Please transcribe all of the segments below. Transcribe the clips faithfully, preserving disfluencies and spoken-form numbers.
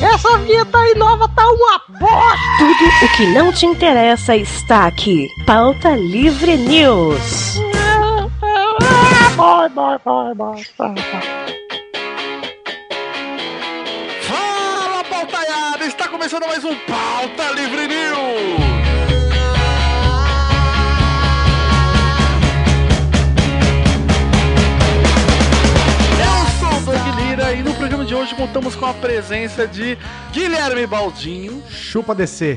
Essa vinheta aí nova tá uma bosta! Tudo o que não te interessa está aqui. Pauta Livre News. Bye, bye, bye, bye, bye. Fala, pautaiada! Está começando mais um Pauta Livre News! E no programa de hoje contamos com a presença de Guilherme Baldinho. Chupa D C.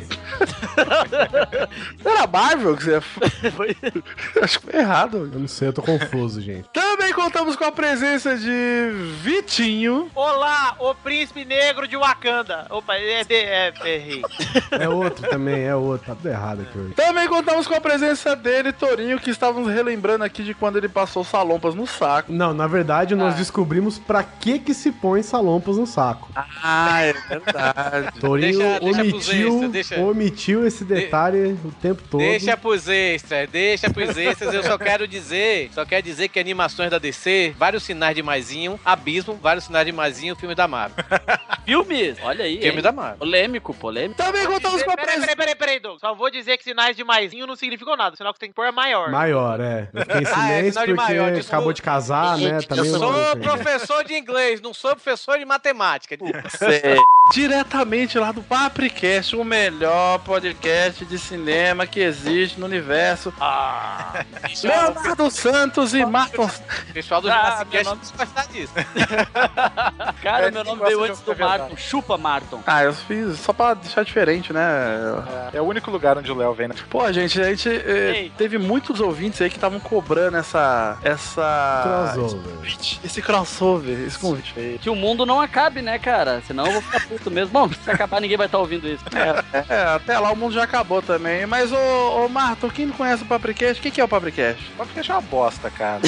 Era Marvel que você foi? Acho que foi errado. Eu não sei, eu tô confuso, gente. Também contamos com a presença de Vitinho. Olá, o príncipe negro de Wakanda. Opa, é de... É, errei. É outro também, é outro. Tá tudo errado aqui hoje. Também contamos com a presença dele, Torinho, que estávamos relembrando aqui de quando ele passou salompas no saco. Não, na verdade nós ah. descobrimos pra que que se põe salompas no saco. Ah, é verdade. Torinho deixa, omitiu, deixa deixa. omitiu esse detalhe de... o tempo todo. Deixa pros extras, deixa pros extras. Eu só quero dizer, só quero dizer que animações da D C, vários sinais de maisinho, Abismo, vários sinais de maisinho, filme da Marvel. Filmes? Olha aí, filme hein? da Marvel. Polêmico, polêmico. Também contamos com a presença... Peraí, peraí, peraí, Douglas. Só vou dizer que sinais de maisinho não significam nada. O sinal que tem que pôr é maior. Maior, é. Eu fiquei em silêncio ah, é, porque de maior, de acabou de casar, né? Eu Também sou não... professor de inglês, não sou professor de matemática. Diretamente lá do Papricast, o melhor podcast de cinema que existe no universo. Ah, Leonardo Santos e Marton. Pessoal do ah, Jurassic nome... não gostar disso. Cara, é, meu nome veio antes do Marton. Chupa, Marton. Ah, eu fiz só pra deixar diferente, né? É, é o único lugar onde o Léo vem, né? Pô, gente, a gente eh, teve muitos ouvintes aí que estavam cobrando essa... Essa... Crossover. Esse, esse crossover, esse convite aí. Que o mundo não acabe, né, cara? Senão eu vou ficar puto mesmo. Bom, se acabar ninguém vai estar ouvindo isso. É, é, até lá o mundo já acabou também. Mas, ô, ô Marton, quem não conhece o Papricast, o que, que é o Papricast? O Papricast é uma bosta, cara.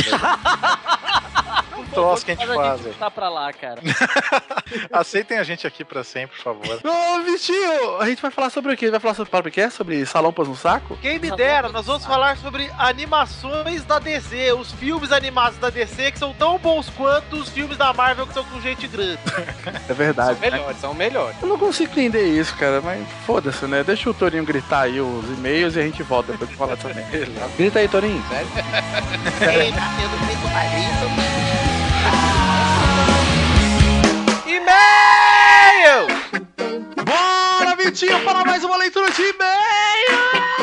Um troço que a gente faz. A gente tá pra lá, cara. Aceitem a gente aqui pra sempre, por favor. Ô, Vitinho, a gente vai falar sobre o quê? Vai falar sobre o Papricast? Sobre salompas no saco? Quem me dera, nós vamos falar sobre animações da D C, os filmes animados da D C que são tão bons quanto os filmes da Marvel que são com gente grande. É verdade. São melhores, são melhores. Eu não consigo entender isso, cara, mas foda-se, né? Deixa o Torinho gritar aí os e-mails e a gente volta depois de falar também. Grita aí, Torinho. E-mail! Bora, Vitinho, para mais uma leitura de e-mail!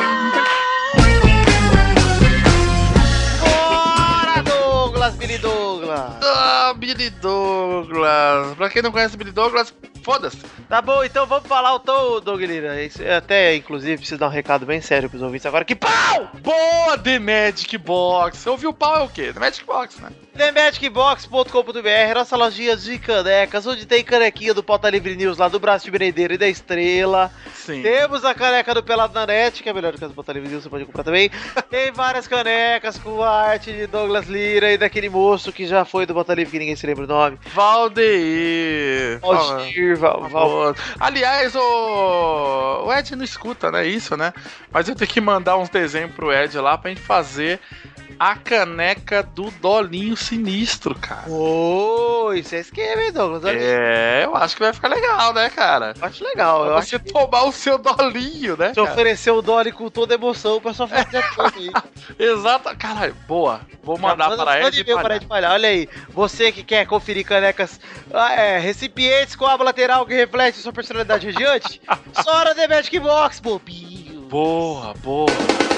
Bora, Douglas, Billy Douglas! Ah, Billy Douglas! Pra quem não conhece Billy Douglas, foda-se! Tá bom, então vamos falar o tom, Douglas. Até, inclusive, preciso dar um recado bem sério pros ouvintes agora. Que pau! Boa, The Magic Box! Você ouviu o pau é o quê? The Magic Box, né? the magic box ponto com ponto b r, nossa lojinha de canecas, onde tem canequinha do Pauta Livre News lá do Braço de Merendeiro e da Estrela. Sim. Temos a caneca do Pelado na Net, que é melhor do que a do Pauta Livre News, você pode comprar também. Tem várias canecas com a arte de Douglas Lira e daquele moço que já foi do Pauta Livre, que ninguém se lembra o nome. Valdeir. Valdir, Val, Val. Aliás, o... o Ed não escuta, né? Isso, né? Mas eu tenho que mandar uns desenhos pro Ed lá pra gente fazer a caneca do Dolinho Sinistro, cara. Ô, oh, isso é esquema, hein, Douglas? É, eu acho que vai ficar legal, né, cara? Eu acho legal. Pra eu você acho tomar que... o seu Dolinho, né, Você oferecer o Dolly com toda emoção pra sua família toda aí. Exato. Caralho, boa. Vou mandar Já, para ele. Para de palhar. Olha aí, você que quer conferir canecas, é, recipientes com aba lateral que reflete sua personalidade radiante, só na The Magic Box, bobinho. Boa, boa.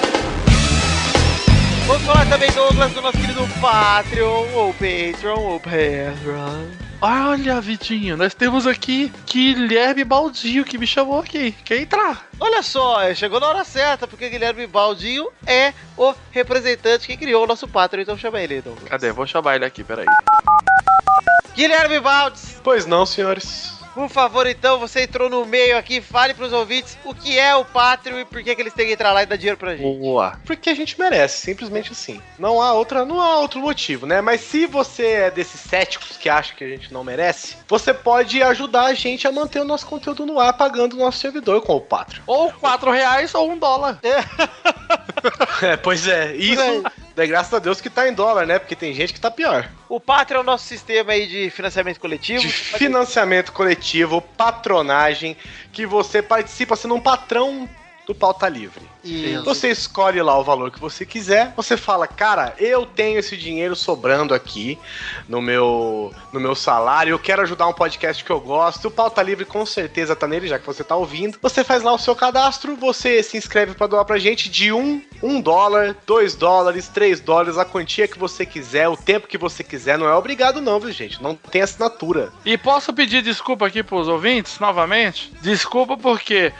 Vamos falar também, Douglas, do nosso querido Patreon, ou Patreon, ou Patreon. Olha, Vitinho, nós temos aqui Guilherme Baldinho que me chamou aqui. Quer entrar? Olha só, chegou na hora certa, porque Guilherme Baldinho é o representante que criou o nosso Patreon, então chama ele, Douglas. Cadê? Vou chamar ele aqui, peraí. Guilherme Baldes! Pois não, senhores. Por favor, então, você entrou no meio aqui, fale pros ouvintes o que é o Patreon e por que, que eles têm que entrar lá e dar dinheiro pra gente. Boa. Porque a gente merece, simplesmente assim. Não há outra, não há outro motivo, né? Mas se você é desses céticos que acha que a gente não merece, você pode ajudar a gente a manter o nosso conteúdo no ar pagando o nosso servidor com o Patreon. Ou quatro reais ou um dólar. É, pois é. Isso... Daí, graças a Deus que tá em dólar, né? Porque tem gente que tá pior. O Patreon é o nosso sistema aí de financiamento coletivo. De financiamento coletivo, patronagem, que você participa sendo um patrão do Pauta Livre. Isso. Você escolhe lá o valor que você quiser, você fala, cara, eu tenho esse dinheiro sobrando aqui no meu, no meu salário, eu quero ajudar um podcast que eu gosto, o Pauta Livre com certeza tá nele, já que você tá ouvindo. Você faz lá o seu cadastro, você se inscreve pra doar pra gente de um, um dólar, dois dólares, três dólares, a quantia que você quiser, o tempo que você quiser, não é obrigado não, viu, gente? Não tem assinatura. E posso pedir desculpa aqui pros ouvintes, novamente? Desculpa porque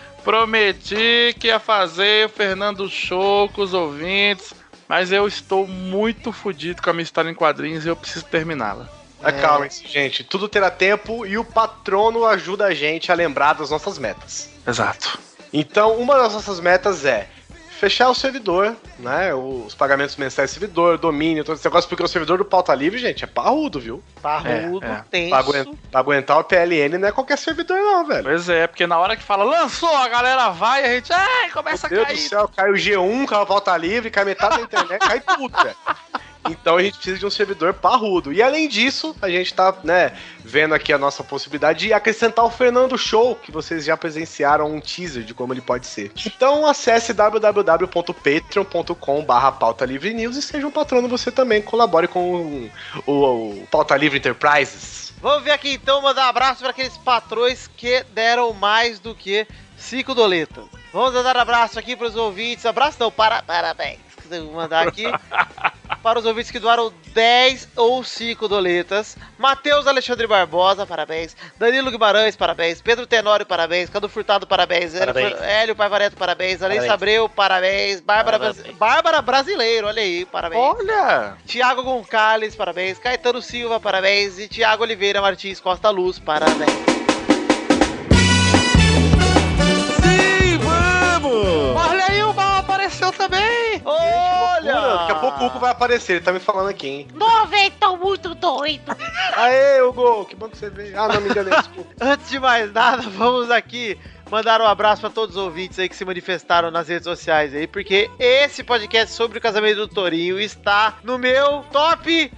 prometi que ia fazer o Fernando Show com os ouvintes, mas eu estou muito fodido com a minha história em quadrinhos e eu preciso terminá-la. É. Acalmem-se, gente. Tudo terá tempo e o patrono ajuda a gente a lembrar das nossas metas. Exato. Então, uma das nossas metas é fechar o servidor, né? Os pagamentos mensais do servidor, domínio, todo esse negócio, porque o servidor do Pauta Livre, gente, é parrudo, viu? Parrudo, É, é. tenso. Pra, aguentar, pra aguentar o P L N não é qualquer servidor, não, velho. Pois é, porque na hora que fala lançou, a galera vai e a gente ai, começa Meu a Deus cair. do céu, cai o G um, cai o Pauta Livre, cai metade da internet, cai tudo, velho. Então a gente precisa de um servidor parrudo. E além disso, a gente tá, né, vendo aqui a nossa possibilidade de acrescentar o Fernando Show, que vocês já presenciaram um teaser de como ele pode ser. Então acesse w w w ponto patreon ponto com barra pauta livre news e seja um patrono você também, colabore com o, o, o Pauta Livre Enterprises. Vamos ver aqui então, mandar um abraço para aqueles patrões que deram mais do que cinco doletas. Vamos dar um abraço aqui para os ouvintes. Abraço não, para, parabéns. Vou mandar aqui para os ouvintes que doaram dez ou cinco doletas. Matheus Alexandre Barbosa, parabéns. Danilo Guimarães, parabéns. Pedro Tenório, parabéns. Cadu Furtado, parabéns. Parabéns. Hélio, Hélio Paivareto, parabéns. Alice Parabéns. Abreu, parabéns. Bárbara, Parabéns. Brasi- Bárbara Brasileiro, olha aí, parabéns. Olha! Tiago Goncalves, parabéns. Caetano Silva, parabéns. E Tiago Oliveira Martins Costa Luz, parabéns. Sim, vamos! Olha aí, o mal apareceu também! Olha! Daqui a pouco o Hugo vai aparecer, ele tá me falando aqui, hein? Nove, tô muito doido. Aê, Hugo, que bom que você veio. Ah, não, me enganei, desculpa. Antes de mais nada, vamos aqui mandar um abraço para todos os ouvintes aí que se manifestaram nas redes sociais aí, porque esse podcast sobre o casamento do Torinho está no meu top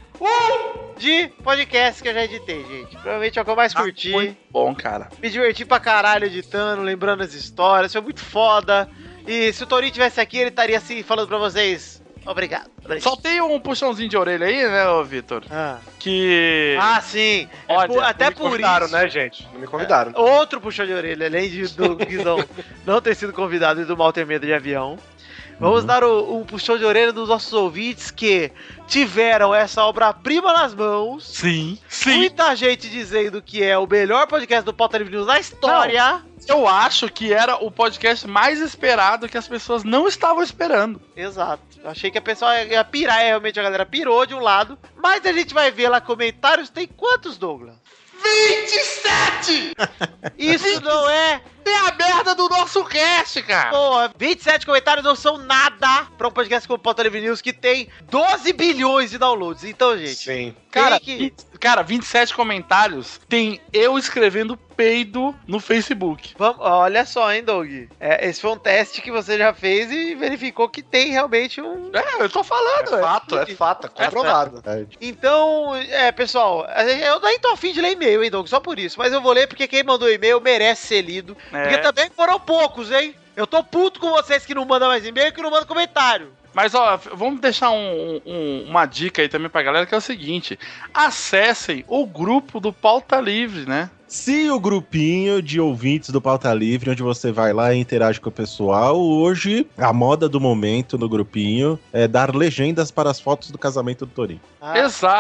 um de podcasts que eu já editei, gente. Provavelmente é o que eu mais curti. Muito bom, cara. Me diverti pra caralho editando, lembrando as histórias, foi muito foda. E se o Torinho tivesse aqui, ele estaria assim falando pra vocês, obrigado. Só tem um puxãozinho de orelha aí, né, ô Vitor? Ah, Que. ah sim. É Olha, por- até Não me por convidaram, isso. né, gente? Não me convidaram. Outro puxão de orelha, além de, do Guizão não ter sido convidado e do mal ter medo de avião. Vamos dar o- um puxão de orelha dos nossos ouvintes que tiveram essa obra-prima nas mãos. Sim, sim. Muita gente dizendo que é o melhor podcast do Pauta Livre News na história. Eu acho que era o podcast mais esperado que as pessoas não estavam esperando. Exato. Eu achei que a pessoa ia pirar, realmente a galera pirou de um lado. Mas a gente vai ver lá comentários. Tem quantos, Douglas? vinte e sete! Isso não é... É a merda do nosso cast, cara! Porra, vinte e sete comentários não são nada pra um podcast como o Pauta Livre News que tem doze bilhões de downloads. Então, gente, Sim. Cara, tem que... vinte cara, vinte e sete comentários tem eu escrevendo peido no Facebook. Vamos, olha só, hein, Doug? É, esse foi um teste que você já fez e verificou que tem realmente um... É, eu tô falando, É fato, é fato, é comprovado. Então, é, pessoal, eu nem tô afim de ler e-mail, hein, Doug? Só por isso. Mas eu vou ler porque quem mandou e-mail merece ser lido. É. Porque também foram poucos, hein? Eu tô puto com vocês que não mandam mais e-mail e que não mandam comentário. Mas, ó, vamos deixar um- um- uma dica aí também pra galera, que é o seguinte. Acessem o grupo do Pauta Livre, né? Sim, o grupinho de ouvintes do Pauta Livre, onde você vai lá e interage com o pessoal. Hoje, a moda do momento no grupinho é dar legendas para as fotos do casamento do Torinho. Ah,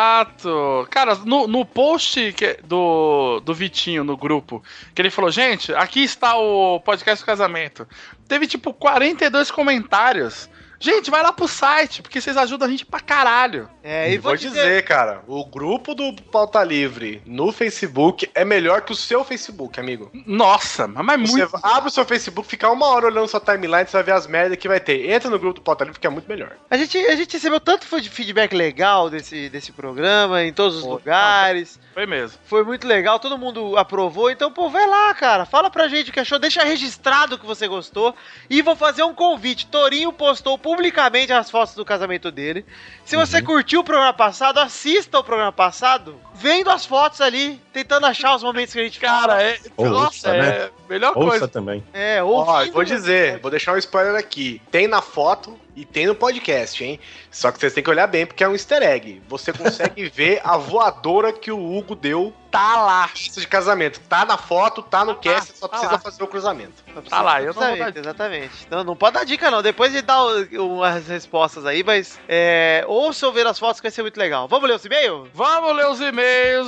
Exato! Cara, no, no post que- do, do Vitinho no grupo, que ele falou, gente, aqui está o podcast do casamento. Teve tipo quarenta e dois comentários. Gente, vai lá pro site, porque vocês ajudam a gente pra caralho. é, E e vou dizer, cara, o grupo do Pauta Livre no Facebook é melhor que o seu Facebook, amigo. Nossa, mas Você muito... abre o seu Facebook, fica uma hora olhando sua timeline, você vai ver as merdas que vai ter. Entra no grupo do Pauta Livre, que é muito melhor. A gente, a gente recebeu tanto fe- feedback legal desse, desse programa, em todos os Pô, lugares. Foi mesmo. Foi muito legal, todo mundo aprovou. Então, pô, vai lá, cara. Fala pra gente o que achou. Deixa registrado que você gostou. E vou fazer um convite. Torinho postou publicamente as fotos do casamento dele. Se você curtiu o programa passado, assista o programa passado, vendo as fotos ali, tentando achar os momentos que a gente fala. Cara, é. Ouça, Nossa, né? é a melhor Ouça coisa. também. É, Ó, ouvindo. vou dizer, vou deixar um spoiler aqui. Tem na foto e tem no podcast, hein? Só que vocês têm que olhar bem, porque é um easter egg. Você consegue ver a voadora que o Hugo deu, tá lá. Festa de casamento. Tá na foto, tá no cast, só tá precisa lá. fazer o cruzamento. Tá lá, eu não vou dar Exatamente, exatamente. Então não pode dar dica não, depois de dar o- umas respostas aí, mas é, ouça ou ver as fotos que vai ser muito legal. Vamos ler os e-mails? Vamos ler os e-mails.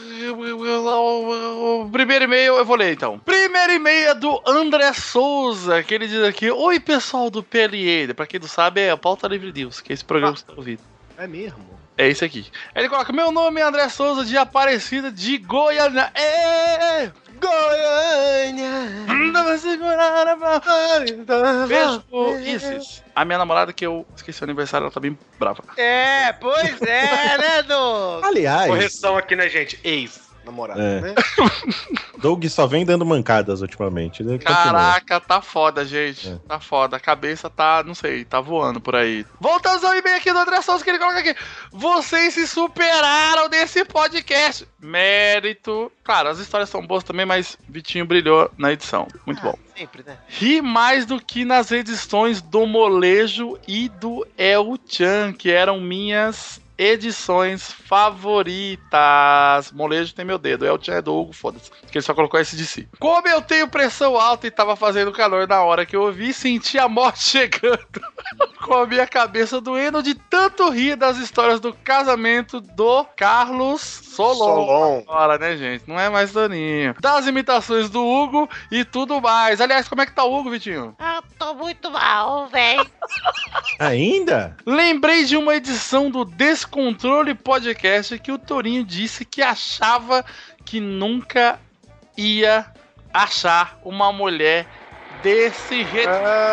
O, o primeiro e-mail eu vou ler então. Primeiro e-mail é do André Souza, que ele diz aqui: oi pessoal do P L E. Pra quem não sabe, é a Pauta Livre News, que é esse programa que você tá ouvindo. É mesmo? É esse aqui. Ele coloca: meu nome é André Souza, de Aparecida de Goiânia. É, Goiânia. não vai segurar a mão. Beijo pro Isis. A minha namorada, que eu esqueci o aniversário, ela tá bem brava. É, pois é, né, Doug? Aliás, Correção aqui, né, gente? Ex-namorada, É. né? Doug só vem dando mancadas ultimamente. Ele continua. Caraca, tá foda, gente. É. Tá foda. A cabeça tá, não sei, tá voando por aí. Voltamos ao e-mail aqui do André Souza, que ele coloca aqui: vocês se superaram nesse podcast. Mérito. Claro, as histórias são boas também, mas Vitinho brilhou na edição. Muito bom. Sempre, né? Ri mais do que nas edições do Molejo e do El Chan, que eram minhas edições favoritas. Molejo tem meu dedo, El Chan é do Hugo, foda-se, que ele só colocou esse de si. Como eu tenho pressão alta e tava fazendo calor na hora que eu ouvi, senti a morte chegando, com a minha cabeça doendo de tanto rir das histórias do casamento do Carlos Solon. Solon. Agora, né, gente? Não é mais Doninho. Das imitações do Hugo e tudo mais. Aliás, como é que tá o Hugo, Vitinho? Ah, tô muito mal, velho. Ainda? Lembrei de uma edição do Descontrole Podcast que o Torinho disse que achava que nunca ia achar uma mulher desse jeito.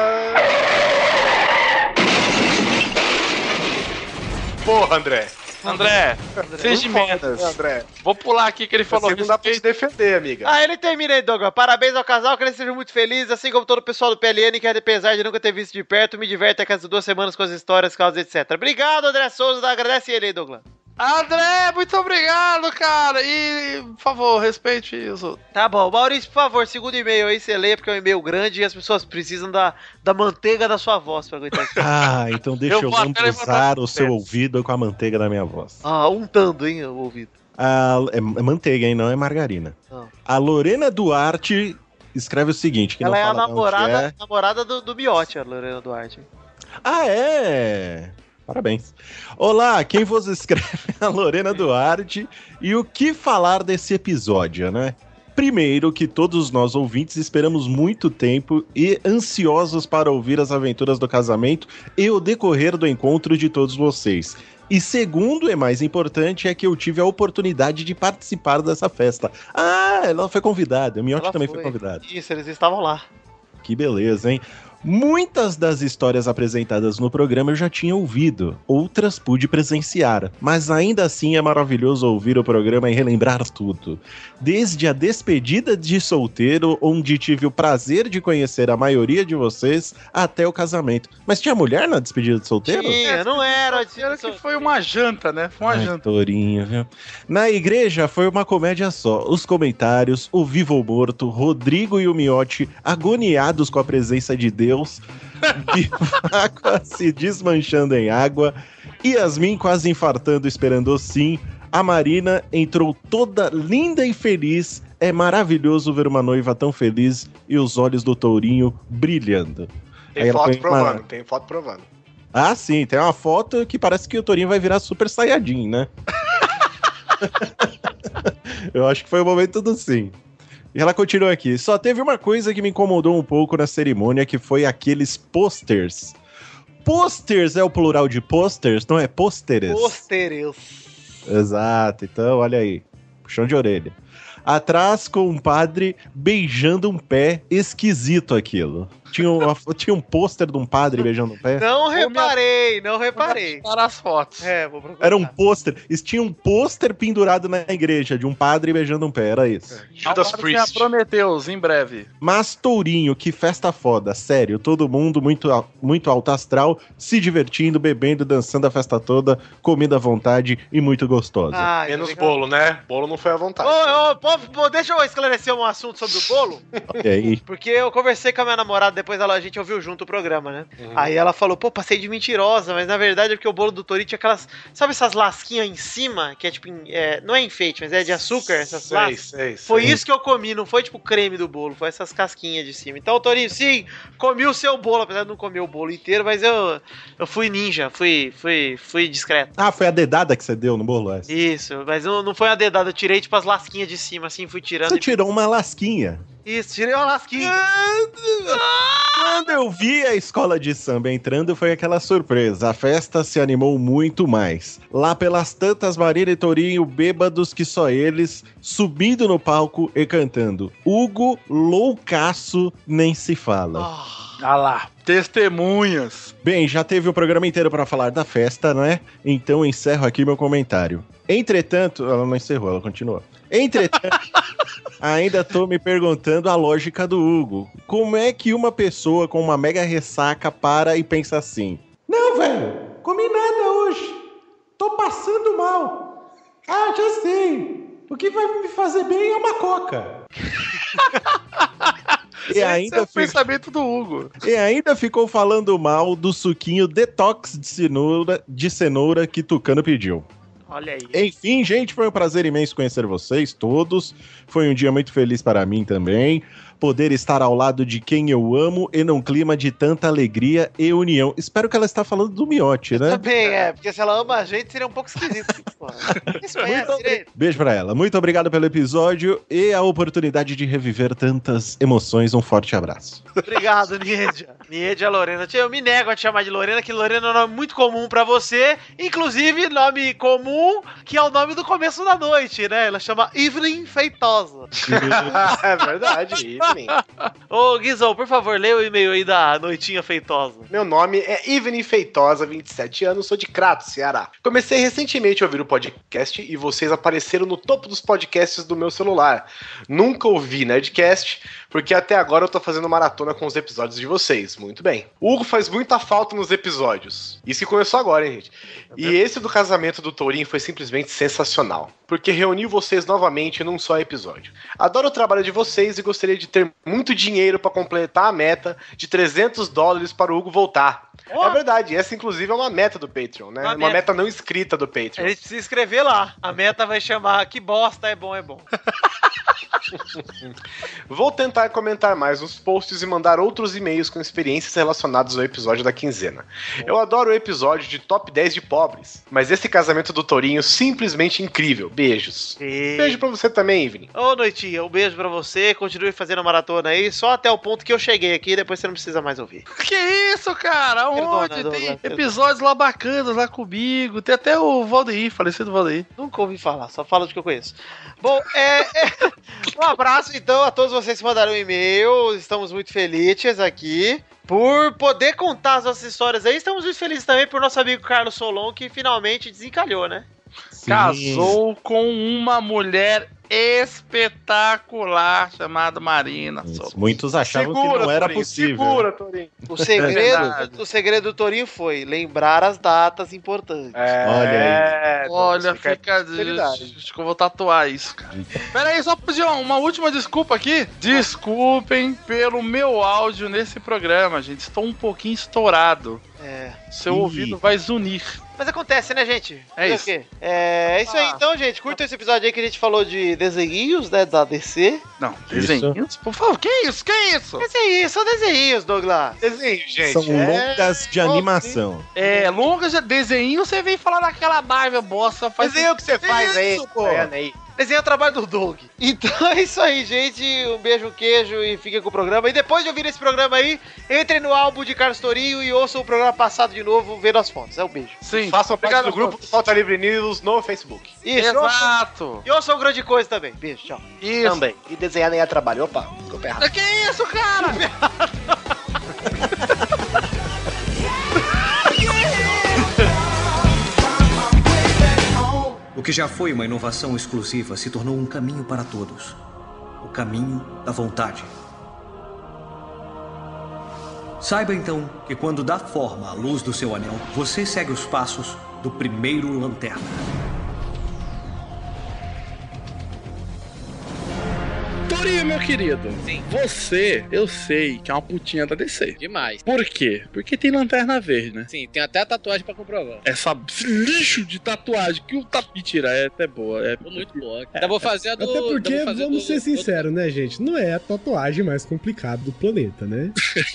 Porra, André. André, seja de menos. André. Vou pular aqui que ele falou. Você não dá pra te defender, amiga. Ah, ele termina aí, Douglas. Parabéns ao casal, que eles sejam muito felizes, assim como todo o pessoal do P L N, que apesar de nunca ter visto de perto, me diverte a cada duas semanas com as histórias, causas, etcétera. Obrigado, André Souza. Agradece ele aí, Douglas. André, muito obrigado, cara. E, por favor, respeite os outros. Tá bom. Maurício, por favor, segundo e-mail aí, você lê, porque é um e-mail grande e as pessoas precisam da, da manteiga da sua voz pra aguentar isso. Ah, então deixa Eu eu, vou até levantar lambuzar o os seu pés. ouvido com a manteiga da minha voz. Ah, untando, hein, o ouvido. Ah, é, é manteiga, hein? Não é margarina. Não. A Lorena Duarte escreve o seguinte: que Ela não é a fala de onde namorada, é. namorada do, do Miotti, a Lorena Duarte. Ah, é? Parabéns. Olá, quem vos escreve é a Lorena Duarte. E o que falar desse episódio, né? Primeiro, que todos nós ouvintes esperamos muito tempo e ansiosos para ouvir as aventuras do casamento e o decorrer do encontro de todos vocês. E segundo, e mais importante, é que eu tive a oportunidade de participar dessa festa. Ah, ela foi convidada. O Miotti Ela também foi. foi convidado. Isso, eles estavam lá. Que beleza, hein? Muitas das histórias apresentadas no programa eu já tinha ouvido, outras pude presenciar, mas ainda assim é maravilhoso ouvir o programa e relembrar tudo. Desde a despedida de solteiro, onde tive o prazer de conhecer a maioria de vocês, até o casamento. Mas tinha mulher na despedida de solteiro? Tinha, não era. Era que foi uma janta, né? Foi uma Ai, janta. Torinho, viu? Na igreja foi uma comédia só. Os comentários, o vivo ou morto, Rodrigo e o Miotti agoniados com a presença de Deus, Bivaca se desmanchando em água, Yasmin quase infartando esperando o sim, a Marina entrou toda linda e feliz. É maravilhoso ver uma noiva tão feliz e os olhos do Tourinho brilhando. Tem Aí ela foto põe provando, uma- tem foto provando. Ah, sim, tem uma foto que parece que o Tourinho vai virar Super Saiyajin, né? Eu acho que foi o momento do sim. E ela continua aqui. Só teve uma coisa que me incomodou um pouco na cerimônia, que foi aqueles posters. Posters é o plural de posters, não é pôsteres? Pôsteres. Exato, então olha aí. Puxão de orelha. Atrás com um padre beijando um pé, esquisito aquilo. Tinha um, tinha um pôster de um padre beijando o pé. Não reparei, não reparei. Para as fotos. É, vou procurar. Era um pôster. Tinha um pôster pendurado na igreja de um padre beijando um pé, era isso. Judas Priest. Prometeus, em breve. Mas, Tourinho, que festa foda. Sério, todo mundo muito, al- muito alto astral, se divertindo, bebendo, dançando a festa toda, comida à vontade e muito gostosa. Ah, Menos legal. bolo, né? Bolo não foi à vontade. Ô, ô, pô, pô, deixa eu esclarecer um assunto sobre o bolo. E aí? Porque eu conversei com a minha namorada, depois ela, a gente ouviu junto o programa, né? Uhum. Aí ela falou, pô, passei de mentirosa, mas na verdade é porque o bolo do Torinho tinha aquelas, sabe essas lasquinhas em cima, que é tipo, em- é, não é enfeite, mas é de açúcar, essas Sei, lascas. sei, Foi sei. isso que eu comi, não foi tipo o creme do bolo, foi essas casquinhas de cima. Então, Torinho, sim, comi o seu bolo, apesar de não comer o bolo inteiro, mas eu, eu fui ninja, fui, fui, fui discreto. Ah, foi a dedada que você deu no bolo? Essa? Isso, mas não, não foi uma dedada, eu tirei tipo as lasquinhas de cima, assim, fui tirando. Você e- tirou uma lasquinha. Isso, tirei uma lasquinha. Quando eu vi a escola de samba entrando, foi aquela surpresa. A festa se animou muito mais. Lá pelas tantas, Marina e Tourinho, bêbados que só eles, subindo no palco e cantando. Hugo, loucaço, nem se fala. Ah lá. Testemunhas. Bem, já teve o programa inteiro para falar da festa, né? Então encerro aqui meu comentário. Entretanto, ela não encerrou, ela continuou. Entretanto, ainda tô me perguntando a lógica do Hugo. Como é que uma pessoa com uma mega ressaca para e pensa assim? Não, velho, comi nada hoje. Tô passando mal. Ah, já sei. O que vai me fazer bem é uma coca. E Esse é ainda, o fi- pensamento do Hugo. e ainda ficou falando mal do suquinho detox de cenoura, de cenoura que Tucano pediu. Olha aí. Enfim, gente, foi um prazer imenso conhecer vocês todos. Foi um dia muito feliz para mim também. Poder estar ao lado de quem eu amo e num clima de tanta alegria e união. Espero que ela está falando do miote, né? Também é, porque se ela ama a gente seria um pouco esquisito. Porra. Isso conhece direito. Beijo pra ela. Muito obrigado pelo episódio e a oportunidade de reviver tantas emoções. Um forte abraço. Obrigado, Niedia. Niedia Lorena. Tia, eu me nego a te chamar de Lorena, que Lorena é um nome muito comum pra você. Inclusive, nome comum, que é o nome do começo da noite, né? Ela chama Evelyn Feitosa. É verdade, Evelyn. Ô, Guizão, por favor, lê o e-mail aí da Noitinha Feitosa. Meu nome é Evelyn Feitosa, vinte e sete anos, sou de Crato, Ceará. Comecei recentemente a ouvir o podcast e vocês apareceram no topo dos podcasts do meu celular. Nunca ouvi Nerdcast, porque até agora eu tô fazendo maratona com os episódios de vocês. Muito bem. O Hugo faz muita falta nos episódios. Isso que começou agora, hein, gente? E esse do casamento do Tourinho foi simplesmente sensacional, porque reuniu vocês novamente num só episódio. Adoro o trabalho de vocês e gostaria de ter muito dinheiro pra completar a meta de trezentos dólares para o Hugo voltar. Oh. É verdade, essa inclusive é uma meta do Patreon, né? Uma Uma, meta. meta não escrita do Patreon. A gente precisa escrever lá. A meta vai chamar Que Bosta, é bom, é bom. Vou tentar comentar mais nos posts e mandar outros e-mails com experiências relacionadas ao episódio da quinzena. Eu adoro o episódio de Top dez de Pobres, mas esse casamento do Tourinho simplesmente incrível. Beijos. E... Beijo pra você também, Evelyn. Ô, Noitinha, um beijo pra você. Continue fazendo a maratona aí, só até o ponto que eu cheguei aqui, depois você não precisa mais ouvir. Que isso, cara? Perdona, Onde? Douglas, Tem perdona. episódios lá bacanas lá comigo. Tem até o Valdeir, falecido Valdeir. Nunca ouvi falar, só falo de que eu conheço. Bom, é, é, um abraço então a todos vocês que mandaram um e-mail. Estamos muito felizes aqui por poder contar as nossas histórias aí. Estamos muito felizes também por nosso amigo Carlos Solon, que finalmente desencalhou, né? Casou com uma mulher espetacular chamada Marina. Isso. Muitos achavam que Segura, não era Tourinho, possível. Segura, Tourinho. O É segredo, verdade. o segredo do Tourinho foi lembrar as datas importantes. É, Olha aí. Olha, fica fica. a sinceridade. Acho que eu vou tatuar isso, cara. Pera aí, só pra pedir uma, uma última desculpa aqui. Desculpem pelo meu áudio nesse programa, gente. Estou um pouquinho estourado. É. Seu Ih. ouvido vai zunir. Mas acontece, né, gente? É Fazer isso. o quê? É, é isso aí, Ah. então, gente. Curta esse episódio aí que a gente falou de desenhinhos, né, da D C. Não, desenhos. Por favor, que isso? Que isso? Desenhinhos, são desenhinhos, Douglas. Desenho, gente. São é... longas de animação. É, longas de desenho, você vem falar daquela Marvel bosta. Faz Desenho que você faz aí, isso, pô. Goiânia aí. Desenho é o trabalho do Doug. Então é isso aí, gente. Um beijo, um queijo e fiquem com o programa. E depois de ouvir esse programa aí, entrem no álbum de Carlos Tourinho e ouçam o programa passado de novo, vendo as fotos. É um beijo. Sim. Façam parte Obrigado, do grupo do Falta Livre News no Facebook. Isso, ouçam- Exato. e ouçam grande coisa também. Beijo, tchau. Isso. Também. E desenhar nem é trabalho. Opa, ficou errado. Que isso, cara? que já foi uma inovação exclusiva se tornou um caminho para todos. O caminho da vontade. Saiba então que quando dá forma à luz do seu anel, você segue os passos do primeiro lanterna. Torinho, meu querido. Sim. Você, eu sei que é uma putinha da D C. Demais. Por quê? Porque tem Lanterna Verde, né? Sim, tem até a tatuagem pra comprovar. Essa esse lixo de tatuagem que o tá... Mentira, é até boa. É muito boa. Então vou fazer a do... Até porque, então vou fazer vamos do- ser sinceros, né, gente? Não é a tatuagem mais complicada do planeta, né?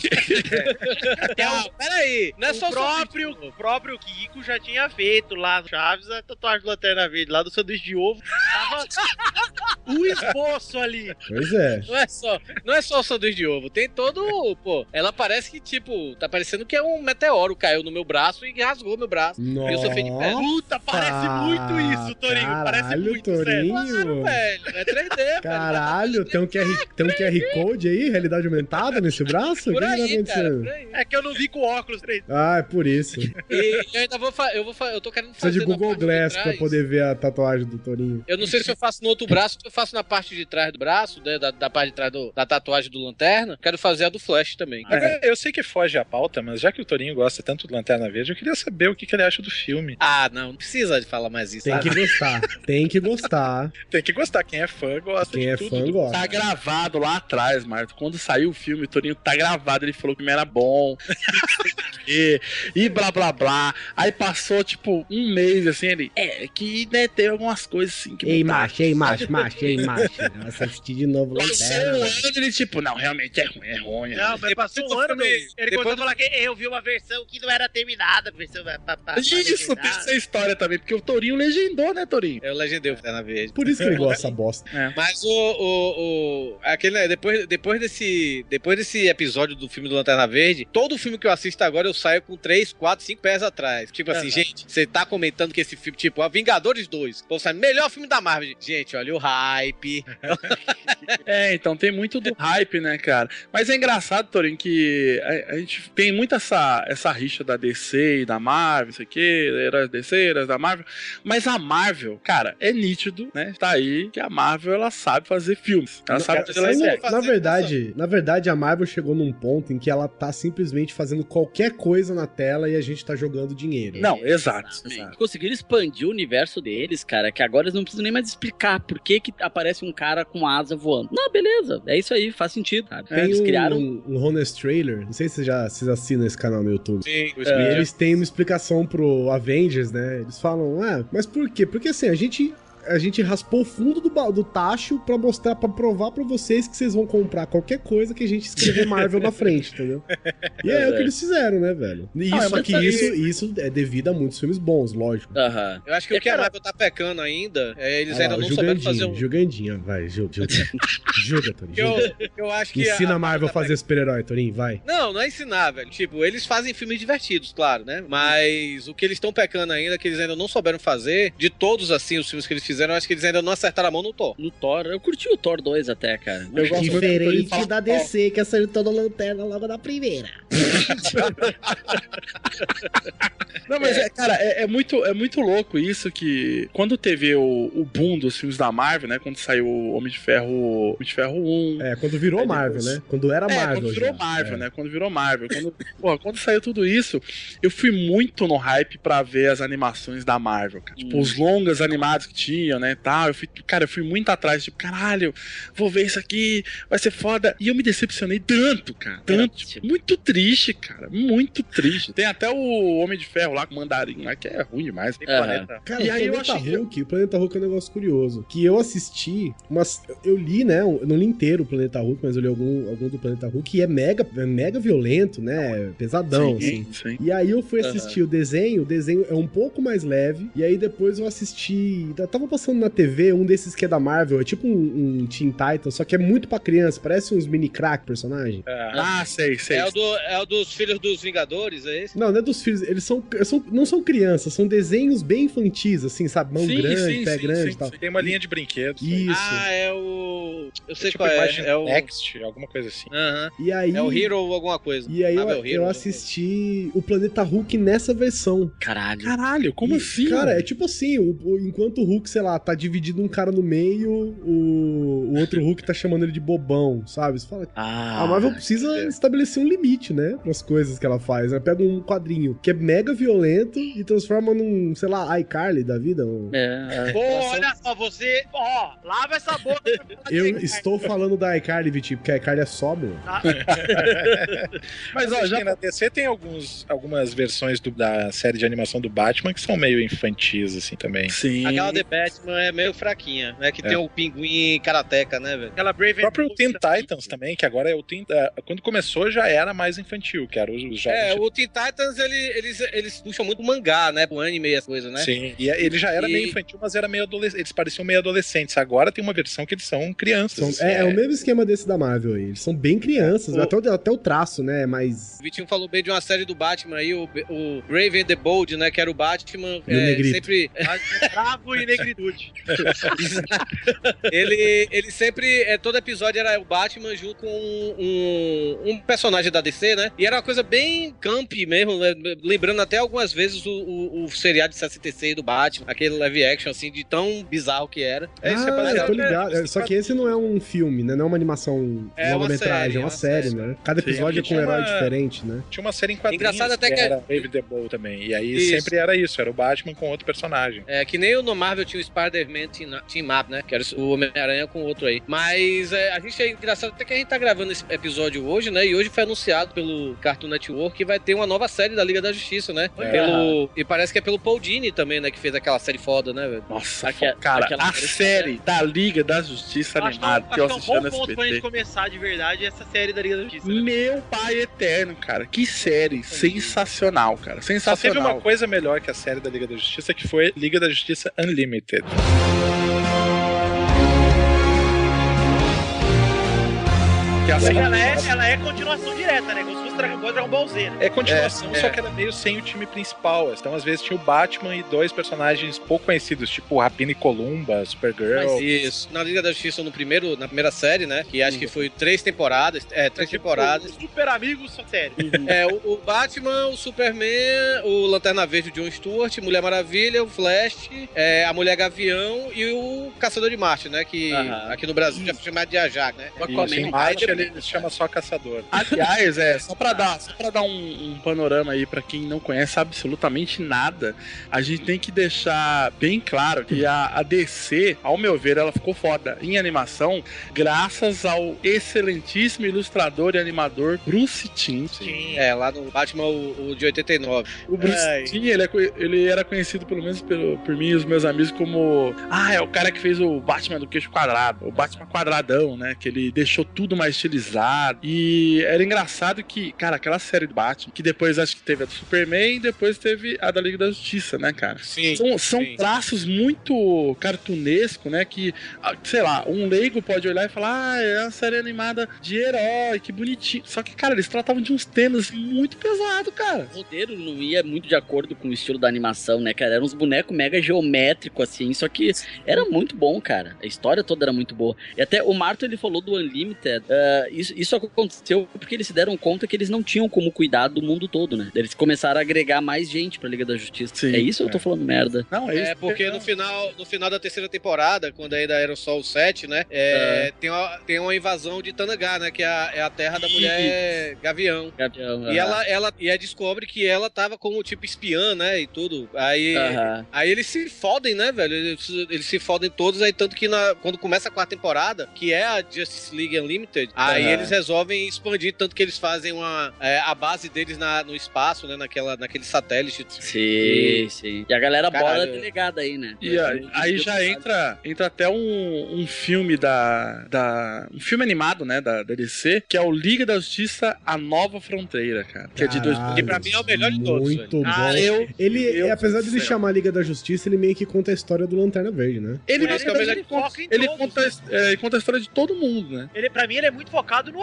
Não, peraí. Não é o só próprio, o próprio Kiko já tinha feito lá no Chaves a tatuagem do Lanterna Verde, lá do sanduíche de ovo. Tava o esboço ali. Pois é. Não é só, não é só o sanduíche de ovo, tem todo, pô, ela parece que, tipo, tá parecendo que é um meteoro, caiu no meu braço e rasgou meu braço. Nossa. E eu sou feito de pedra. Puta, parece muito isso, Torinho. Parece Caralho, muito, Torinho. Claro, velho, é três D, velho. Caralho, tem um, Q R, tem um Q R Code aí, realidade aumentada nesse braço? Por o que, aí, que tá cara, acontecendo? por aí. É que eu não vi com óculos três D. Ah, é por isso. E eu ainda vou fazer, eu vou fa- eu tô querendo Precisa fazer de na Google parte de Glass pra trás. poder ver a tatuagem do Torinho. Eu não sei se eu faço no outro braço, se eu faço na parte de trás do braço, né, da, da parte de trás do- da tatuagem do Lanterna. Quero fazer a do Flash também. Agora, eu sei que foge a pauta, mas já que o Torinho gosta tanto do Lanterna Verde, eu queria saber o que, que ele acha do filme. Ah, não, não precisa de falar mais isso. Tem que gostar, tem que gostar. Tem que gostar, quem é fã gosta Quem de é tudo. fã do- gosta. Tá gravado lá atrás, Marto. Quando saiu o filme, o Torinho tá gravado. Ele falou que o filme era bom. e, e blá blá blá. Aí passou, tipo, um mês assim. Ele, é, que né, tem algumas coisas assim que. Ei, mudaram." macho, ei, macho, macho, ei, macho. Nossa, assisti de novo Passou Lanterna. um ano ele, tipo, não, realmente é ruim, é ruim. Não, mas passou um ano, meu. Ele começou a falar que eu vi uma versão que não era terminada. Versão pra, pra, Isso, tem essa história também, porque o Torinho legendou, né, Torinho? Eu legendei o Lanterna Verde. Por isso que ele gosta dessa bosta. Mas o, o, o aquele, né, depois, depois, desse, depois desse episódio do filme do Lanterna Verde, todo filme que eu assisto agora eu saio com três, quatro, cinco pés atrás. Tipo assim, Uhum. gente, você tá comentando que esse filme, tipo, a Vingadores dois, o povo sabe, melhor filme da Marvel. Gente, olha o hype. É, então tem muito do hype, né, cara? Mas é engraçado, Torinho, que a, a gente tem muito essa, essa rixa da D C e da Marvel, isso aqui, eras D C, eras da Marvel. Mas a Marvel, cara, é nítido, né? Tá aí que a Marvel, ela sabe fazer filmes. Ela sabe fazer live action. Na verdade, na verdade, a Marvel chegou num ponto em que ela tá simplesmente fazendo qualquer coisa na tela e a gente tá jogando dinheiro. Não, exato. exato. Conseguiram expandir o universo deles, cara, que agora eles não precisam nem mais explicar por que que aparece um cara com asa voando. Não, beleza, é isso aí, faz sentido, cara. Tem Eles um, criaram... um Honest Trailer, não sei se vocês já vocês assinam esse canal no YouTube. Sim, E eles têm uma explicação pro Avengers, né? Eles falam, ah, mas por quê? Porque assim, a gente... A gente raspou o fundo do, ba- do tacho pra mostrar, pra provar pra vocês que vocês vão comprar qualquer coisa que a gente escrever Marvel na frente, entendeu? E é, É, o que eles fizeram, né, velho? E Ah, isso mas aqui, sabe- isso, isso é devido a muitos filmes bons, lógico. Aham. Eu acho que o que a Marvel tá pecando ainda, é, eles Olha ainda lá, não o souberam Jugandinho, fazer um... Jugandinho, vai, Juga, Juga, Juga, Torinho. Que eu, Juga. eu acho que Ensina a a Marvel a fazer super-herói, Torinho, vai. Não, não é ensinar, velho. Tipo, eles fazem filmes divertidos, claro, né? Mas o que eles estão pecando ainda, que eles ainda não souberam fazer, de todos, assim, os filmes que eles fizeram, eu acho que eles ainda não acertaram a mão no Thor. No Thor, eu curti o Thor dois até, cara. Eu gosto muito quando ele Diferente fala da D C, que acertou na lanterna logo na primeira. Não, mas, é, cara, é, é muito, é muito louco isso que quando teve o, o boom dos filmes da Marvel, né? Quando saiu o Homem de Ferro, Homem de Ferro um. É, quando virou Aí Marvel, depois- né? Quando era É, Marvel. quando virou já. Marvel, É. né? Quando virou Marvel. Quando, porra, quando saiu tudo isso, eu fui muito no hype pra ver as animações da Marvel, cara. Tipo, Hum. os longas animados que tinham, né, tal. Eu fui, cara, eu fui muito atrás, tipo, caralho, vou ver isso aqui, vai ser foda. E eu me decepcionei tanto, cara. Tanto. Tipo, muito triste, cara. Muito triste. Tem até o Homem de Ferro lá com o Mandarim lá, que é ruim demais. Tem Aham. planeta. Cara, E o aí eu Planeta achei- Hulk, o Planeta Hulk é um negócio curioso. Que eu assisti, mas eu li, né? Eu não li inteiro o Planeta Hulk, mas eu li algum, algum do Planeta Hulk e é mega, é mega violento, né? Pesadão, Sim, assim. sim. E aí eu fui assistir o desenho, o desenho é um pouco mais leve, e aí depois eu assisti, tava passando na T V um desses que é da Marvel, é tipo um, um Teen Titans, só que é muito pra criança, parece uns mini crack personagem. Ah, sei, sei. É o, do, é o dos filhos dos Vingadores, é esse? Não, não é dos filhos, eles são, são não são crianças, são desenhos bem infantis, assim, sabe? Mão Sim, grande, sim, pé sim, grande sim, e tal. sim. Tem uma linha de brinquedos. Isso. Ah, é o... Eu sei tipo qual é. Imagine É o... Next, alguma coisa assim. Aham. E aí, É o Hero ou alguma coisa. e aí eu, Marvel Hero, eu alguma assisti o Planeta Hulk nessa versão. Caralho. Caralho, como E, assim? Cara, mano? é tipo assim, o, o- enquanto o Hulk, sei lá, tá dividindo um cara no meio, o, o outro Hulk tá chamando ele de bobão, sabe? Você fala, Ah, a Marvel precisa é. estabelecer um limite, né? Pras coisas que ela faz. Ela pega um quadrinho que é mega violento e transforma num, sei lá, iCarly da vida. um- É, Pô, olha só, você. Ó, lava essa boca. pra falar Eu de- estou falando da iCarly, Vitinho, porque a iCarly é sóbria. Mas ó, já na D C tem alguns, algumas versões do- da série de animação do Batman que são meio infantis, assim, também. Sim. Aquela The Batman é meio fraquinha, né? Que É. tem o pinguim karateca, né, velho? Aquela Brave O próprio Teen Titans também, que agora é o Teen... é, quando começou já era mais infantil, que era os, os jovens. É, o Teen Titans, ele, eles, eles puxam muito mangá, né? Pro anime e as coisas, né? Sim, e ele já era E- meio infantil, mas era meio adolescente. Eles pareciam meio adolescentes. Agora tem uma versão que eles são crianças. São- assim, é, é o mesmo esquema desse da Marvel aí. Eles são bem crianças, O- até, o, até o traço, né? Mas. O Vitinho falou bem de uma série do Batman aí, o, o Brave and the Bold, né? Que era o Batman. E o é, negrito. sempre. Bravo e negritude. ele, ele sempre. É, todo episódio era o Batman junto com um, um personagem da D C, né? E era uma coisa bem camp mesmo, né? Lembrando até algumas vezes o, o, o seriado de sessenta e seis do Batman, aquele live action, assim, de tão bizarro que era. É, isso é ah, baseado, eu tô né? ligado. É, só que esse não é um filme, né? Não é uma animação É uma longa-metragem, série, é uma uma série, série. né? Cada Sim, episódio é porque com um tinha herói uma- diferente, né? Tinha uma série em quadrinhos Engraçado até que que- era Brave the Bold também. E aí Isso. sempre era isso, era o Batman com outro personagem. É, que nem o no Marvel tinha o Spider-Man Team, Team Up, né? Que era o Homem-Aranha com outro aí. Mas é, a gente é engraçado até que a gente tá gravando esse episódio hoje, né? E hoje foi anunciado pelo Cartoon Network que vai ter uma nova série da Liga da Justiça, né? É. Pelo, e parece que é pelo Paul Dini também, né? Que fez aquela série foda, né, velho? Nossa, Aque- cara, aquela a série- série da Liga da Justiça Acho que é um- animada que eu acho assisti que é um no bom ponto pra gente S B T. começar de verdade essa série da Liga da Justiça. né? Meu pai eterno, cara. Que série sensacional, cara. Só teve Sensacional. uma coisa melhor que a série da Liga da Justiça, que foi Liga da Justiça Unlimited. Que é a Mas segunda- ela é, ela é continuação direta, né? Como se fosse Dragon Ball Dragon Ball Z, né? É continuação, É, só é. que era meio sem o time principal. Então, às vezes, tinha o Batman e dois personagens pouco conhecidos, tipo Rapina e Columba, Supergirl. Mas isso. Na Liga da Justiça, no primeiro, na primeira série, né? Que acho que foi três temporadas. É, três temporadas. Tipo, Super amigos, só série. É, o, o Batman, o Superman, o Lanterna Verde, o John Stewart, Mulher Maravilha, o Flash, é, a Mulher Gavião e o Caçador de Marte, né? Que Aham. aqui no Brasil já foi chamado de Ajax, né? Isso, Aquaman, em Marte, ele se chama só Caçador. Aliás, é, só pra dar, só pra dar um, um panorama aí pra quem não conhece absolutamente nada, a gente tem que deixar bem claro que a, a D C, ao meu ver, ela ficou foda em animação graças ao excelentíssimo ilustrador e animador Bruce Timm. Sim. É, lá no Batman, o, o de oitenta e nove. O Bruce Ai. Timm, ele, é co- ele era conhecido, pelo menos pelo, por mim e os meus amigos, como... Ah, é o cara que fez o Batman do queixo quadrado, o Batman quadradão, né? Que ele deixou tudo mais estilizado. E era engraçado que, cara, aquela série do Batman, que depois acho que teve a do Superman e depois teve a da Liga da Justiça, né, cara? Sim. São, são sim. traços muito cartunescos, né? Que, ah, sei lá, um leigo pode olhar e falar, ah, é uma série animada de herói, que bonitinho. Só que, cara, eles tratavam de uns temas muito pesados, cara. O roteiro não ia muito de acordo com o estilo da animação, né, cara? Eram uns bonecos mega geométricos, assim, só que era muito bom, cara. A história toda era muito boa. E até o Marto, ele falou do Unlimited. ah, isso, isso aconteceu porque eles se deram conta que eles não tinham como cuidar do mundo todo, né? Eles começaram a agregar mais gente pra Liga da Justiça. Sim, é isso ou eu tô é. falando merda? Não, é isso. É, porque no final, no final da terceira temporada, quando ainda eram só os sete, né? É, tem, uma, tem uma invasão de Tanagá, né? Que é a, é a terra da mulher Gavião. Gavião, E aham. ela, ela e aí descobre que ela tava como tipo espiã, né? E tudo. Aí, Aham. aí eles se fodem, né, velho? Eles, eles se fodem todos, aí tanto que na, quando começa a quarta temporada, que é a Justice League Unlimited, aí Aham. eles resolvem expandir, tanto que eles fazem uma, é, a base deles na, no espaço, né? Naquela, naquele satélite. Sim, sim. E a galera Caralho. bora delegada aí, né? E aí, aí já entra, entra até um, um filme da, da. Um filme animado, né? Da, da D C, que é o Liga da Justiça, A Nova Fronteira, cara. Que é de dois. Caralho, Que pra mim é o melhor de todos, Muito velho. bom. Ah, eu- ele, eu- apesar de ele céu. chamar Liga da Justiça, ele meio que conta a história do Lanterna Verde, né? Ele, Por isso que é o ele, melhor ele de conta, foca em ele todos, conta, né? é, ele conta a história de todo mundo, né? Ele, pra mim, ele é muito focado no Ajax,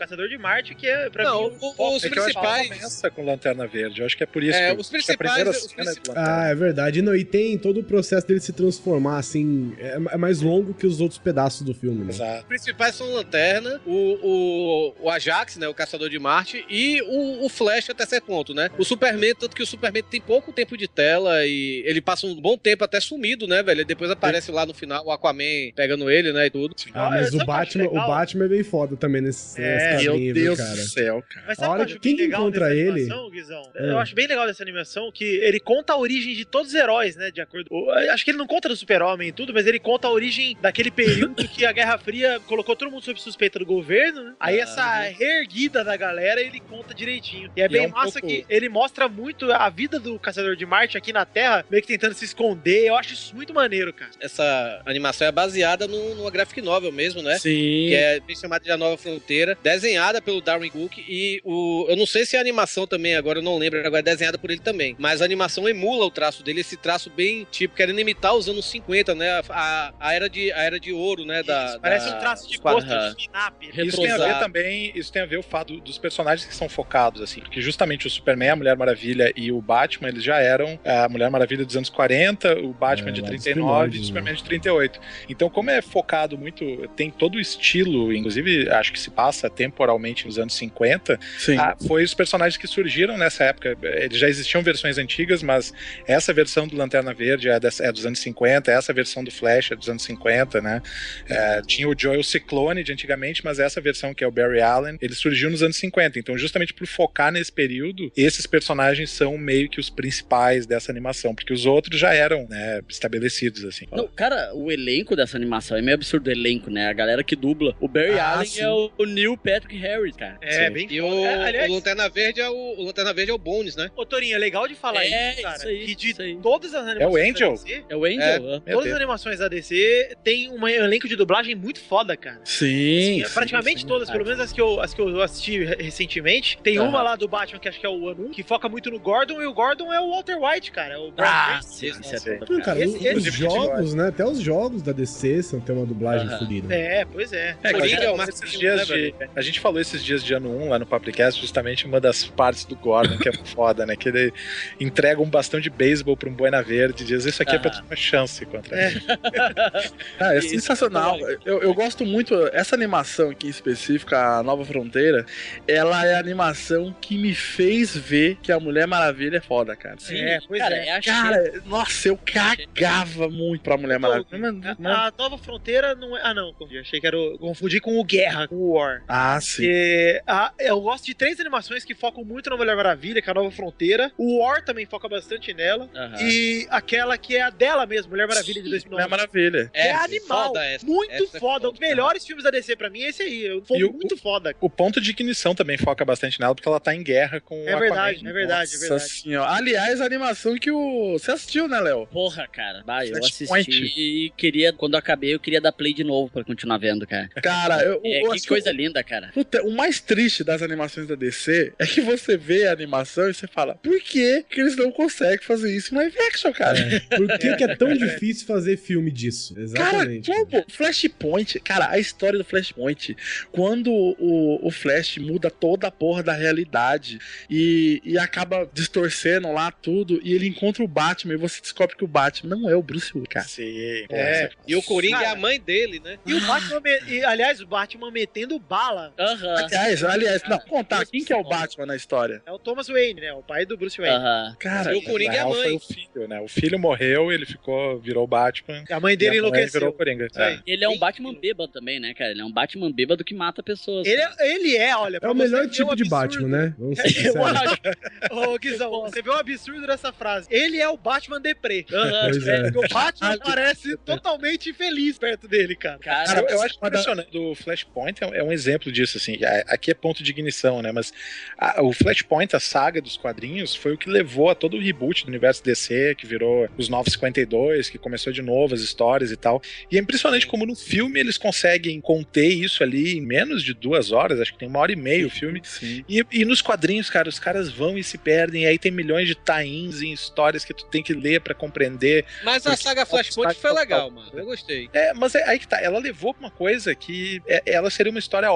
Caçador de Marte, que é pra Não, mim... o- foco. os É que eu acho que ela principais- começa com Lanterna Verde. Eu acho que é por isso É, que, os que a principais- primeira os cena é do principais- Lanterna. Ah, é verdade. Não, e tem todo o processo dele se transformar, assim, é, é mais longo que os outros pedaços do filme, né? Exato. Os principais são o Lanterna, o, o, o Ajax, né, o Caçador de Marte, e o, o Flash até certo ponto, né? O Superman, tanto que o Superman tem pouco tempo de tela e ele passa um bom tempo até sumido, né, velho? E depois aparece lá no final o Aquaman pegando ele, né, e tudo. Ah, mas Sabe o o que eu acho Batman, o legal? Batman é bem foda também nesse, É, nesse Meu quadrinho, viu, Deus cara? do céu, cara. Mas A sabe hora o que que quem quem que encontra ele- animação, Guizão? É. Eu acho bem legal dessa animação que ele conta a origem de todos os heróis, né? De acordo. o- Acho que ele não conta do Super-Homem e tudo, mas ele conta a origem daquele período que a Guerra Fria colocou todo mundo sob suspeita do governo, né? Aí Ah, essa reerguida da galera ele conta direitinho. E é E bem é um massa pouco- que ele mostra muito a vida do Caçador de Marte aqui na Terra, meio que tentando se esconder. Eu acho isso muito maneiro, cara. Essa animação é baseada no, numa graphic novel mesmo, né? Sim. Que é bem chamada de A Nova Fronteira, desenhada pelo Darwin Cook e o... Eu não sei se a animação também, agora eu não lembro, agora é desenhada por ele também, mas a animação emula o traço dele, esse traço bem, tipo, querendo imitar os anos cinquenta, né? A, a, era, de, a era de ouro, né? Da, Isso, parece da- um traço de dos quadros. pôster de Snap. Isso tem a ver também, isso tem a ver o fato dos personagens que são focados, assim, porque justamente o Superman, a Mulher Maravilha e o Batman, eles já eram a Mulher Maravilha dos anos quarenta, o Batman É, de lá dos trinta e nove e o primórdios, Superman de trinta e oito. Então, como é focado muito, tem todo o estilo, inclusive acho que se passa temporalmente nos anos cinquenta, Sim. ah, foi os personagens que surgiram nessa época. Eles já existiam versões antigas, mas essa versão do Lanterna Verde é, dessa- é dos anos cinquenta, essa versão do Flash é dos anos cinquenta, né? É, tinha o Joel Ciclone de antigamente, mas essa versão que é o Barry Allen, ele surgiu nos anos cinquenta. Então, justamente por focar nesse período, esses personagens são meio que os principais dessa animação, porque os outros já eram, né, estabelecidos, assim. Não, cara, o elenco dessa animação é meio absurdo o elenco, né? A galera que dubla. O Barry Ah, Allen sim. é o, o Neil Patrick Harris, cara. É, Sim. bem E foda. o, É, aliás, o Lanterna Verde é o, o Lanterna Verde é o Bones, né? Ô, Torinho, é legal de falar É, isso, cara. isso aí, que de isso aí. todas as animações É o Angel? da D C, É o Angel? É. ah. Meu todas Deus. as animações da D C tem um elenco de dublagem muito foda, cara. Sim. Assim, praticamente sim, todas, sim. pelo menos as que, eu, as que eu assisti re- recentemente. Tem Aham. uma lá do Batman, que acho que é o ano um, que foca muito no Gordon, e o Gordon é o Walter White, cara. É o Brian Ah, Cranston. sim, isso é Sim. foda, Não, cara, Esse- os, esse os jogos, né? Até os jogos da D C são tem uma dublagem Aham. fodida. É, pois é. É, que a Coringa gente é o falou Mark esses Hamill, dias né, de, a gente falou esses dias de ano um lá no Papricast, justamente uma das partes do Gordon que é foda, né? Que ele entrega um bastão de beisebol pra um Boina Verde e diz: Isso aqui é pra Aham. ter uma chance contra É. ele. Ah, é Isso, sensacional. Eu, eu gosto muito. Essa animação aqui em específico, a Nova Fronteira, ela é a animação que me fez ver que a Mulher Maravilha é foda, cara. Sim, É, pois cara, é. é a Cara, nossa, eu cagava muito pra Mulher Maravilha. Mas- mas- A, a Nova Fronteira não é. Ah, não, confundi. Achei que era. O, confundi com o Guerra, com o War. Ah, sim. E, a- eu gosto de três animações que focam muito na Mulher Maravilha, que é a Nova Fronteira. O War também foca bastante nela. Aham. E aquela que é a dela mesmo, Mulher Maravilha de dois mil e Mulher nove. Maravilha. É, É, animal. foda essa. Muito Essa é foda. Um dos melhores filmes da D C pra mim é esse aí. Foi E o- muito foda. O ponto de ignição também foca bastante nela, porque ela tá em guerra com É o verdade, Aquaman. é verdade, é Nossa verdade. senhora. Aliás, a animação que o. Você assistiu, né, Léo? Porra, cara. Bah, eu Flashpoint. assisti e queria, quando eu acabei, eu queria dar play de novo pra continuar vendo, cara. Cara, eu, É, eu que acho coisa linda, cara. Puta, o mais triste das animações da D C é que você vê a animação e você fala, por que, que eles não conseguem fazer isso em live action, cara? É. Por que, que é tão difícil fazer filme disso? Exatamente. Cara, como? Flashpoint, cara, a história do Flashpoint, quando o, o Flash muda toda a porra da realidade e, e acaba distorcendo lá tudo, e ele encontra o Batman e você descobre que o Batman não é o Bruce Wayne, cara. Sim, É. E o Coringa Cara, é a mãe dele, né? E o Batman, me- e, aliás, o Batman metendo bala. Aham. Aliás, aliás, não, contar, quem que é o Batman na história? É o Thomas Wayne, né? O pai do Bruce Wayne. Aham. Cara, E o Coringa Na é a real, foi mãe. o filho, né? O filho morreu, ele ficou, virou o Batman. A mãe dele e a mãe enlouqueceu. virou o Coringa. Isso aí. Ele é um Sim. Batman bêbado também, né, cara? Ele é um Batman bêbado que mata pessoas. Ele é, ele é, olha. É pra o você melhor ver tipo o de absurdo- Batman, né? Vamos ser Eu sinceros. acho. Ô, Guizão, você vê o absurdo dessa frase. Ele é o Batman deprê. Aham. Pois é. Porque o Batman parece totalmente feliz perto dele, cara. Cara, Cara, eu acho impressionante. Do Flashpoint é um- é um exemplo disso, assim. A- Aqui é ponto de ignição, né? Mas a- o Flashpoint, a saga dos quadrinhos, foi o que levou a todo o reboot do universo D C, que virou os Novos cinquenta e dois, que começou de novo as histórias e tal. E é impressionante como no filme eles conseguem conter isso ali em menos de duas horas, acho que tem uma hora e meia o filme. sim. E, e nos quadrinhos, cara, os caras vão e se perdem, e aí tem milhões de tie-ins em histórias que tu tem que ler pra compreender. Mas a Porque saga Flashpoint foi legal, mano. Eu gostei. É, mas é aí que tá, ela levou pra uma coisa que é- ela seria uma história ótima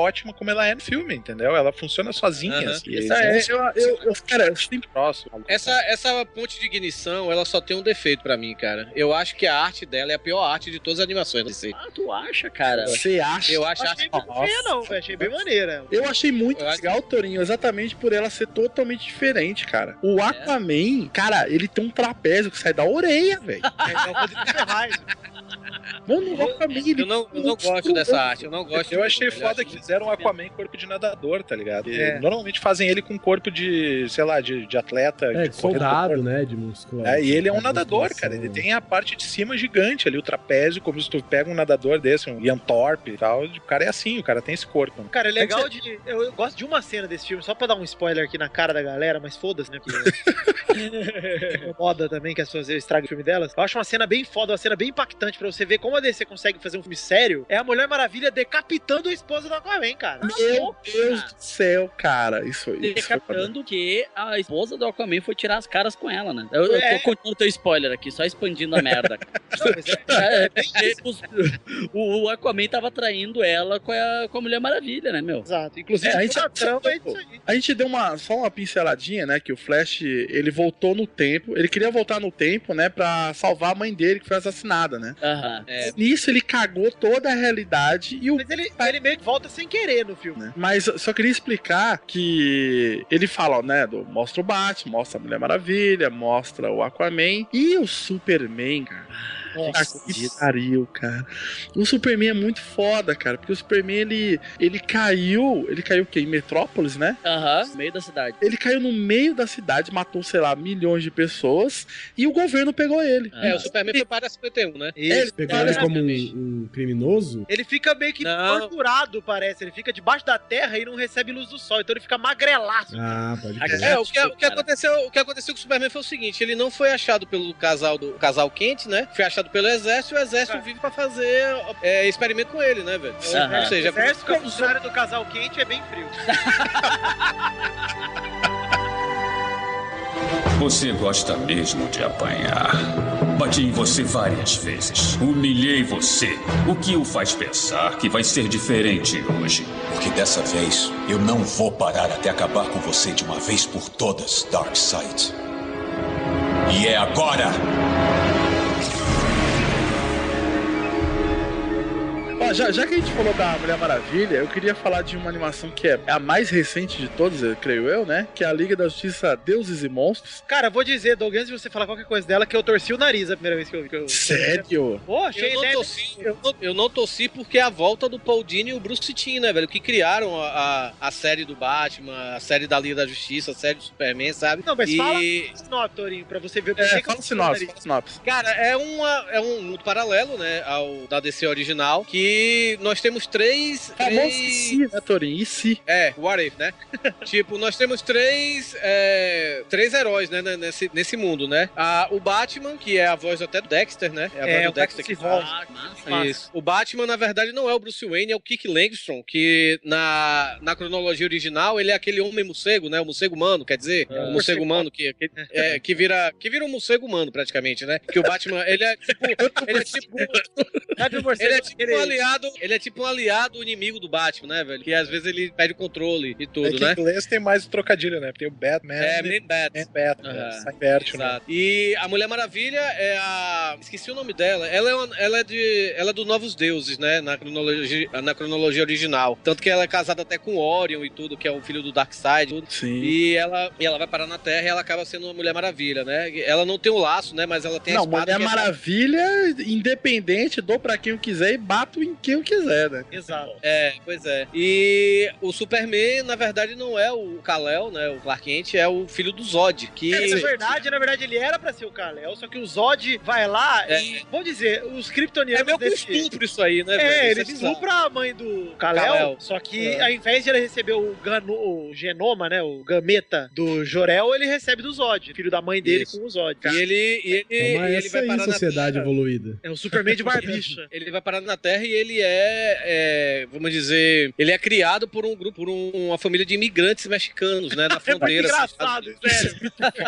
como ela é no filme, entendeu? Ela funciona sozinha. Aham. Assim, Essa é, é- eu, eu, eu, cara, eu sempre próximo. Essa, essa ponte de ignição, ela só tem um defeito pra mim, cara. Eu acho que a arte dela é a pior arte de todas as animações. Assim. Ah, tu acha, cara? Você acha? Eu acho a Achei arte... muito feia, não, velho. Achei bem maneira. Eu achei muito Eu acho legal, Torinho, exatamente por ela ser totalmente diferente, cara. O Aquaman, cara, ele tem um trapézio que sai da orelha, velho. É, é uma coisa de Ferraz. Mano, o Aquaman, ele... Eu não, eu não gosto dessa arte, eu não gosto. Eu achei eu foda acho que fizeram o Aquaman corpo de nadador, tá ligado? E É. normalmente fazem ele com corpo de, sei lá, de, de atleta. É, de de soldado, corredor. né? De musculação. É, e ele é um nadador, cara. Ele tem a parte de cima gigante ali, o trapézio, como se tu pega um nadador desse, um Ian Thorpe e tal. O cara é assim, o cara tem esse corpo. Cara, é legal de. Eu, eu gosto de uma cena desse filme, só pra dar um spoiler aqui na cara da galera, mas foda-se, né? Porque moda também que as pessoas estragam o filme delas. Eu acho uma cena bem foda, uma cena bem impactante pra você ver como a D C consegue fazer um filme sério. É a Mulher Maravilha decapitando a esposa do Aquaman, cara. Meu Deus do céu, cara. Isso, isso foi foda. Decapitando que a esposa do Aquaman foi tirar as caras com ela, né? Eu, eu É. tô contando teu spoiler aqui, só expandindo a merda. Não, mas é- É, porque os- o, o Aquaman tava traindo ela com a, com a Mulher Maravilha, né, meu? Exato. Inclusive, É, a gente- toda a trama é isso aí. A gente deu uma, só uma pinceladinha, né? Que o Flash, ele voltou no tempo. Ele queria voltar no tempo, né? Pra salvar a mãe dele, que foi assassinada, né? Aham. É. Nisso, ele cagou toda a realidade e o Mas ele, ele meio que volta sem querer no filme. né? Mas eu só queria explicar que ele fala, né, do, mostra o Batman, mostra a Mulher Maravilha, mostra o Aquaman e o Superman, cara. Nossa, que pariu, cara. O Superman é muito foda, cara, porque o Superman, ele, ele caiu, ele caiu o quê? Em Metrópolis, né? Aham, no meio da cidade. Ele caiu no meio da cidade, matou, sei lá, milhões de pessoas e o governo pegou ele. É, o Superman foi para cinquenta e um, né? Isso. Pegou ele como um, um criminoso? Ele fica meio que Não. torturado, parece. Ele fica debaixo da terra e não recebe luz do sol. Então ele fica magrelaço. Ah, pode crer. É, o que, o, que Cara. aconteceu, o que aconteceu com o Superman foi o seguinte: ele não foi achado pelo casal do casal Kent, né? Foi achado pelo exército e o exército vive pra fazer é, experimento com ele, né, velho? Aham. Ou seja, O exército, ao contrário do casal quente, é bem frio. Você gosta mesmo de apanhar. Bati em você várias vezes. Humilhei você. O que o faz pensar que vai ser diferente hoje? Porque dessa vez eu não vou parar até acabar com você de uma vez por todas, Darkseid. E é agora! Ó, já, já que a gente falou da Mulher Maravilha, eu queria falar de uma animação que é a mais recente de todas, eu creio eu, né? Que é a Liga da Justiça Deuses e Monstros. Cara, vou dizer, Doug, antes de você falar qualquer coisa dela, que eu torci o nariz a primeira vez que eu vi. Que eu... Sério? Pô, achei eu não, ideia- torci, eu, não, eu não torci porque é a volta do Paul Dini e o Bruce Timm, né, velho? Que criaram a, a, a série do Batman, a série da Liga da Justiça, a série do Superman, sabe? Não, mas e... fala sinopse, Torinho, pra você ver por É, que que fala eu sinopse, torci o fala nariz. sinopse. Cara, é, uma, é um mundo paralelo, né, ao da D C original, que nós temos três... Famoso três... e si, né, Torinho? E si? É, what if, né? Tipo, nós temos três é, três heróis, né, nesse, nesse mundo, né? A, o Batman, que é a voz até do Dexter, né? É a voz É, do o Dexter que Dexter Voz. Ah, massa. Isso. O Batman, na verdade, não é o Bruce Wayne, é o Kik Langstrom, que na, na cronologia original ele é aquele homem morcego, né? O morcego humano, quer dizer, o morcego humano que, que, é, que, vira, que vira um morcego humano, praticamente, né? Que o Batman, ele é tipo... Ele é tipo, Sabe o morcego? ele é tipo aquele- um aliado, ele é tipo um aliado inimigo do Batman, né, velho? Que às vezes ele perde o controle e tudo, é que né? em inglês tem mais o trocadilho, né? Tem o Batman. É, e Man Bat. Man Batman. Aham. Sai inverte, né? Exato. E a Mulher Maravilha é a... Esqueci o nome dela. Ela é, uma- ela é, de, ela é do Novos Deuses, né? Na cronologia, na cronologia original. Tanto que ela é casada até com Orion e tudo, que é o filho do Darkseid. Tudo. Sim. E ela, e ela vai parar na Terra e ela acaba sendo uma Mulher Maravilha, né? Ela não tem o laço, né? Mas ela tem a Não, espada. Mulher que é- Maravilha, independente, dou pra quem eu quiser e bato em quem eu quiser, né? Exato. É, pois é. E o Superman, na verdade, não é o Kal-El, né? O Clark Kent, é o filho do Zod. Que... É, na verdade, na verdade, ele era pra ser o Kal-El, só que o Zod vai lá É. e, vou dizer, os kryptonianos É meio que um desse... estupro isso aí, né? velho? É, Isso ele bizarro. estupra a mãe do Kal-El, Kal-El. só que É. ao invés de ele receber o, gano, o genoma, né, o gameta do Jor-El, ele recebe do Zod, filho da mãe dele Isso. com o Zod. E ele, e ele, Toma e ele essa vai aí, parar sociedade na Terra. evoluída. É o Superman de barbicha. Ele vai parar na Terra e ele é, é, vamos dizer, ele é criado por um grupo, por um- uma família de imigrantes mexicanos, né, na É muito fronteira. engraçado, sério.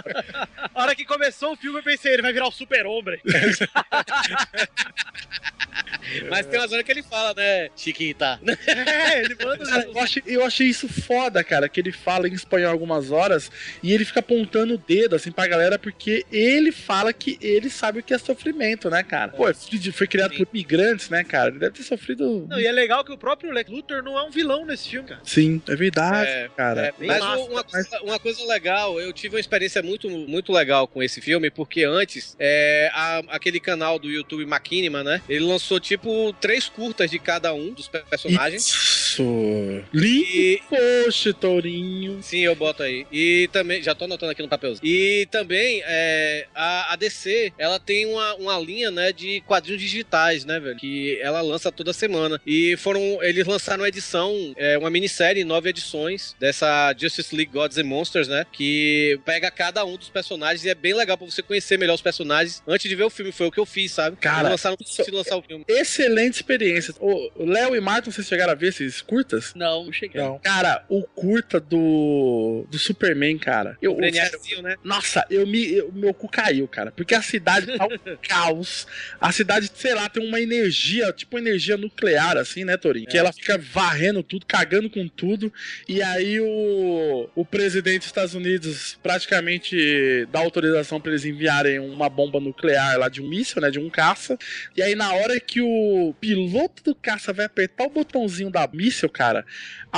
A hora que começou o filme, eu pensei, ele vai virar o super-homem. Mas tem uma zona que ele fala, né? Chiquita. É, ele manda. Cara, eu, achei, eu achei isso foda, cara, que ele fala em espanhol algumas horas e ele fica apontando o dedo, assim, pra galera, porque ele fala que ele sabe o que é sofrimento, né, cara? Pô, foi criado Sim. por imigrantes, né, cara? Ele deve ter sofrido... Não, e é legal que o próprio Lex Luthor não é um vilão nesse filme, cara. Sim, é verdade, é, cara. É, mas massa, uma, coisa, uma coisa legal, eu tive uma experiência muito, muito legal com esse filme, porque antes, é, a, aquele canal do YouTube Machinima, né? Ele lançou, tipo, três curtas de cada um dos personagens. Isso! Lindo, poxa, Tourinho. Sim, eu boto aí. E também, já tô anotando aqui no papelzinho. E também, é, a, a D C, ela tem uma, uma linha, né, de quadrinhos digitais, né, velho? Que ela lança toda semana. E foram, eles lançaram uma edição, é, uma minissérie em nove edições dessa Justice League Gods and Monsters, né? Que pega cada um dos personagens e é bem legal pra você conhecer melhor os personagens antes de ver o filme. Foi o que eu fiz, sabe? Cara, lançaram antes de lançar o filme. Excelente experiência. O Léo e Martin, vocês chegaram a ver esses curtas? Não, não cheguei. Não. Cara, o curta do do Superman, cara. Eu, Brasil, né? Nossa, eu me, eu, meu cu caiu, cara. Porque a cidade tá um caos. A cidade, sei lá, tem uma energia, tipo energia nuclear, assim, né, Torinho? É. Que ela fica varrendo tudo, cagando com tudo. E aí o, o presidente dos Estados Unidos praticamente dá autorização pra eles enviarem uma bomba nuclear lá de um míssil, né? De um caça. E aí, na hora que o piloto do caça vai apertar o botãozinho da míssil, cara,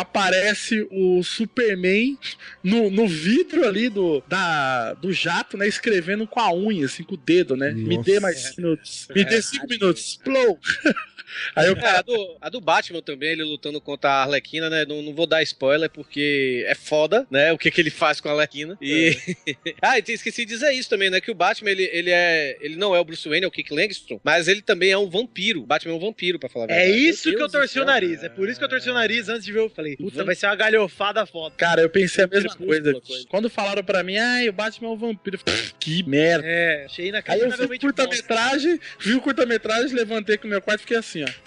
aparece o Superman no, no vidro ali do, da, do jato, né? Escrevendo com a unha, assim, com o dedo, né? Nossa. Me dê mais cinco minutos. Me dê cinco minutos. Plou! Aí eu... é, a, do, a do Batman também, ele lutando contra a Arlequina, né? Não, não vou dar spoiler porque é foda, né? O que, que ele faz com a Arlequina. E... É. ah, e esqueci de dizer isso também, né? Que o Batman, ele, ele, é, ele não é o Bruce Wayne, é o Kit Langstrom, mas ele também é um vampiro. O Batman é um vampiro, pra falar a verdade. É isso que eu torci o nariz. É por isso que eu torci o nariz antes de ver. Eu falei, puta, vai ser uma galhofada foda. Cara, eu pensei a mesma coisa. coisa. Quando falaram pra mim, ah, o Batman é um vampiro. Eu falei, que merda. É, achei Aí eu vi curta-metragem, vi o curta-metragem, levantei com o meu quarto e fiquei assim, ó.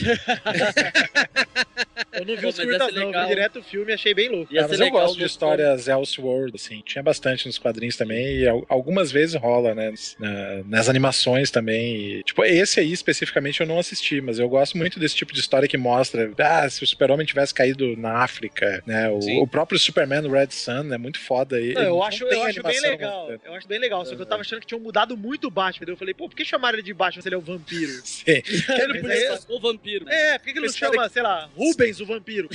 Eu não vi Pô, os curtas não, vi direto o filme e achei bem louco. Ah, mas eu gosto de histórias Elseworld, assim, tinha bastante nos quadrinhos também, e algumas vezes rola, né, nas, nas animações também, e, tipo, esse aí especificamente eu não assisti, mas eu gosto muito desse tipo de história que mostra, ah, se o Super-Homem tivesse caído na África, né, o, o próprio Superman Red Sun é muito foda aí. Não, eu acho, eu acho bem legal, eu acho bem legal, só que eu tava achando que tinham mudado muito o Batman, eu falei, pô, por que chamaram ele de Batman se ele é o vampiro? Sim. Ele podia ser o vampiro. É, por que, que ele não chama, sei lá, Rubens o vampiro?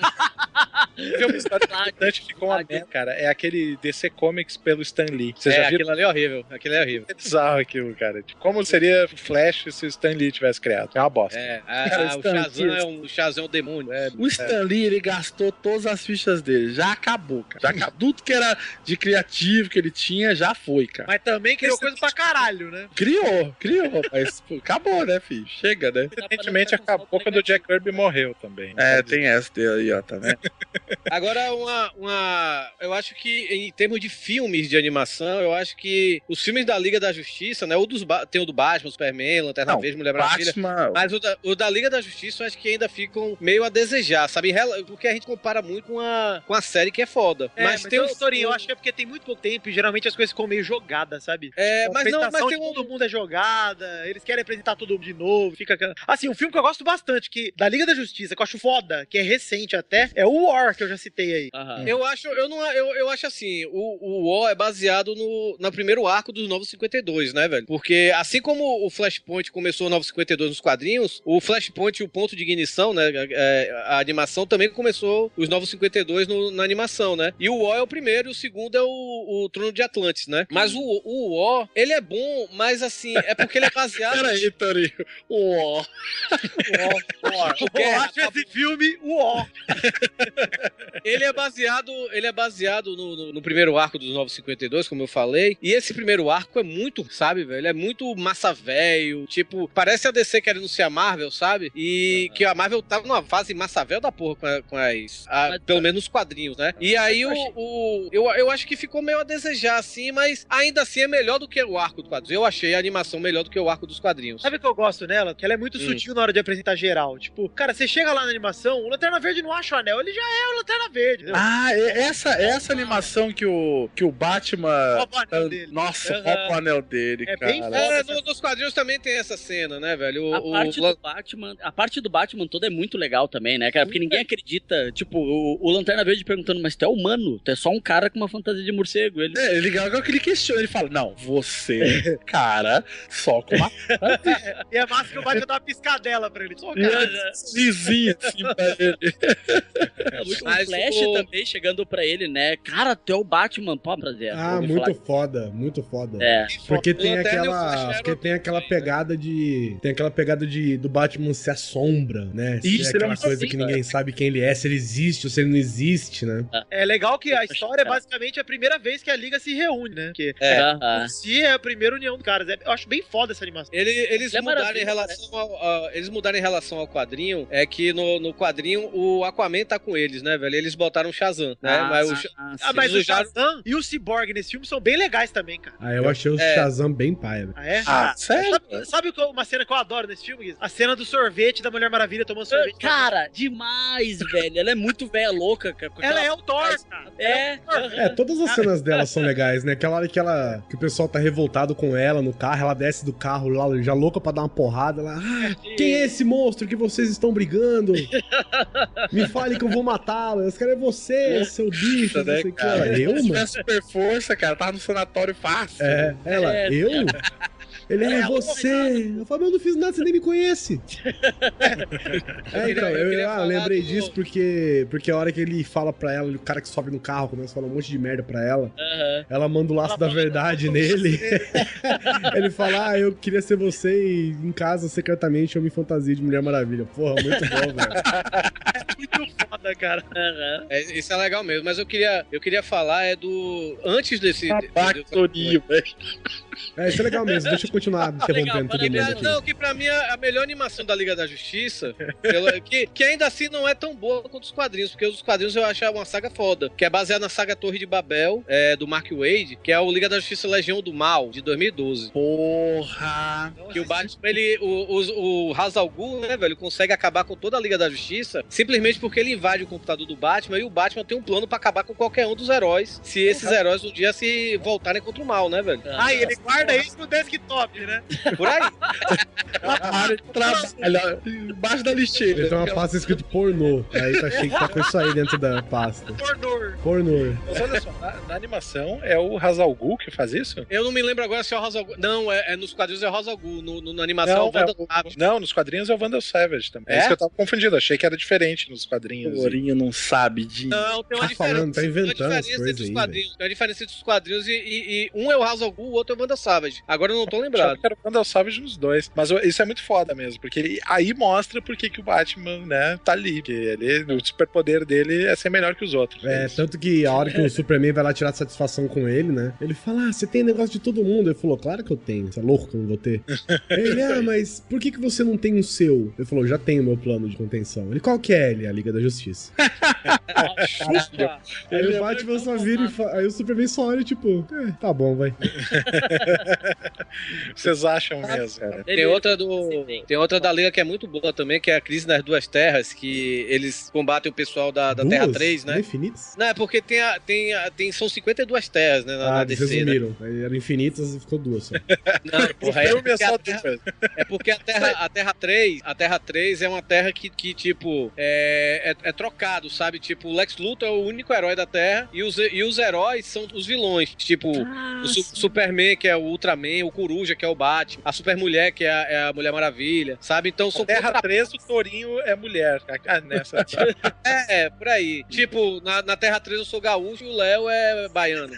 Tem uma história importante que ficou uma merda, cara. É aquele D C Comics pelo Stan Lee. Você é, já viu? Aquilo ali é horrível. Aquilo é horrível. É bizarro aquilo, cara. Como seria o Flash se o Stan Lee tivesse criado? É uma bosta. É, a, cara, a, o, Shazam é um, o Shazam é um demônio. É, o Stan Lee, ele gastou todas as fichas dele. Já acabou, cara. Já acabou. Tudo que era de criativo que ele tinha, já foi, cara. Mas também criou Esse coisa pra caralho, né? Criou, criou. Mas pô, acabou, né, filho? Chega, né? Recentemente acabou quando o Jack Kirby morreu também. É, tem essa aí, ó, tá vendo? Agora, uma, uma... Eu acho que, em termos de filmes de animação, eu acho que os filmes da Liga da Justiça, né? O dos ba... Tem o do Batman, Superman, Lanterna Não, Verde, Mulher Maravilha. Batman... Mas o da, o da Liga da Justiça, eu acho que ainda ficam meio a desejar, sabe? Porque a gente compara muito com a, com a série que é foda. É, mas, mas tem o Torinho, eu acho que é porque tem muito pouco tempo e geralmente as coisas ficam meio jogadas, sabe? É, mas não, mas tem um... todo mundo é jogada, eles querem apresentar todo mundo de novo, fica... Assim, um filme que eu gosto bastante, que da Liga da Justiça, que eu acho foda, que é recente até, é o War, que eu já citei aí. Uhum. Eu acho, eu não, eu, eu acho assim, o, o War é baseado no, no primeiro arco dos Novos cinquenta e dois, né, velho? Porque assim como o Flashpoint começou o Novos cinquenta e dois nos quadrinhos, o Flashpoint e o ponto de ignição, né, a, a animação também começou os Novos cinquenta e dois no, na animação, né? E o War é o primeiro e o segundo é o, o Trono de Atlantis, né? Mas o, o War, ele é bom, mas assim, é porque ele é baseado... Peraí, Torinho, o War... o War... Eu acho esse filme o War... Ele é baseado, ele é baseado no, no, no primeiro arco dos Novos cinquenta e dois, como eu falei. E esse primeiro arco é muito, sabe, velho? É muito massa velho. Tipo, parece a D C querendo ser a Marvel, sabe? E uhum. que a Marvel tava numa fase massa velho da porra com, a, com as... A, pelo menos nos quadrinhos, né? E aí o... o eu, eu acho que ficou meio a desejar, assim, mas ainda assim é melhor do que o arco do quadrinhos. Eu achei a animação melhor do que o arco dos quadrinhos. Sabe o que eu gosto nela? Que ela é muito hum. sutil na hora de apresentar geral. Tipo, cara, você chega lá na animação, o Lanterna Verde não acha o anel. Ele já é o Lanterna verde. Entendeu? Ah, é essa, é essa animação que o, que o Batman. Rouba o anel dele. Nossa, Uhum. rouba o anel dele, É cara. bem foda. É, no- nos quadrinhos também tem essa cena, né, velho? O, A o- parte o- do Batman, a parte do Batman toda é muito legal também, né, cara? Porque ninguém acredita. Tipo, o, o Lanterna Verde perguntando, mas tu é humano? Tu é só um cara com uma fantasia de morcego. Ele. É, ele legal que ele questiona, ele fala, não, você, cara, só com uma E é massa que o Batman dá uma piscadela pra ele. Só, E cara. é lisinha assim pra ele. É muito- o Mas Flash o- também chegando pra ele, né? Cara, tu é o Batman, pô, prazer. Ah, Ouvi muito falar- foda, muito foda. É. Porque O tem Lanterna e o aquela, Flash porque eram tem aquela também, né? pegada de, tem aquela pegada de do Batman ser a sombra, né? Ser Isso, ele é aquela uma coisa sombra. que ninguém sabe quem ele é, se ele existe ou se ele não existe, né? É legal que a história é basicamente a primeira vez que a Liga se reúne, né? Porque É. Aham. se é a primeira união dos caras. É- eu acho bem foda essa animação. Ele- eles, É mudaram em maravilha, relação ao, ao- eles mudaram em relação ao quadrinho, é que no, no quadrinho o Aquaman tá com eles, né, velho? Eles botaram o Shazam, né? Ah, mas o, Sha- ah, Ah, sim. mas o Eles usaram- Shazam e o Cyborg nesse filme são bem legais também, cara. Aí eu achei o É. Shazam bem paia. Ah, é? Ah, sério? Sabe, sabe qual- uma cena que eu adoro nesse filme, Guiz? A cena do sorvete da Mulher Maravilha tomando sorvete. Cara, demais, velho. Ela é muito velha louca, cara. com Ela aquela- é o Thor, cara. É. É, todas as cenas dela são legais, né? Aquela hora que ela que o pessoal tá revoltado com ela no carro, ela desce do carro lá, já louca pra dar uma porrada, ela, ah, quem é esse monstro que vocês estão brigando? Me fale que eu vou matá-lo. Os caras é você, seu bicho, não né, sei o que. cara? Ela, eu, Se mano? tivesse super força, cara, tava no sanatório fácil. É, ela, É, eu? Ele é, você. Eu falei, mas eu não fiz nada, você nem me conhece. É, então, eu eu, queria ah, eu falar lembrei do- disso porque, porque a hora que ele fala pra ela, o cara que sobe no carro começa a falar um monte de merda pra ela, Aham. ela manda o laço da verdade nele. Ele fala, ah, eu queria ser você e em casa, secretamente, eu me fantasia de Mulher Maravilha. Porra, muito bom, velho. Muito foda, cara. Aham. É, isso é legal mesmo, mas eu queria, eu queria falar é do antes desse Bactorio, velho. É, isso é legal mesmo, deixa eu continuar interrompendo todo mundo aqui. Não, que pra mim a a melhor animação da Liga da Justiça, pela- que, que ainda assim não é tão boa quanto os quadrinhos, porque os quadrinhos eu acho uma saga foda, que é baseada na saga Torre de Babel, é, do Mark Waid, que é o Liga da Justiça Legião do Mal, de dois mil e doze. Porra! Que o Batman, ele, o, o, o Ra's al Ghul, né, velho, consegue acabar com toda a Liga da Justiça, simplesmente porque ele invade o computador do Batman e o Batman tem um plano pra acabar com qualquer um dos heróis, se esses heróis um dia se voltarem contra o mal, né, velho? Ah, e ele guarda isso no desktop, né? Por aí. A área de trabalho, embaixo da lixeira. Ele tem uma pasta escrito pornô. Aí eu achei que tá com isso aí dentro da pasta. Pornô. Pornô. Mas olha só, na, na animação é o Ra's al Ghul que faz isso? Eu não me lembro agora se é o Ra's al Ghul. Não, é, é nos quadrinhos é o Ra's al Ghul. No, no- na animação é o Wanda o- Savage. não, nos quadrinhos é o Vandal Savage também. É, É? isso que eu tava confundido, achei que era diferente nos quadrinhos. O Ourinho não sabe de. Não, tem uma Tá falando, tá diferença. inventando tem uma as diferença coisas entre os aí, quadrinhos. Tem uma diferença entre os quadrinhos e, e- e um é o Ra's al Ghul, o outro é o Wanda Savage. Agora eu não tô lembrado. Achava que era o Vandal Savage nos dois. Mas o- isso é muito foda mesmo, porque ele- aí mostra por que que o Batman, né, tá ali. Porque ele, o superpoder dele é ser melhor que os outros. É, tanto que a hora que o Superman vai lá tirar satisfação com ele, né? Ele fala, ah, você tem negócio de todo mundo. Ele falou, claro que eu tenho. Você é louco que eu não vou ter? Ele, ah, mas por que que você não tem o seu? Ele falou, já tenho o meu plano de contenção. Ele, qual que é ele? A Liga da Justiça. Chupa. Aí o Batman só vira e fa... Aí o Superman só olha, tipo, é, tá bom, vai. Vocês acham mesmo, cara? Tem outra do. Tem outra da Liga que é muito boa também, que é a Crise nas Duas Terras, que eles combatem o pessoal da, da Terra Duas? três, né? Infinitas? Não, é porque tem, a, tem, a, tem são cinquenta e duas terras, né, na, Ah, na eles D C, né? resumiram. Aí eram infinitas e ficou duas só. Não, porra, é filme é porque, só a terra, é porque a Terra, a Terra três, a Terra três é uma terra que, que tipo, é, é, é trocado, sabe? Tipo, o Lex Luthor é o único herói da Terra e os, e os heróis são os vilões. Tipo, Ah, o Su- Superman, que é o Ultraman, o Coruja, que é o Batman, a Supermulher, que é a, é a Mulher Maravilha, sabe? Então são Terra contra- três, o Tourinho é mulher. Ah, nessa. É, é, por aí. Tipo, na, na Terra três eu sou gaúcho e o Léo é baiano.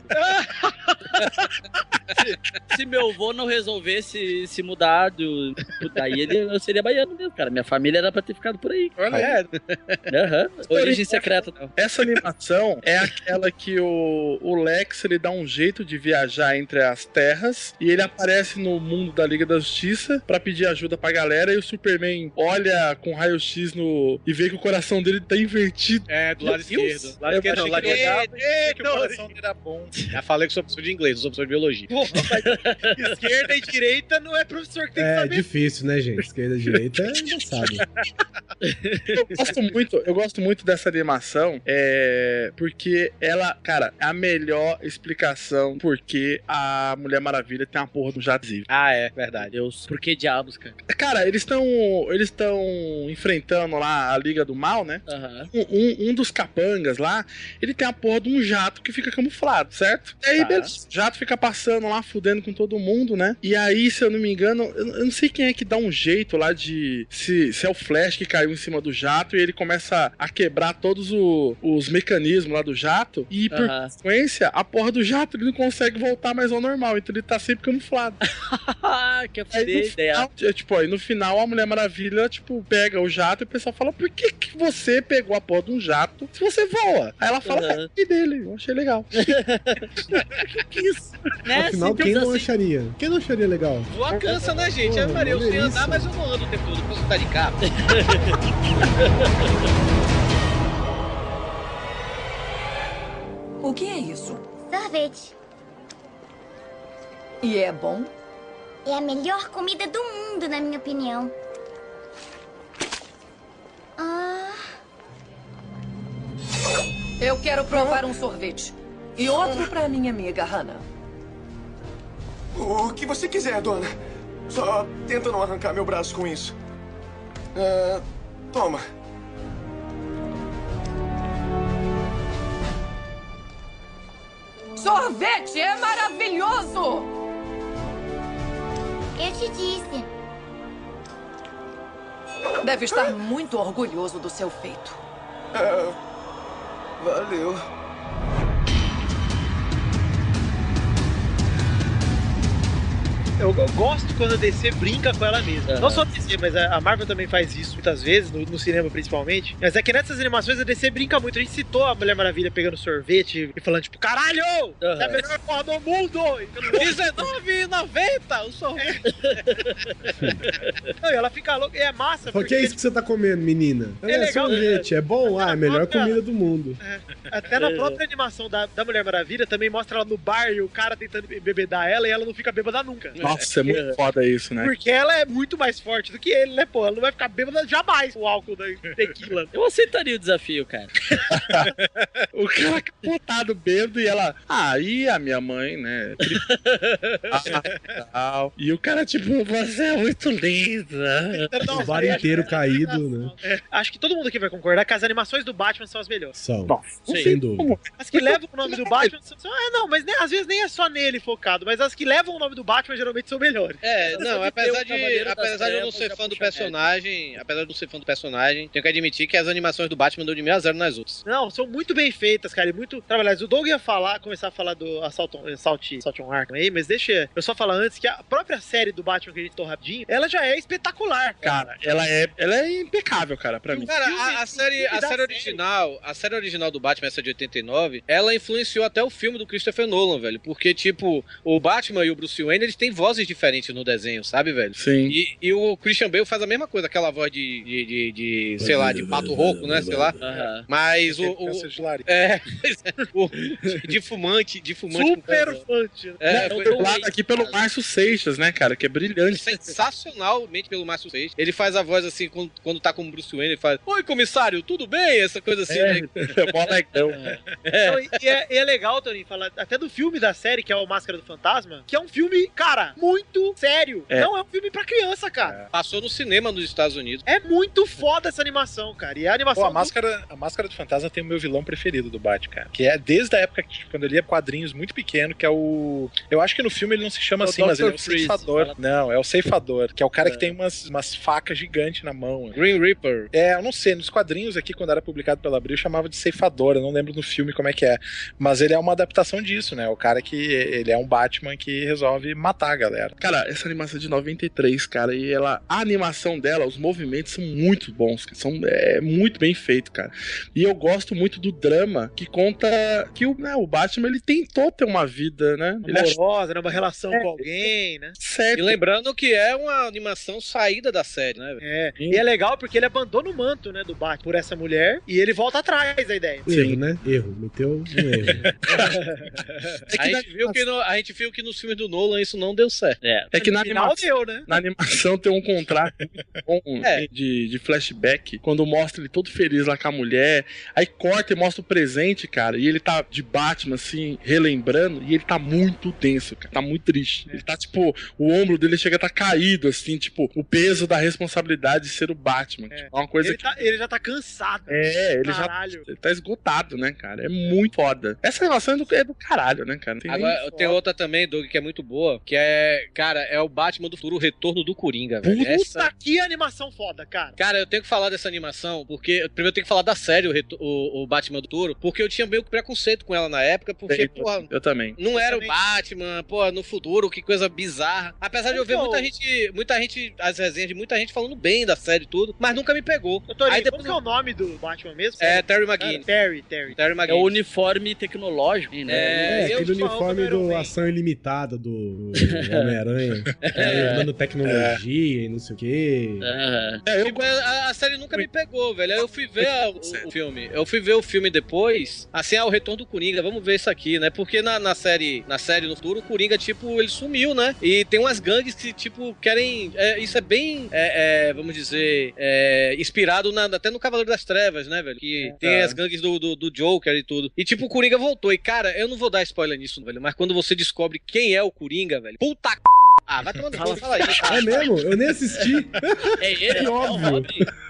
Se meu avô não resolvesse se mudar, do... puta, aí ele, eu seria baiano mesmo, cara. Minha família era pra ter ficado por aí. Olha É, Aham. Origem secreta. Não. Essa animação é aquela que o, o Lex ele dá um jeito de viajar entre as terras e ele aparece no mundo da Liga da Justiça pra pedir ajuda pra galera e o Superman olha com raio-x no e vê que o coração dele tá invertido. É, do lado Meu Deus. esquerdo. Lado Eu esquerdo, não, achei lado que ele esquerdo. olhava e vê que o coração dele era bom. Já falei que sou professor de inglês, não sou professor de biologia. Porra, mas esquerda e direita não é professor que tem que É saber. difícil, né, gente? Esquerda e direita é embaçado. Eu gosto muito, eu gosto muito dessa animação, é, porque ela, cara, é a melhor explicação porque a Mulher Maravilha tem uma porra do jato zível. Ah, é, verdade. Deus, por que diabos, cara? Cara, eles estão eles estão enfrentando lá a Liga do Mal, né? Aham. Um, um, um dos capangas lá, ele tem a porra de um jato que fica camuflado, certo? E aí, Tá. beleza, o jato fica passando lá, fudendo com todo mundo, né? E aí, se eu não me engano, eu, eu não sei quem é que dá um jeito lá de... Se, se é o Flash que caiu em cima do jato e ele começa a quebrar todos o- os mecanismos lá do jato e, por Aham. consequência, a porra do jato ele não consegue voltar mais ao normal, então ele tá sempre camuflado. que Aí no, ideia. final, é, tipo, aí no final a Mulher Maravilha, tipo, pega o jato e o pessoal fala, por que que você pegou a porra de um jato se você voa? Aí ela fala, Uhum. é dele, eu achei legal. Que isso? Né? Afinal, Simples quem não assim. acharia? Quem não acharia legal? Voar cansa, né, gente? Porra, É, Maria, eu sei maneiríssimo. andar, mas eu não ando o tempo todo. Posso estar de carro. O que é isso? Sorvete. E é bom? É a melhor comida do mundo, na minha opinião. Ah, Eu quero provar um sorvete. E outro pra minha amiga Hannah. O que você quiser, dona. Só tenta não arrancar meu braço com isso. Ah, toma. Sorvete é maravilhoso! eu te disse. Deve estar muito orgulhoso do seu feito. Ah, valeu. Eu, eu gosto quando a D C brinca com ela mesma. Uhum. Não só a D C, mas a a Marvel também faz isso muitas vezes, no, no cinema principalmente. Mas é que nessas animações a D C brinca muito. A gente citou a Mulher Maravilha pegando sorvete e falando, tipo, caralho! É a melhor porra do mundo! dezenove e noventa o sorvete. Não, e ela fica louca. E é massa. O que é isso que você tá comendo, menina? É, É legal, sorvete. É bom? Ah, é a melhor própria- comida do mundo. Até na própria animação da, da Mulher Maravilha também mostra ela no bar e o cara tentando bebedar ela e ela não fica bêbada nunca. Nossa, é muito foda isso, né? Porque ela é muito mais forte do que ele, né, pô? Ela não vai ficar bêbada jamais com o álcool da tequila. Eu aceitaria o desafio, cara. O cara capotado, bêbado, e ela, ah, e a minha mãe, né? Ah, e o cara, tipo, você é muito linda. O bar inteiro caído, né? É, acho que todo mundo aqui vai concordar que as animações do Batman são as melhores. São. Sim. Sem dúvida. As que levam o nome do Batman são. são- Ah, não, mas nem- às vezes nem é só nele focado, mas as que levam o nome do Batman geralmente são melhores. É, não, apesar de, Cavaleiro das apesar de eu não Trevas ser já fã do puxa personagem, apesar de eu não ser fã do personagem, tenho que admitir que as animações do Batman dão de mil a zero nas outras. Não, são muito bem feitas, cara, e muito trabalhadas. O Doug ia falar, começar a falar do Assault on, Assault, Assault on Arkham aí, mas deixa eu só falar antes que a própria série do Batman que a gente citou rapidinho, ela já é espetacular. Cara, ela é, ela é impecável, cara, pra mim. Cara, a, a série, a série original, a série original do Batman, essa de oitenta e nove, ela influenciou até o filme do Christopher Nolan, velho, porque, tipo, o Batman e o Bruce Wayne, eles têm vozes diferentes no desenho, sabe, velho? Sim. E, e o Christian Bale faz a mesma coisa, aquela voz de, de, de, de, sei lá, de pato rouco, né, sei lá. Aham. Mas o... o Câncer de laringe. é, o, de fumante, de fumante. Super fante. É, Né, foi dublado aqui pelo Márcio Seixas, né, cara, que é brilhante. sensacionalmente pelo Márcio Seixas. Ele faz a voz assim, quando, quando tá como Bruce Wayne, ele faz: oi, comissário, tudo bem? Essa coisa assim, É, né? é mó legal. Então, e, é, e é legal, Toninho, falar até do filme da série, que é o Máscara do Fantasma, que é um filme, cara, muito sério. É. Não é um filme pra criança, cara. Passou no cinema nos Estados Unidos. É muito foda essa animação, cara. E a animação. Pô, a máscara, a máscara do fantasma tem o meu vilão preferido do Batman, cara. Que é desde a época que, tipo, quando eu lia quadrinhos muito pequeno, que é o. Eu acho que no filme ele não se chama É o assim, mas ele é o doutor Freeze, ceifador. fala- Não, é o ceifador, que é o cara que tem umas, umas facas gigantes na mão. Green Reaper. É, eu não sei, nos quadrinhos aqui, quando era publicado pela Abril, chamava de ceifador, eu não lembro no filme como é que é. Mas ele é uma adaptação disso, né? O cara que ele é um Batman que resolve matar a galera. galera. Cara, essa animação é de noventa e três, cara, e ela, a animação dela, os movimentos são muito bons, são é, muito bem feito, cara. E eu gosto muito do drama que conta que o, né, o Batman, ele tentou ter uma vida, né? Ele amorosa, né? Uma relação é, com alguém, né? Certo. E lembrando que é uma animação saída da série, né? É, Sim. E é legal porque ele abandona o manto, né, do Batman por essa mulher e ele volta atrás da ideia. Erro, né? Erro. Meteu um erro. É que a, gente viu que no, a gente viu que nos filmes do Nolan isso não deu certo. É, é que na final animação, deu, né? Na animação tem um contrato bom é. de, de flashback, quando mostra ele todo feliz lá com a mulher, aí corta e mostra o presente, cara, e ele tá de Batman, assim, relembrando, e ele tá muito tenso, cara, tá muito triste. É. Ele tá, tipo, o ombro dele chega a tá caído, assim, tipo, o peso da responsabilidade de ser o Batman. É, tipo, uma coisa ele, que... tá, ele já tá cansado. É, ele caralho. já ele tá esgotado, né, cara? É muito foda. Essa relação é do, é do caralho, né, cara? Tem Agora, tem outra também, Doug, que é muito boa, que é, cara, é o Batman do futuro, o retorno do Coringa, velho. Puta Essa... que animação foda, cara. Cara, eu tenho que falar dessa animação, porque primeiro eu tenho que falar da série, o, reto... o, o Batman do futuro, porque eu tinha meio que preconceito com ela na época, porque, eu, porra... Eu também. Não era eu o também. Batman, porra, no futuro, que coisa bizarra. Apesar de eu ver Então... muita gente, muita gente, as resenhas de muita gente falando bem da série e tudo, mas nunca me pegou. Doutor, aí depois depois que é o nome do Batman mesmo? É, Terry McGuinness. Ah, Terry, Terry. Terry É o McGuinness. uniforme tecnológico, né? É, É, aquele eu uniforme do Ação Ilimitada do, do Homem-Aranha. É, usando tecnologia é. e não sei o quê. É. É, eu... a, a série nunca me pegou, velho. Aí eu fui ver a, o, o filme. Eu fui ver o filme depois, assim, ah, o retorno do Coringa, vamos ver isso aqui, né? Porque na, na série, na série no futuro, o Coringa, tipo, ele sumiu, né? E tem umas gangues que, tipo, querem... É, isso é bem, é, é, vamos dizer, é, inspirado na, até no Cavaleiro das Trevas, né, velho? Que é, tem tá. as gangues do, do, do Joker e tudo. E, tipo, o Coringa voltou. E, cara, eu não vou dar spoiler nisso, velho, mas quando você descobre quem é o Coringa, velho, puta c... Ah, vai tomando fala, fala aí. É mesmo? Eu nem assisti. É ele, é óbvio.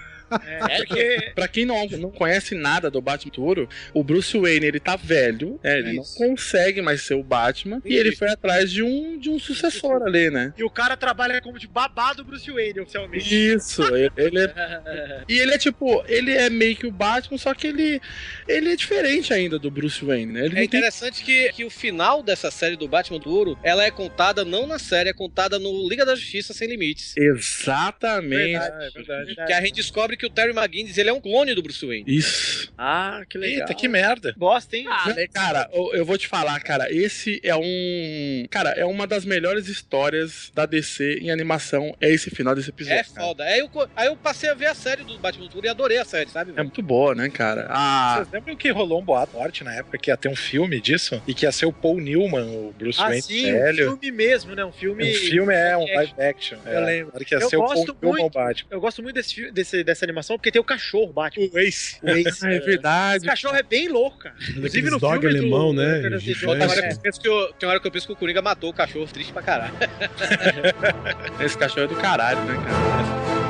É, porque, pra quem não, não conhece nada do Batman Futuro, o Bruce Wayne, ele tá velho, é, ele Isso. não consegue mais ser o Batman, Isso. e ele foi atrás de um, de um sucessor ali, né? E o cara trabalha como de babá do Bruce Wayne, oficialmente. Isso, ele, ele é... E ele é tipo, ele é meio que o Batman, só que ele, ele é diferente ainda do Bruce Wayne, né? Ele é interessante tem... que, que o final dessa série do Batman Duro, ela é contada não na série, é contada no Liga da Justiça Sem Limites. Exatamente. Verdade, é verdade. Que a gente descobre que o Terry McGuinness, ele é um clone do Bruce Wayne. Isso. Ah, que legal. Eita, que merda. Bosta, hein? Ah, cara, eu, eu vou te falar, cara, esse é um... Cara, é uma das melhores histórias da D C em animação, é esse final desse episódio. É foda. Aí eu, aí eu passei a ver a série do Batman Futuro e adorei a série, sabe? É muito boa, né, cara? Ah... Vocês lembram que rolou um boato forte na época que ia ter um filme disso? E que ia ser o Paul Newman, o Bruce ah, Wayne sim, velho. um filme mesmo, né? Um filme... Um filme é, um live action. Eu é. lembro. Que ia eu ser gosto o Paul muito, Batman. Eu gosto muito desse, desse, dessa animação porque tem o cachorro Batman. O Ace. O Ace. É verdade. Esse cachorro é bem louco, cara. Inclusive no dog filme alemão, do, né? Do, tem, hora é. que eu, tem hora que eu penso que o Coringa matou o cachorro, triste pra caralho. Esse cachorro é do caralho, né, cara?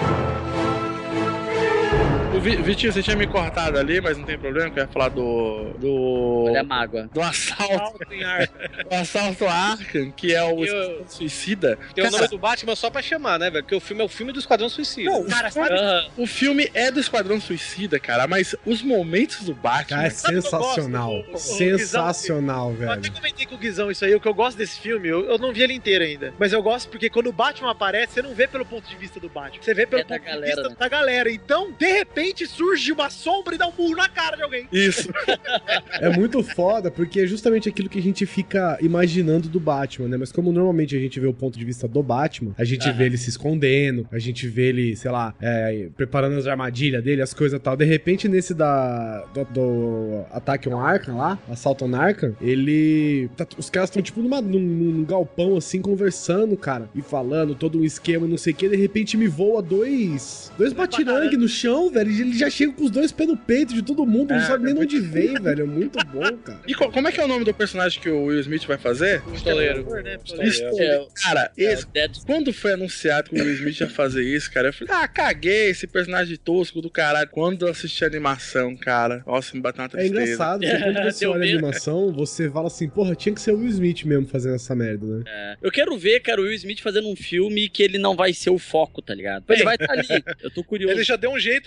O Vitinho, você tinha me cortado ali, mas não tem problema, que eu ia falar do... do... Olha a mágoa. Do assalto. Do assalto a Arkham, que é o Esquadrão Suicida. Tem cara, o nome do Batman só pra chamar, né, velho? Porque o filme é o filme do Esquadrão Suicida. Não, cara, sabe? Uh-huh. O filme é do Esquadrão Suicida, cara, mas os momentos do Batman... Cara, é sensacional. O, o, sensacional, o velho. Eu até comentei com o Guizão isso aí, o que eu gosto desse filme, eu, eu não vi ele inteiro ainda, mas eu gosto porque quando o Batman aparece, você não vê pelo ponto de vista do Batman, você vê pelo é ponto de galera, vista né? da galera. Então, de repente, surge uma sombra e dá um burro na cara de alguém. Isso. É muito foda, porque é justamente aquilo que a gente fica imaginando do Batman, né? Mas como normalmente a gente vê o ponto de vista do Batman, a gente ah. vê ele se escondendo, a gente vê ele, sei lá, é, preparando as armadilhas dele, as coisas e tal. De repente, nesse da do, do Ataque on Arkham lá, Assalto on Arkham, ele... Tá, os caras estão tipo numa, num, num galpão, assim, conversando, cara, e falando todo um esquema, não sei o que. De repente me voa dois... Dois batirangue no chão, velho, e ele já chega com os dois pés no peito de todo mundo, é, não sabe nem é de onde vem, velho. É muito bom, cara. E co- como é que é o nome do personagem que o Will Smith vai fazer? Pistoleiro. Pistoleiro. Cara, esse, quando foi anunciado que o Will Smith ia fazer isso, cara, eu falei, ah, caguei esse personagem tosco do caralho. Quando eu assisti a animação, cara, nossa, me bateu uma tristeza. É engraçado, porque quando você olha a animação, você fala assim, porra, tinha que ser o Will Smith mesmo fazendo essa merda, né? É. Eu quero ver, cara, o Will Smith fazendo um filme que ele não vai ser o foco, tá ligado? Ele vai estar tá ali. Eu tô curioso. Ele já deu um jeito de pegar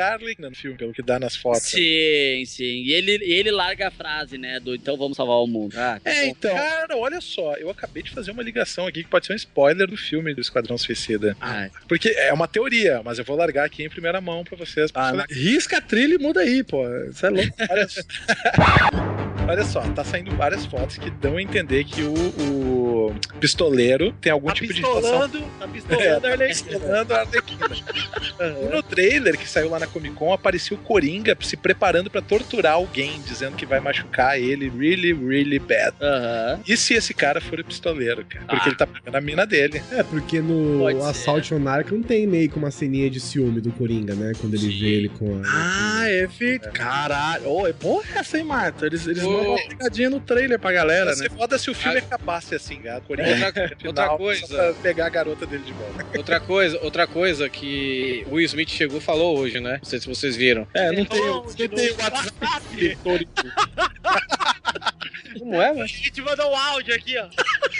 xingar Arlequina no filme, pelo que dá nas fotos. Sim, sim. E ele, ele larga a frase, né, do então vamos salvar o mundo. Ah, tá É, bom. então. Cara, olha só, eu acabei de fazer uma ligação aqui que pode ser um spoiler do filme do Esquadrão Suicida. Ah, Porque é uma teoria, mas eu vou largar aqui em primeira mão pra vocês. Ah, na- risca a trilha e muda aí, pô. Isso é louco. Olha só. Olha só, tá saindo várias fotos que dão a entender que o, o pistoleiro tem algum Tá tipo de relação. pistolando, tá pistolando a Arlequina. Pistolando a Arlequina. E no trailer que saiu lá na Comic Con, apareceu o Coringa se preparando pra torturar alguém, dizendo que vai machucar ele really, really bad. Aham. E se esse cara for o pistoleiro, cara? Porque Ah. ele tá pegando a mina dele. É, porque no Pode ser. Assault on Arkham tem meio que uma ceninha de ciúme do Coringa, né? Quando ele Sim. vê ele com a... Ah, é feito. Caralho. Ô, é porra essa, hein, Marta? Eles, eles Ô. mandam uma pegadinha no trailer pra galera, Ia né? ser foda se o filme acabasse assim, cara. Coringa Outra, no outra final, coisa. só pra pegar a garota dele de volta. Outra coisa, outra coisa que o Will Smith chegou e falou hoje, né? Não sei se vocês viram. É, não tem, Bom, não de tem novo. WhatsApp histórico. Como é, A velho? gente mandou um áudio aqui, ó.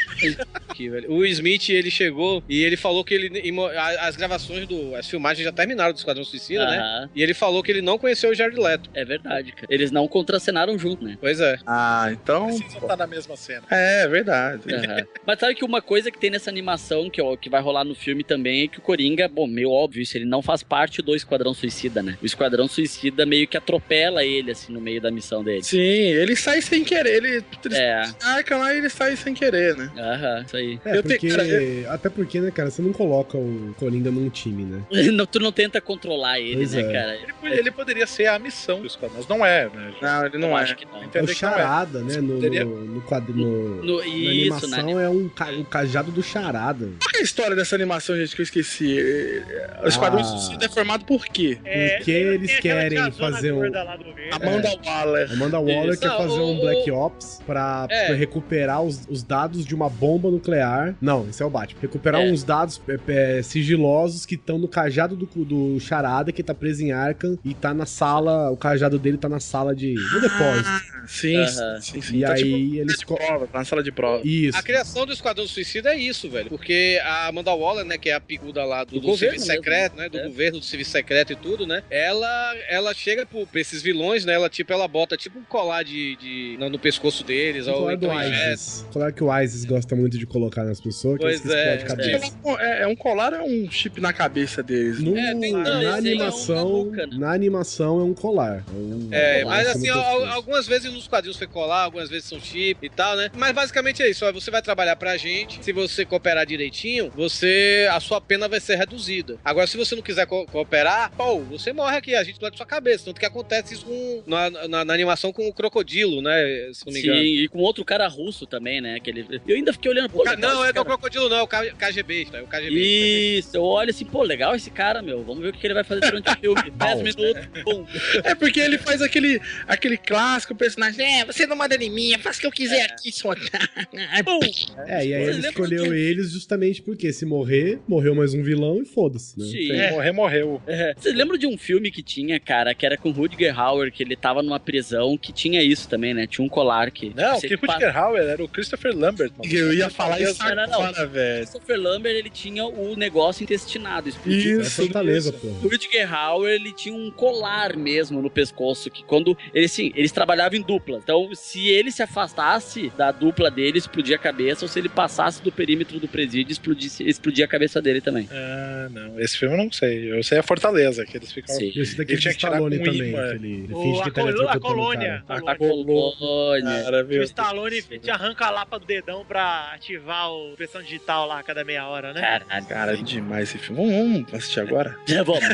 Aqui, velho. O Will Smith, ele chegou e ele falou que ele imo- a- as gravações do as filmagens já terminaram do Esquadrão Suicida, né? Aham. E ele falou que ele não conheceu o Jared Leto. É verdade, cara. Eles não contracenaram junto, né? Pois é. Ah, então. Precisam estar na mesma cena. É, verdade. Aham. Mas sabe que uma coisa que tem nessa animação que, ó, que vai rolar no filme também é que o Coringa, bom, meio óbvio isso, ele não faz parte do Esquadrão Suicida, né? O Esquadrão Suicida meio que atropela ele, assim, no meio da missão dele. Sim, ele sai sem querer. Ele, eles É. marcam lá e ele sai sem querer, né? Aham, isso aí. É, Eu tenho- porque... cara, eu- Até porque, né, cara, você não coloca o Coringa num time, né? Não, tu não tenta controlar ele, Pois né, é. cara? Ele, po- ele poderia ser a missão do Esquadrão, mas não é, né? Não, ele não Eu é. acho que não. É o Entender que não é. Charada, né? No, Poderia- no, no quadro, no, No, na isso, animação né? é um, ca- um cajado do Charada. Qual é a história dessa animação, gente, que eu esqueci? É, O Esquadrão Ah. Suicida é formado por quê? É, Porque tem- eles tem aquela querem tiazona fazer um- gorda lá do governo. Amanda Waller. Amanda Waller Isso. quer Não, fazer o- um Black Ops pra, É. pra recuperar os, os dados de uma bomba nuclear. Não, esse é o Batman. Recuperar É. uns dados é, é, sigilosos que estão no cajado do, do Charada, que tá preso em Arkham, e tá na sala, o cajado dele tá na sala de... no depósito. Ah, sim, Aham. sim, sim. E Tá aí tipo, eles... de co- prova, tá na sala de prova. Isso. A criação do Esquadrão Suicida é isso, velho. Porque a Amanda Waller, né, que é a picuda lá do, Do do governo serviço mesmo, secreto, né? Do é. governo, do serviço secreto e tudo, né? Ela, ela chega pro, pra esses vilões, né? Ela, tipo, ela bota tipo um colar de, de no, no pescoço deles, O ou colar do então injeta. ISIS. O colar que o ISIS gosta muito de colocar nas pessoas, que Pois que é, explode cabeça. É, é um colar ou é um chip na cabeça deles? No- É, tem- não, na esse aí é um animação, na nuca, né? na animação é um colar. É, um É, colar mas no assim, al- pescoço. algumas vezes nos quadrinhos foi colar, algumas vezes são chip e tal, né? Mas basicamente é isso, ó, você vai trabalhar pra gente, se você cooperar direitinho, você, a sua pena vai ser reduzida. Agora, se você não quiser co- cooperar, pô, você morre aqui, a gente explode sua cabeça. Tanto que acontece isso com, na, na, na animação com o Crocodilo, né? Se não me Sim, engano. e com outro cara russo também, né? Aquele... Eu ainda fiquei olhando, pô, O ca- legal Não, esse é do cara. Crocodilo não, é o K- KGB, tá? É o K G B. Isso, eu olho assim, pô, legal esse cara, meu. Vamos ver o que ele vai fazer durante o filme. dez minutos, pum. É porque ele faz aquele, aquele clássico personagem. É, você não manda em mim, faz o que eu quiser aqui, sua. Pum. É, e aí Você ele lembra escolheu que- eles justamente porque se morrer, morreu mais um vilão e foda-se, né? Sim. Se morrer, morreu. É. Você lembra de um filme que tinha, cara, que era com Rutger Hauer, que ele tava numa prisão, que tinha isso também, né? Tinha um colar que... Não, você que pa- Rutger Hauer era o Christopher Lambert, mano. Eu ia falar isso Não, não, não. agora, velho. Christopher Lambert, ele tinha o negócio intestinado explodido. É Fortaleza, pô. O Rutger Hauer, ele tinha um colar mesmo no pescoço, que quando... Ele, sim, eles trabalhavam em dupla. Então, se ele se afastasse da dupla dele, explodia a cabeça, ou se ele passasse do perímetro do presídio, explodisse, explodia a cabeça dele também. Ah, não. Esse filme eu não sei. Eu sei a Fortaleza, que eles ficam. Sim. E esse daqui Ele é tinha de que tirar Stallone com também, imã. que ele, ele O- finge a que tá colo- a eletrocutando o colônia. cara. A A colônia. Cara, O viu? Stallone te arranca a lapa do dedão pra ativar o pressão digital lá a cada meia hora, né? Caralho. Cara, que demais esse filme. Vamos, vamos assistir agora? Já vamos.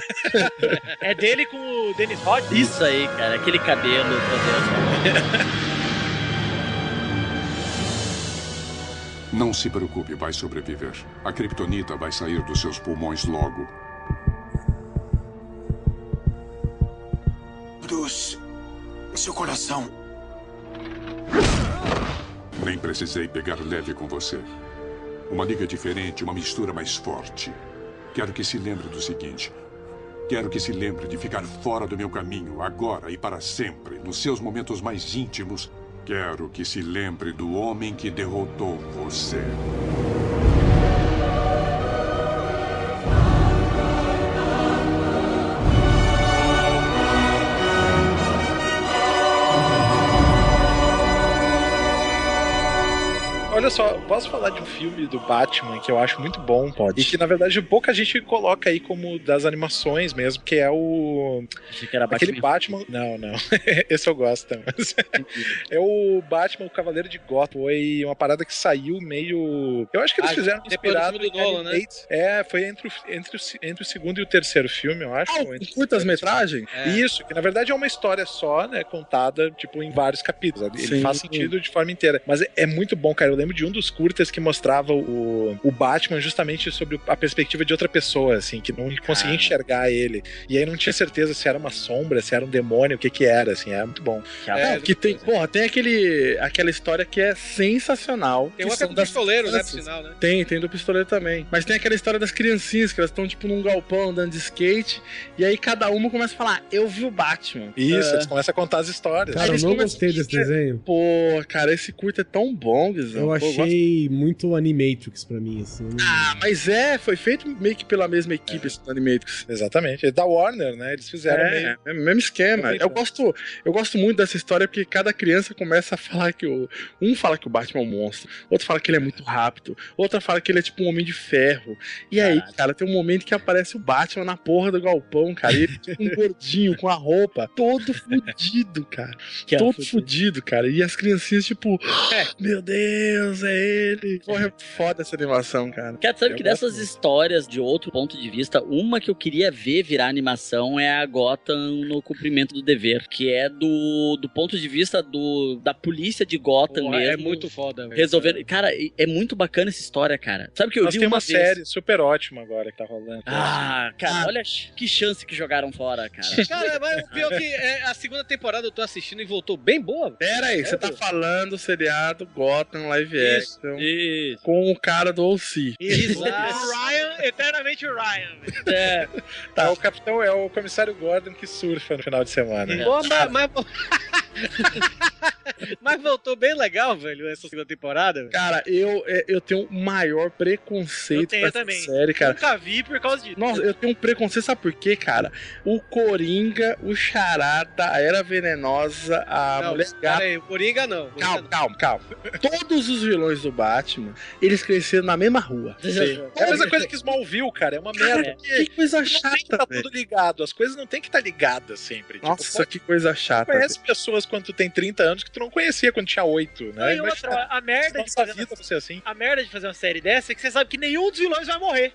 É dele com o Dennis Rodman. Isso aí, cara. Aquele cabelo. meu Deus. Não se preocupe, vai sobreviver. A kryptonita vai sair dos seus pulmões logo. Bruce, seu coração. Nem precisei pegar leve com você. Uma liga diferente, uma mistura mais forte. Quero que se lembre do seguinte. Quero que se lembre de ficar fora do meu caminho, agora e para sempre, nos seus momentos mais íntimos. Quero que se lembre do homem que derrotou você. olha só, posso falar de um filme do Batman que eu acho muito bom, pode. E que, na verdade, pouca gente coloca aí como das animações mesmo, que é o... Achei que era aquele Batman... Não, não. Esse eu gosto também. É o Batman, o Cavaleiro de Gotham. Foi uma parada que saiu meio... Eu acho que eles Ah, fizeram depois do filme do Nolan, né? É, foi entre o, entre, o, entre o segundo e o terceiro filme, eu acho. Ah, ou entre- curtas-metragem? É. Isso, que na verdade é uma história só, né, contada, tipo, em vários capítulos. Ele Sim. faz sentido de forma inteira. Mas é, é muito bom, cara. Eu lembro de um dos curtas que mostrava o, o Batman justamente sobre a perspectiva de outra pessoa, assim, que não conseguia enxergar ele. E aí não tinha certeza se era uma sombra, se era um demônio, o que que era, assim, é muito bom. É, que tem, porra, tem aquele, aquela história que é sensacional. Tem que uma que é são do das pistoleiro, né, por crianças. sinal, né? Tem, tem do pistoleiro também. Mas tem aquela história das criancinhas, que elas estão, tipo, num galpão andando de skate, e aí cada uma começa a falar, eu vi o Batman. Isso, É. eles começam a contar as histórias. Cara, eu eles não começam gostei desse desenho. Pô, cara, esse curto é tão bom, Guizão. Eu Pô, gosto- achei muito Animatrix pra mim, assim. eu não- Ah, mas é, foi feito meio que pela mesma equipe, esse Animatrix. Exatamente. É da Warner, né? Eles fizeram É, meio... é o mesmo esquema. Eu gosto, eu gosto muito dessa história porque cada criança começa a falar que o. Um fala que o Batman é um monstro, outro fala que ele é muito rápido, outra fala que ele é tipo um homem de ferro. E aí, cara, tem um momento que aparece o Batman na porra do galpão, cara. E ele tipo um gordinho com a roupa, todo fudido, cara. Que é todo fudido. fudido, cara. E as criancinhas, tipo, meu Deus, é ele. Porra, é foda essa animação, cara. Cara, tu sabe Eu que gosto dessas histórias de outro ponto de vista, uma que eu queria ver virar animação é a Gotham no cumprimento do dever, que é do, do ponto de vista do, da polícia de Gotham Porra, mesmo. é muito foda, velho. Resolver. Cara, é muito bacana essa história, cara. Sabe que eu Nós li tem uma, uma vez. série super ótima agora que tá rolando. Ah, cara, olha que chance que jogaram fora, cara. Cara, mas o pior que é, a segunda temporada eu tô assistindo e voltou bem boa. Pera aí, você tá falando do seriado Gotham Live Isso, Action isso. com o cara do O C. Isso. O Ryan, eternamente o Ryan. velho. É. Tá, o capitão é o comissário Gordon que surfa no final de semana. Pô, mas, mas... mas voltou bem legal, velho, essa segunda temporada. Cara, eu, é, eu tenho o maior preconceito Eu tenho com essa também. série, cara. Nunca vi por causa disso. Nossa, eu tenho um preconceito, sabe por quê, cara? O Coringa, o Charada, a Era Venenosa, a Não, Mulher pera Gata. aí, o Coringa não. Calma, calma, calma. Todos os vilões do Batman, eles cresceram na mesma rua. Sim. É a mesma coisa que Smallville, cara. É uma merda. Que coisa não tem que chata, tá velho. tudo ligado. As coisas não tem que estar ligadas sempre. Nossa, tipo, pode- que coisa chata. Tu conhece pessoas quando tu tem trinta anos que tu não conhecia quando tinha oito, Não, né? e outra, a merda de Nossa fazer vida uma... ser assim. A merda de fazer uma série dessa é que você sabe que nenhum dos vilões vai morrer.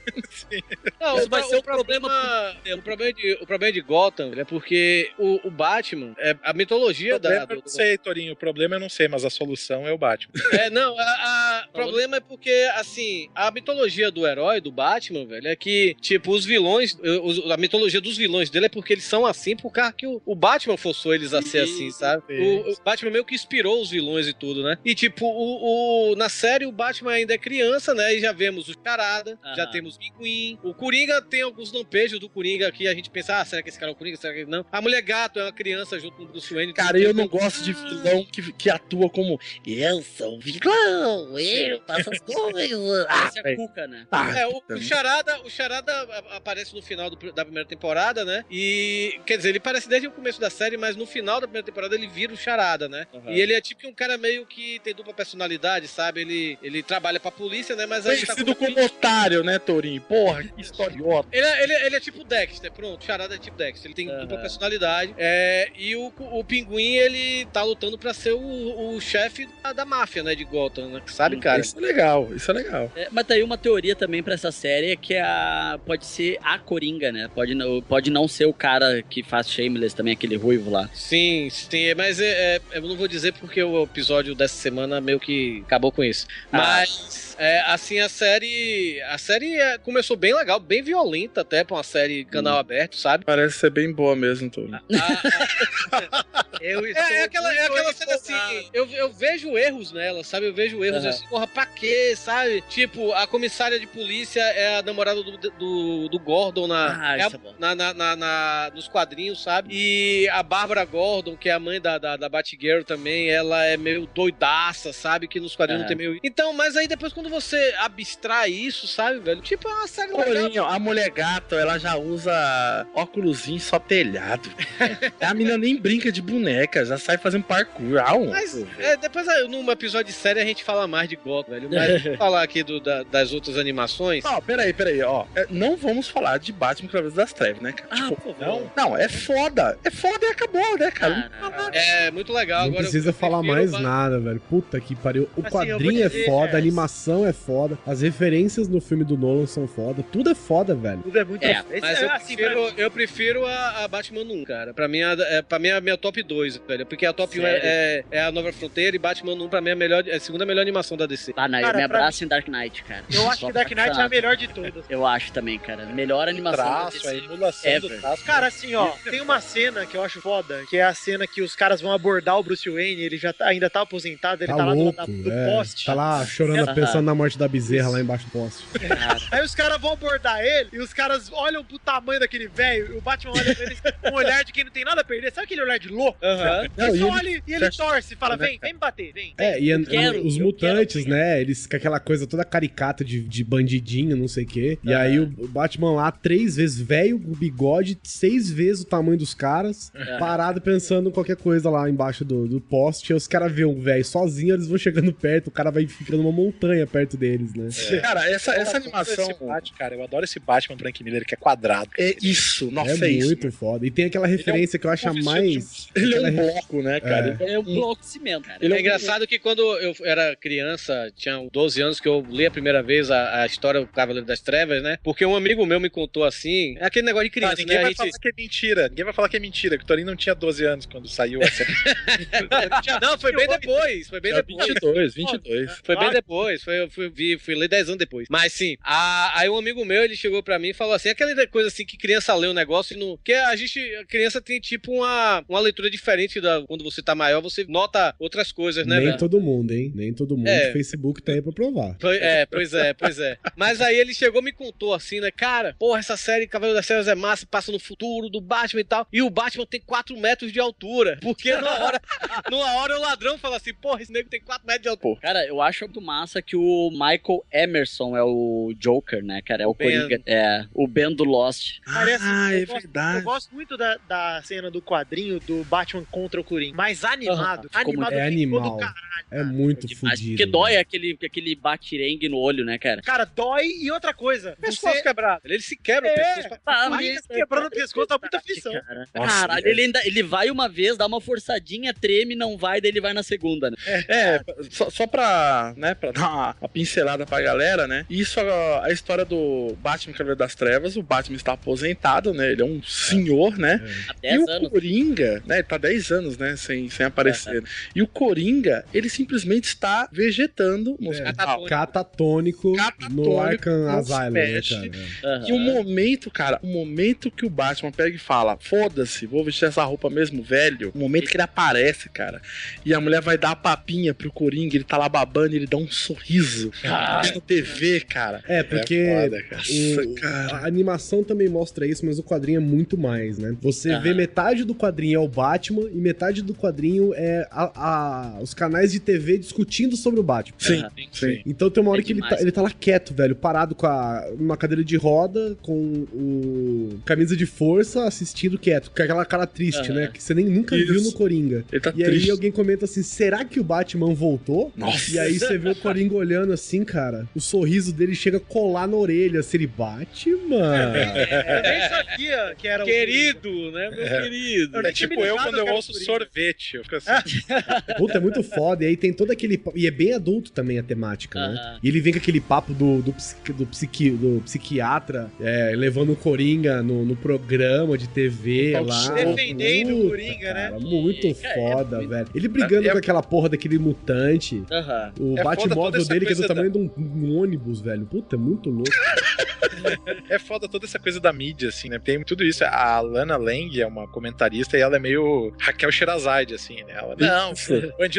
Não, Isso o, vai pro- ser o o problema problema, o problema de, o problema de Gotham é porque o, o Batman, é, a mitologia O da... problema do- eu não sei, Torinho. O problema eu não sei, mas a solução é o Batman. É, não, a, a- o problema é porque, assim, a mitologia do herói, do Batman, velho, é que, tipo, os vilões, os- a mitologia dos vilões dele é porque eles são assim por causa que o, o Batman forçou eles a ser assim, sabe? O, o Batman meio que inspirou os vilões e tudo, né? E, tipo, o, o- na série o Batman ainda é criança, né? E já vemos o Charada, Aham. já temos o Pinguim. O Coringa tem alguns lampejos do Coringa que a gente pensa, ah, será que esse cara é o Coringa? Será que não? A Mulher Gato é uma criança junto com o Bruce Wayne. Cara, eu não gosto de vilão que, que atua como eu sou um vilão, eu faço as coisas. Ah, Esse é velho. Cuca, né? Ah, É, o, o também. Charada, o Charada a- aparece no final do- da primeira temporada, né? E, quer dizer, ele aparece desde o começo da série, mas no final da primeira temporada ele vira o Charada, né? Uhum. E ele é tipo um cara meio que tem dupla personalidade, sabe? Ele, ele trabalha pra polícia, né? Mas aí tá Conhecido como otário, né, Tourinho? Porra, que historiota. Ele é, ele, é- ele é tipo Dexter, pronto. O Charada é tipo Dexter. Ele tem Uhum. dupla personalidade. É, e o, o Pinguim, ele tá lutando pra ser o, o chefe da, da máfia, né? De Gotham, né? Sabe, cara? Isso é legal, isso é legal. É, mas tá aí uma teoria também pra essa série que é a, pode ser a Coringa, né? Pode, não- pode não ser o cara que faz Shameless também, aquele ruivo lá. Sim, sim, mas é, é, eu não vou dizer porque o episódio dessa semana meio que acabou com isso. Ah. Mas, é, assim, a série. A série é, começou bem legal, bem violenta até pra uma série canal aberto, sabe? Parece ser bem boa mesmo, Tourinho. Eu É, é aquela, é muito aquela cena assim, empolgado. eu, eu vejo erros nela, sabe? Eu vejo erros Aham. assim, porra, pra quê, sabe? Tipo, a comissária de polícia é a namorada do, do, do Gordon na, Ah, é a- isso é bom. na, na, na- na- nos quadrinhos, sabe? E a Bárbara Gordon, que é a mãe da, da, da Batgirl também, ela é meio doidaça, sabe? Que nos quadrinhos Aham. não tem meio... Então, mas aí depois quando você abstrai isso, sabe, velho? Tipo, é uma série legal. Tourinho, a Mulher Gato, ela já usa óculosinho só telhado. A menina nem brinca de boneco. boneca, já sai fazendo parkour. Ah, um. Mas é, depois, num episódio de série, a gente fala mais de Goku, velho. Mas vamos falar aqui do, da, das outras animações. Não, peraí, peraí, ó. É, não vamos falar de Batman Cavaleiro das Trevas, né, cara? Ah, tipo, por favor. não, não, é foda. É foda e acabou, né, cara? Ah, é muito legal. Não Agora precisa eu falar prefiro mais ba- nada, velho. Puta que pariu. O Assim, quadrinho eu é vou dizer, foda, é. a animação é foda, as referências no filme do Nolan são foda, tudo é foda, velho. Tudo é muito É, Esse mas é eu assim, prefiro, eu prefiro a, a Batman um, cara. Pra mim, a, é, pra mim é a minha top dois, velho. Porque a top um é, Sério? é, é a Nova Fronteira e Batman um, pra mim, é a, melhor, é a segunda melhor animação da D C. Ah, não, eu Cara, me pra abraço em Dark Knight, cara. Eu acho Sou que Dark Knight é a apaixonado. melhor de todas. Eu acho também, cara. Melhor animação Traço, da a D C emulação do ever. traço. Cara, assim, ó, tem uma cena que eu acho foda, que é a cena que os caras vão abordar o Bruce Wayne, ele já tá- ainda tá aposentado, ele Tá tá, lá louco, do, do é. poste. Tá lá chorando, Aham. pensando na morte da bezerra lá embaixo do poste. Aí os caras vão abordar ele e os caras olham pro tamanho daquele velho e o Batman olha pra ele com um olhar de quem não tem nada a perder. Sabe aquele olhar de louco? Aham. Ele Não, só e ele- olha e ele torce e fala, vem, vem me bater, vem. É, e an- quero, os eu mutantes, né? Eles com aquela coisa toda caricata de, de bandidinho, não sei o quê. E aí o, o Batman lá, três vezes velho, o bigode, seis vezes o tamanho dos caras, parado pensando em qualquer coisa lá embaixo do, do poste. E os caras veem o velho sozinho, eles vão chegando perto, o cara vai ficando uma montanha perto deles, né? É. Cara, essa, essa Eu adoro animação. esse Batman, cara, eu adoro esse Batman Frank Miller que é quadrado. É isso, nossa, é é, isso. muito foda. E tem aquela referência que eu acho a mais. Ele é aquela um re- bloco, né, cara? É um bloco de cimento, cara. Ele É engraçado que quando eu era criança, tinha doze anos que eu li a primeira vez a, a história do Cavaleiro das Trevas, né? Porque um amigo meu me contou assim, é aquele negócio de Ah, criança, ninguém né? A vai gente... falar que é mentira. Ninguém vai falar que é mentira, que o Torinho não tinha doze anos quando saiu a série. Não, foi bem depois, foi bem Tinha depois. vinte e dois, vinte e dois. Foi bem depois, foi, eu fui, vi, fui ler dez anos depois. Mas sim, a- aí um amigo meu, ele chegou pra mim e falou assim, aquela coisa assim que criança lê um negócio e não... Que a gente, a criança tem tipo uma, uma leitura diferente da quando você tá maior, você nota outras coisas, né, Nem velho? todo mundo, hein? Nem todo mundo. É. O Facebook tá aí pra provar. Foi- É, pois é, pois é. Mas aí ele chegou e me contou assim, né? Cara, porra, essa série Cavaleiro das Trevas é massa, passa no futuro do Batman e tal. E o Batman tem quatro metros de altura. Porque numa hora, numa hora o ladrão fala assim, porra, esse nego tem quatro metros de altura. Cara, eu acho muito massa que o Michael Emerson é o Joker, né, cara? É o Ben. Coringa. É, o Ben do Lost. Parece, Ah, eu é gosto- verdade. Eu gosto muito da, da cena do quadrinho do Batman contra o Coringa. Mais animado. Ficou animado É ficou animal. do caralho. É muito Mas fodido. porque dói aquele, aquele batirengue no olho, né, cara? Cara, dói e outra coisa. Pescoço Você... quebrado. Ele se quebra o É, pescoço. Ah, o Coringa se quebrando o pescoço, dá muita aflição. Cara. Nossa, Caralho, é. ele, ainda, ele vai uma vez, dá uma forçadinha, treme, não vai, daí ele vai na segunda, né? É, só, só pra, né, pra dar uma, uma pincelada pra galera, né? Isso, a, a história do Batman Cavaleiro das Trevas, o Batman está aposentado, né? Ele é um senhor, né? Há E dez o anos. Coringa, né? Ele tá dez anos, né? Sem, sem aparecer. E o Coringa, ele simplesmente está vegetando no É, hospital. catatônico, Catatônico, no Arkham não Asylum, se né, mexe. cara? Aham. E o momento, cara, o momento que o Batman pega e fala, foda-se, vou vestir essa roupa mesmo, velho. O momento que ele aparece, cara, e a mulher vai dar a papinha pro Coringa, ele tá lá babando, e ele dá um sorriso Ah. na T V, cara. É, porque É foda, cara. o- Nossa, cara. a animação também mostra isso, mas o quadrinho é muito mais, né? Você Aham. vê metade do quadrinho é o Batman e metade do quadrinho é a- a- os canais de T V discutindo sobre o Batman. Sim, Aham. sim. Então tem uma hora É que ele tá, demais. ele tá lá quieto, velho, parado com a, numa cadeira de roda, com o camisa de força, assistindo quieto, com aquela cara triste, Aham. né? Que você nem nunca Isso. viu no Coringa. Ele tá E aí triste. alguém comenta assim, será que o Batman voltou? Nossa. E aí você vê o Coringa olhando assim, cara, o sorriso dele chega a colar na orelha, assim, ele, Batman! Eu nem sabia que era o Querido, né, meu É. querido? É tipo eu ligado, quando eu cara, ouço Coringa. sorvete. Eu fico assim. Puta, é muito foda. E aí tem todo aquele. pa- E é bem adulto também a temática, né? Aham. E ele vem com aquele papo do, do, psiqui- do, psiqui- do psiquiatra é, levando o Coringa no, no programa de T V Talk lá. show. Defendendo o Puta, Coringa, né? cara, Muito Cara, é foda, muito- velho. Ele brigando É- com aquela porra daquele mutante. Aham. O É foda toda Batmóvel essa dele, que é do coisa tamanho de um, um ônibus, velho. Puta, é muito louco. É foda toda essa coisa da mídia, assim, né? Tem tudo isso. A Lana Lang é uma comentarista e ela é meio Raquel Sherazade, assim, né? Ela, não, bandido bom é bandido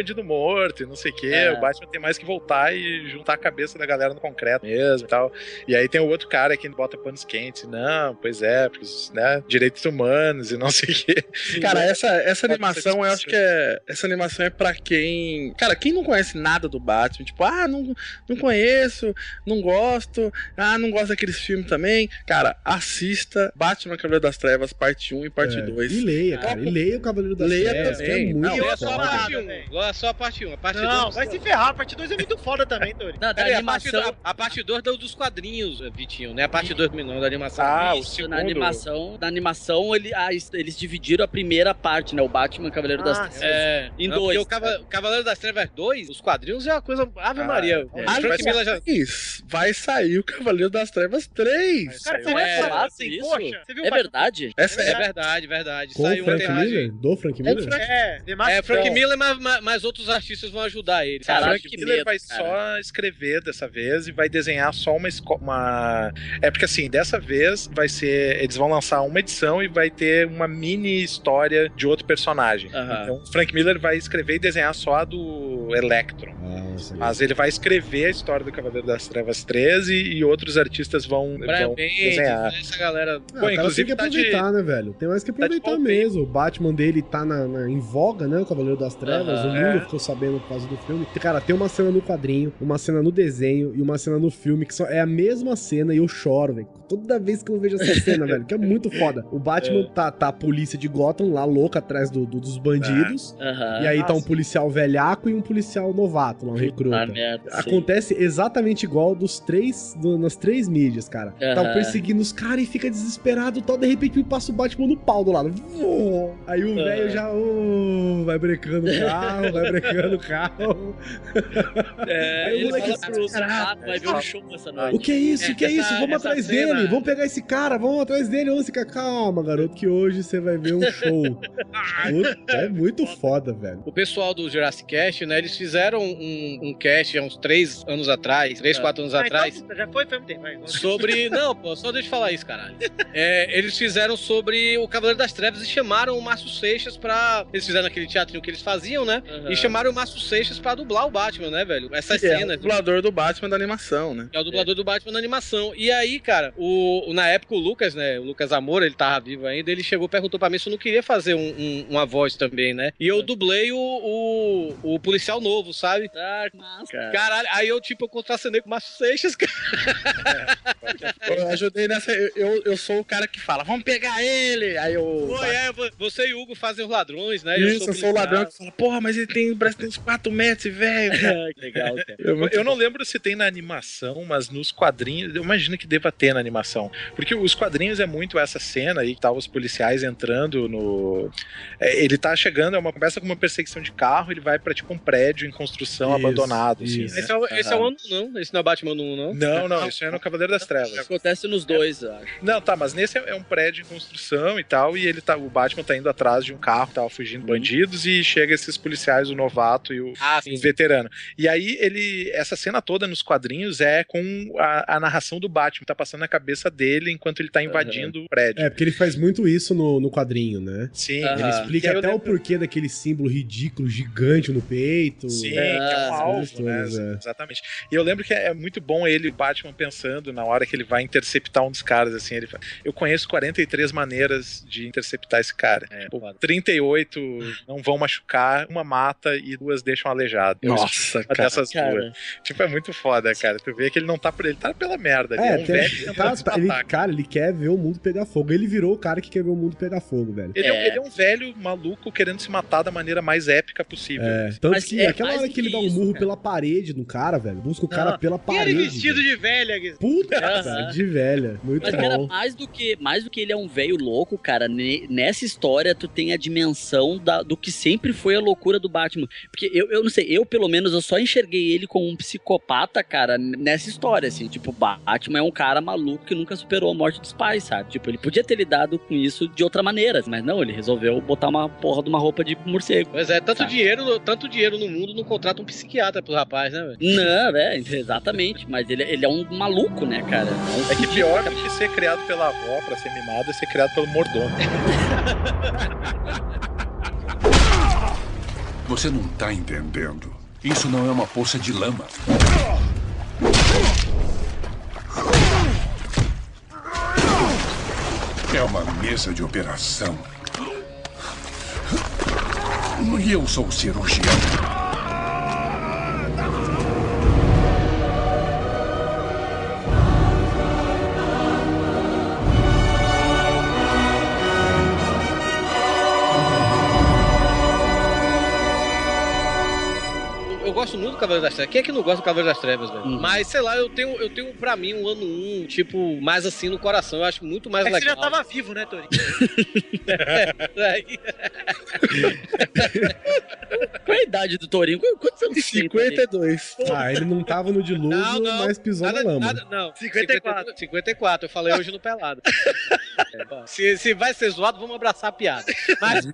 bandido morto e não sei o quê. É. O Batman tem mais que voltar e juntar a cabeça da galera no concreto mesmo e tal. E aí tem o outro cara que bota panos quentes. Não, pois é, porque os, né, direitos humanos e não sei o quê. Cara, essa, essa animação, eu acho que é. Essa animação é pra quem. Cara, quem não conhece nada do Batman, tipo, ah, não, não conheço, não gosto, ah, não gosto daqueles filmes também. Cara, assista Batman Cavaleiro das Trevas, parte um e parte dois. E leia, cara. E leia o Cavaleiro das Leia Trevas, que é também. muito Não, é só a foda. parte um. É só a parte um. A parte Não, dois, vai se ferrar. A parte dois é muito foda também, Tori. Não, da Pera aí, a animação. parte do- A parte dois é dos quadrinhos, Vitinho, né? A parte dois não, da animação. Ah, o Isso, segundo. na animação, na animação ele, ah, es- eles dividiram a primeira parte, né? O Batman Cavaleiro das Ah, Trevas. É, Em não, dois. porque o Cava- Cavaleiro das Trevas dois, os quadrinhos é uma coisa. Ave Ah, Maria. é. O Frank Miller já. Isso, vai sair o Cavaleiro das Trevas três. Cara, Saiu. não é É, falar isso? assim, poxa. Você viu o É Batman- verdade? Essa É é, verdade, verdade. Com o Saiu Frank uma Miller? Do Frank É, Miller? É, The Mask É, Frank Ball. Miller, mas, mas- mas outros artistas vão ajudar ele. Caralho, sabe? Frank que Miller medo, vai cara. só escrever dessa vez e vai desenhar só uma, esco- uma. É porque assim, dessa vez vai ser. Eles vão lançar uma edição e vai ter uma mini história de outro personagem. Aham. Então, o Frank Miller vai escrever e desenhar só a do Electron. Ah, sim. Mas ele vai escrever a história do Cavaleiro das Trevas treze e outros artistas vão, Brian vão Bendis, desenhar. né, essa galera. Ah, Pô, o cara inclusive tem que tá de- aproveitar, né, velho? Tem mais que tá de aproveitar Paul mesmo. O Batman dele tá na, na- em voga, né? O Cavaleiro das Trevas. Aham. O mundo É. ficou sabendo por causa do filme. Cara, tem uma cena no quadrinho, uma cena no desenho e uma cena no filme que só é a mesma cena e eu choro, velho. Toda vez que eu vejo essa cena, velho, que é muito foda. O Batman tá, tá a polícia de Gotham lá, louca, atrás do, do- dos bandidos. Aham. E aí tá um Nossa. policial velhaco e um policial novato lá, um recruta. Ah, merda, sim. Acontece exatamente igual dos três, do- nas três mídias, cara. Tá Aham. perseguindo os caras e fica desesperado e tal. De repente me passa o Batman no pau do lado. Vum! Aí o velho já ô, vai brecando o carro, vai brecando o carro. É, Aí o ele moleque fala pro "Caralho, cara, vai ver um show essa noite. O que é isso? O que é Essa- isso? Vamos essa atrás cena- dele, vamos pegar esse cara, vamos atrás dele. Vamos ficar calma, garoto, que hoje você vai ver um show. Puta, é muito foda, velho. O pessoal do Jurassic Cast, né? Eles fizeram um, um cast há uns três anos atrás, três, É. quatro anos Ah, atrás. então, já foi, foi muito tempo. Vai, vamos. Sobre. Não, pô, só deixa eu falar isso, caralho. É, eles fizeram sobre o Cavaleiro das Trevas e chamaram o Márcio Seixas pra. Eles fizeram aquele teatrinho que eles faziam, né? Aham. E chamaram o Márcio Seixas pra dublar o Batman, né, velho? Essas Que é o cenas. dublador do Batman da animação, né? É o dublador do Batman na animação. E aí, cara, o, o- na época o Lucas, né? O Lucas Amor, ele tava vivo ainda. Ele chegou e perguntou pra mim se eu não queria fazer um- um- uma voz também, né? E eu dublei o, o, o policial novo, sabe? Ah, massa, cara. Caralho, aí eu, tipo, eu contracenei com o Márcio Seixas, cara. Eu ajudei nessa. Eu, eu, eu sou o cara que fala, vamos pegar ele! Aí eu. Pô, é, vo- você e o Hugo fazem os ladrões, né? E Isso, eu sou o ladrão que fala, porra, mas ele tem, parece que tem uns quatro metros, velho. Que legal, cara. Eu, eu não lembro se tem na animação, mas nos quadrinhos, eu imagino que deva ter na animação. Porque os quadrinhos é muito essa cena aí, que tava os policiais entrando no. É, ele tá chegando, é uma começa com uma perseguição de carro, ele vai pra tipo um prédio em construção Isso, abandonado, assim, isso. né? Esse é, o, esse é o ano, não. Esse não é Batman um, não. Não, não, isso é no Cavaleiro das Trevas. Acontece nos dois, eu acho. Não, tá, mas nesse é é um prédio em construção e tal, e ele tá, o Batman tá indo atrás de um carro, tava fugindo bandidos, e chega esses policiais, o novato e o, Ah, o veterano. E aí ele, essa cena toda nos quadrinhos é com a, a narração do Batman, tá passando na cabeça dele enquanto ele tá invadindo o prédio. É, porque ele faz muito isso no, no quadrinho, né? Sim, Aham. Ele E explica aí eu até o lembro- porquê daquele símbolo ridículo, gigante no peito. Sim, que É, é um alvo, né? coisas, é. Exatamente. E eu lembro que é muito bom ele, o Batman, pensando na hora que ele vai interceptar um dos caras, assim, ele fala, eu conheço quarenta e três maneiras de interceptar esse cara. É, Pô, foda. trinta e oito não vão machucar, uma mata e duas deixam aleijado. Eu Nossa, escolhi uma cara. dessas Cara. duas. Tipo, é muito foda, cara. Tu vê que ele não tá por ele tá pela merda. Ele é, É, um tem- velho que tá- tentando se tá- ele, matar. cara, ele quer ver o mundo pegar fogo. Ele virou o cara que quer ver o mundo pegar fogo, velho. Ele é. um- É. ele é um velho maluco querendo se matar da maneira mais épica possível. É, tanto Mas que é aquela mais hora do que ele que dá um isso, murro cara. pela parede no cara, velho. Busca o cara Não. pela E parede. ele vestido velho. de velha, Gui? Puta Aham. de velha. Muito Mas, cara, bom. mais do que mais do que ele é um velho louco, cara, ne- nessa história tu tem a dimensão da- do que sempre foi a loucura do Batman. Porque eu, eu não sei, eu pelo menos eu só enxerguei ele como um psicopata, cara, n- nessa história, assim. Tipo, o Batman é um cara maluco que nunca superou a morte dos pais, sabe? Tipo, ele podia ter lidado com isso de outra maneira, mas não, ele resolveu botar uma porra de uma roupa de morcego. Pois é, tanto Sabe? dinheiro, tanto dinheiro no mundo não contrata um psiquiatra pro rapaz, né, velho? Não, é, exatamente. Mas ele, ele é um maluco, né, cara? um É que pior do que ser criado pela avó pra ser mimado é ser criado pelo mordomo. Você não tá entendendo. Isso não é uma poça de lama. É uma mesa de operação. E eu sou o cirurgião. Eu gosto muito do Cavaleiro das Trevas. Quem é que não gosta do Cavaleiro das Trevas, velho? Uhum. Mas, sei lá, eu tenho, eu tenho pra mim um ano um, tipo, mais assim no coração. Eu acho muito mais É que legal. você já tava vivo, né, Tori? Qual é a idade do Torinho? Qu- Quantos anos tem, cinquenta e dois. Ah, ele não tava no dilúvio, Não, não, mas pisou nada- na lama. nada- não, cinquenta e quatro. cinquenta e quatro, eu falei hoje no Pelado. É, bom, se, se vai ser zoado, vamos abraçar a piada. Mas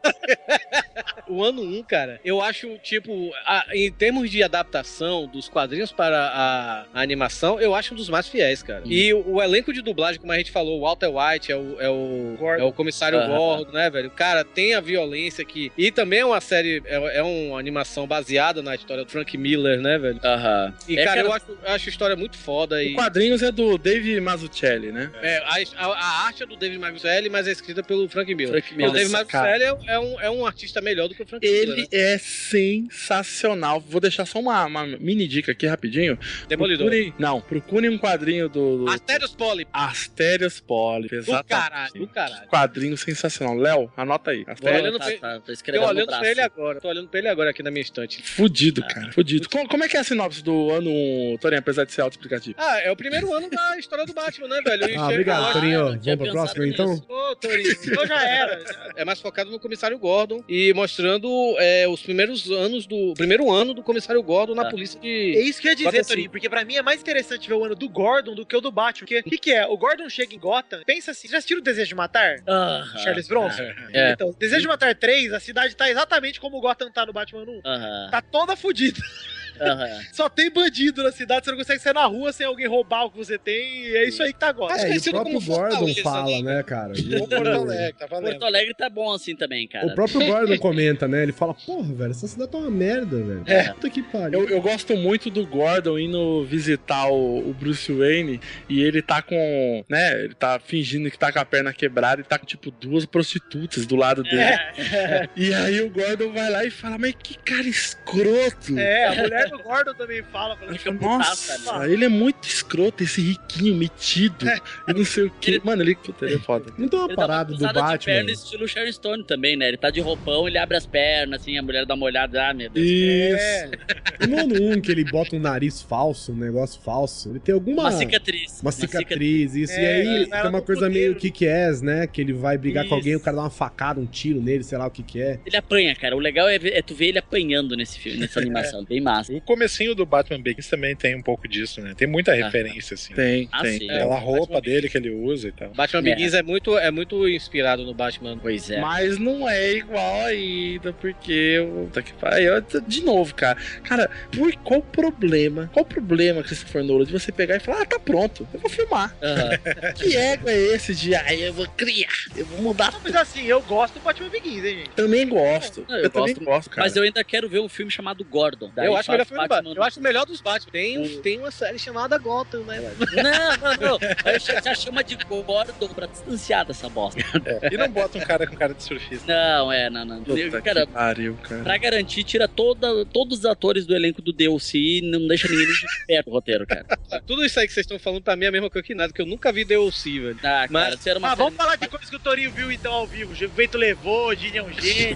o ano um, cara, eu acho, tipo, a- em termos de adaptação dos quadrinhos para a, a animação, eu acho um dos mais fiéis, cara. E o, o elenco de dublagem, como a gente falou, o Walter White é o, é o, é o comissário Aham. Gordon, né, velho? Cara, tem a violência aqui. E também é uma série, é, é uma animação baseada na história do Frank Miller, né, velho? Aham. E, É, cara, cara, eu acho, eu acho a história muito foda. E... O quadrinhos é do Dave Mazzucchelli, né? É, a, a, a arte é do David Mazzucchelli, mas é escrita pelo Frank Miller. Frank Miller. O David Cara. Mazzucchelli é, é um, é um artista melhor do que o Frank Miller. Ele Né? é sensacional. Vou deixar só uma, uma mini dica aqui rapidinho. Demolidor. Procure, não, procure um quadrinho do, do Astérios Polyp. Astérios Polyp, Do exatamente. caralho, do caralho. Quadrinho sensacional. Léo, anota aí. Tô Astérios olhando, tá, pra, tá, tô tô escrevendo no olhando braço. pra ele agora. Tô olhando pra ele agora aqui na minha estante. Fudido, cara. Fudido. Como, como é que é a sinopse do ano um, Torinho, apesar de ser auto-explicativo? Ah, é o primeiro ano da história do Batman, né, velho? E Ah, chega obrigado, lá- Torinho. eu Vamos tinha pra pensado próxima, então? nisso. Ô, Torinho, então já era. É mais focado no comissário Gordon e mostrando é, os primeiros anos do. Primeiro ano do comissário Gordon na Tá. polícia É de. isso que eu ia dizer, Gotham Torinho, porque pra mim é mais interessante ver o ano do Gordon do que o do Batman. Porque o que, que é? O Gordon chega em Gotham, pensa assim, já assistiu o Desejo de Matar? Aham. Charles Bronson? É. Então, Desejo de Matar três, a cidade tá exatamente como o Gotham tá no Batman um. Aham. Tá toda fodida. Aham. Só tem bandido na cidade, você não consegue sair na rua sem alguém roubar o que você tem, e é isso aí que tá Gotham. É, e o conhecido próprio como Gordon Fortaleza, fala, ali, né, cara? E Ou Porto Alegre, tá valendo. Porto Alegre tá bom assim também, cara. O próprio Gordon comenta, né? Ele fala, porra, velho, essa cidade tá uma merda, velho. É. Puta que pariu. Eu, eu gosto muito do Gordon indo visitar o, o Bruce Wayne e ele tá com, né, ele tá fingindo que tá com a perna quebrada e tá com, tipo, duas prostitutas do lado dele. É. E aí o Gordon vai lá e fala, mas que cara escroto. É, a mulher do Gordon também fala. fala Ele tipo, fala, Nossa, ele é muito escroto, esse riquinho, metido, e não sei o que. Mano, ele, puta, ele é foda. Não tem uma Ele dá uma parada do cruzada de Batman. perna estilo Sharon Stone também, né? Ele tá de roupão, ele abre as pernas, assim, a mulher dá uma olhada, ah, meu Deus. Isso. E no ano um, que ele bota um nariz falso, um negócio falso, ele tem alguma... Uma cicatriz. Uma cicatriz, isso. É, e aí ela tem uma no coisa poder. meio kick-ass, né? Que ele vai brigar com Isso. alguém, o cara dá uma facada, um tiro nele, sei lá o que que é. Ele apanha, cara. O legal é, ver- é tu ver ele apanhando nesse filme, nessa animação. Bem massa. O comecinho do Batman Begins também tem um pouco disso, né? Tem muita referência, assim. Tem, Ah, tem. sim. Aquela É, roupa Batman dele que ele usa e tal. Batman É. Begins é muito, é muito inspirado no Batman. Pois é. Mas não é igual ainda, porque eu. Tá que pariu. Eu- De novo, cara. Cara, por qual o problema? Qual o problema, Christopher Nolan, de você pegar e falar, ah, tá pronto, eu vou filmar. Aham. Que ego é esse de, ah, eu vou criar, eu vou mudar. Mas assim, eu gosto do Batman Begins, hein, gente? Também gosto. Não, Eu, eu também gosto, gosto, cara. Mas eu ainda quero ver um filme chamado Gordon. Daí Eu acho, o melhor faz filme do Batman- Batman. Eu acho o melhor dos Batman. Tem, um- tem uma série chamada Gotham, né? velho? Não, não, não. Aí já, já chama de Gordon pra distanciar dessa bosta. E não bota um cara com cara de surfista. Não, é, não, não. Puta Cara, que pariu, cara. pra garantir, tira toda, todos os atores do elenco do D L C e não deixa ninguém nem de perto do roteiro, cara. Tudo isso aí que vocês estão falando pra mim é a mesma coisa que nada, que eu nunca vi D O C, velho. Ah, cara, Mas- se era uma Ah, série- vamos falar de coisas que o Torinho viu então ao vivo. O vento levou, o Gini é um gênio.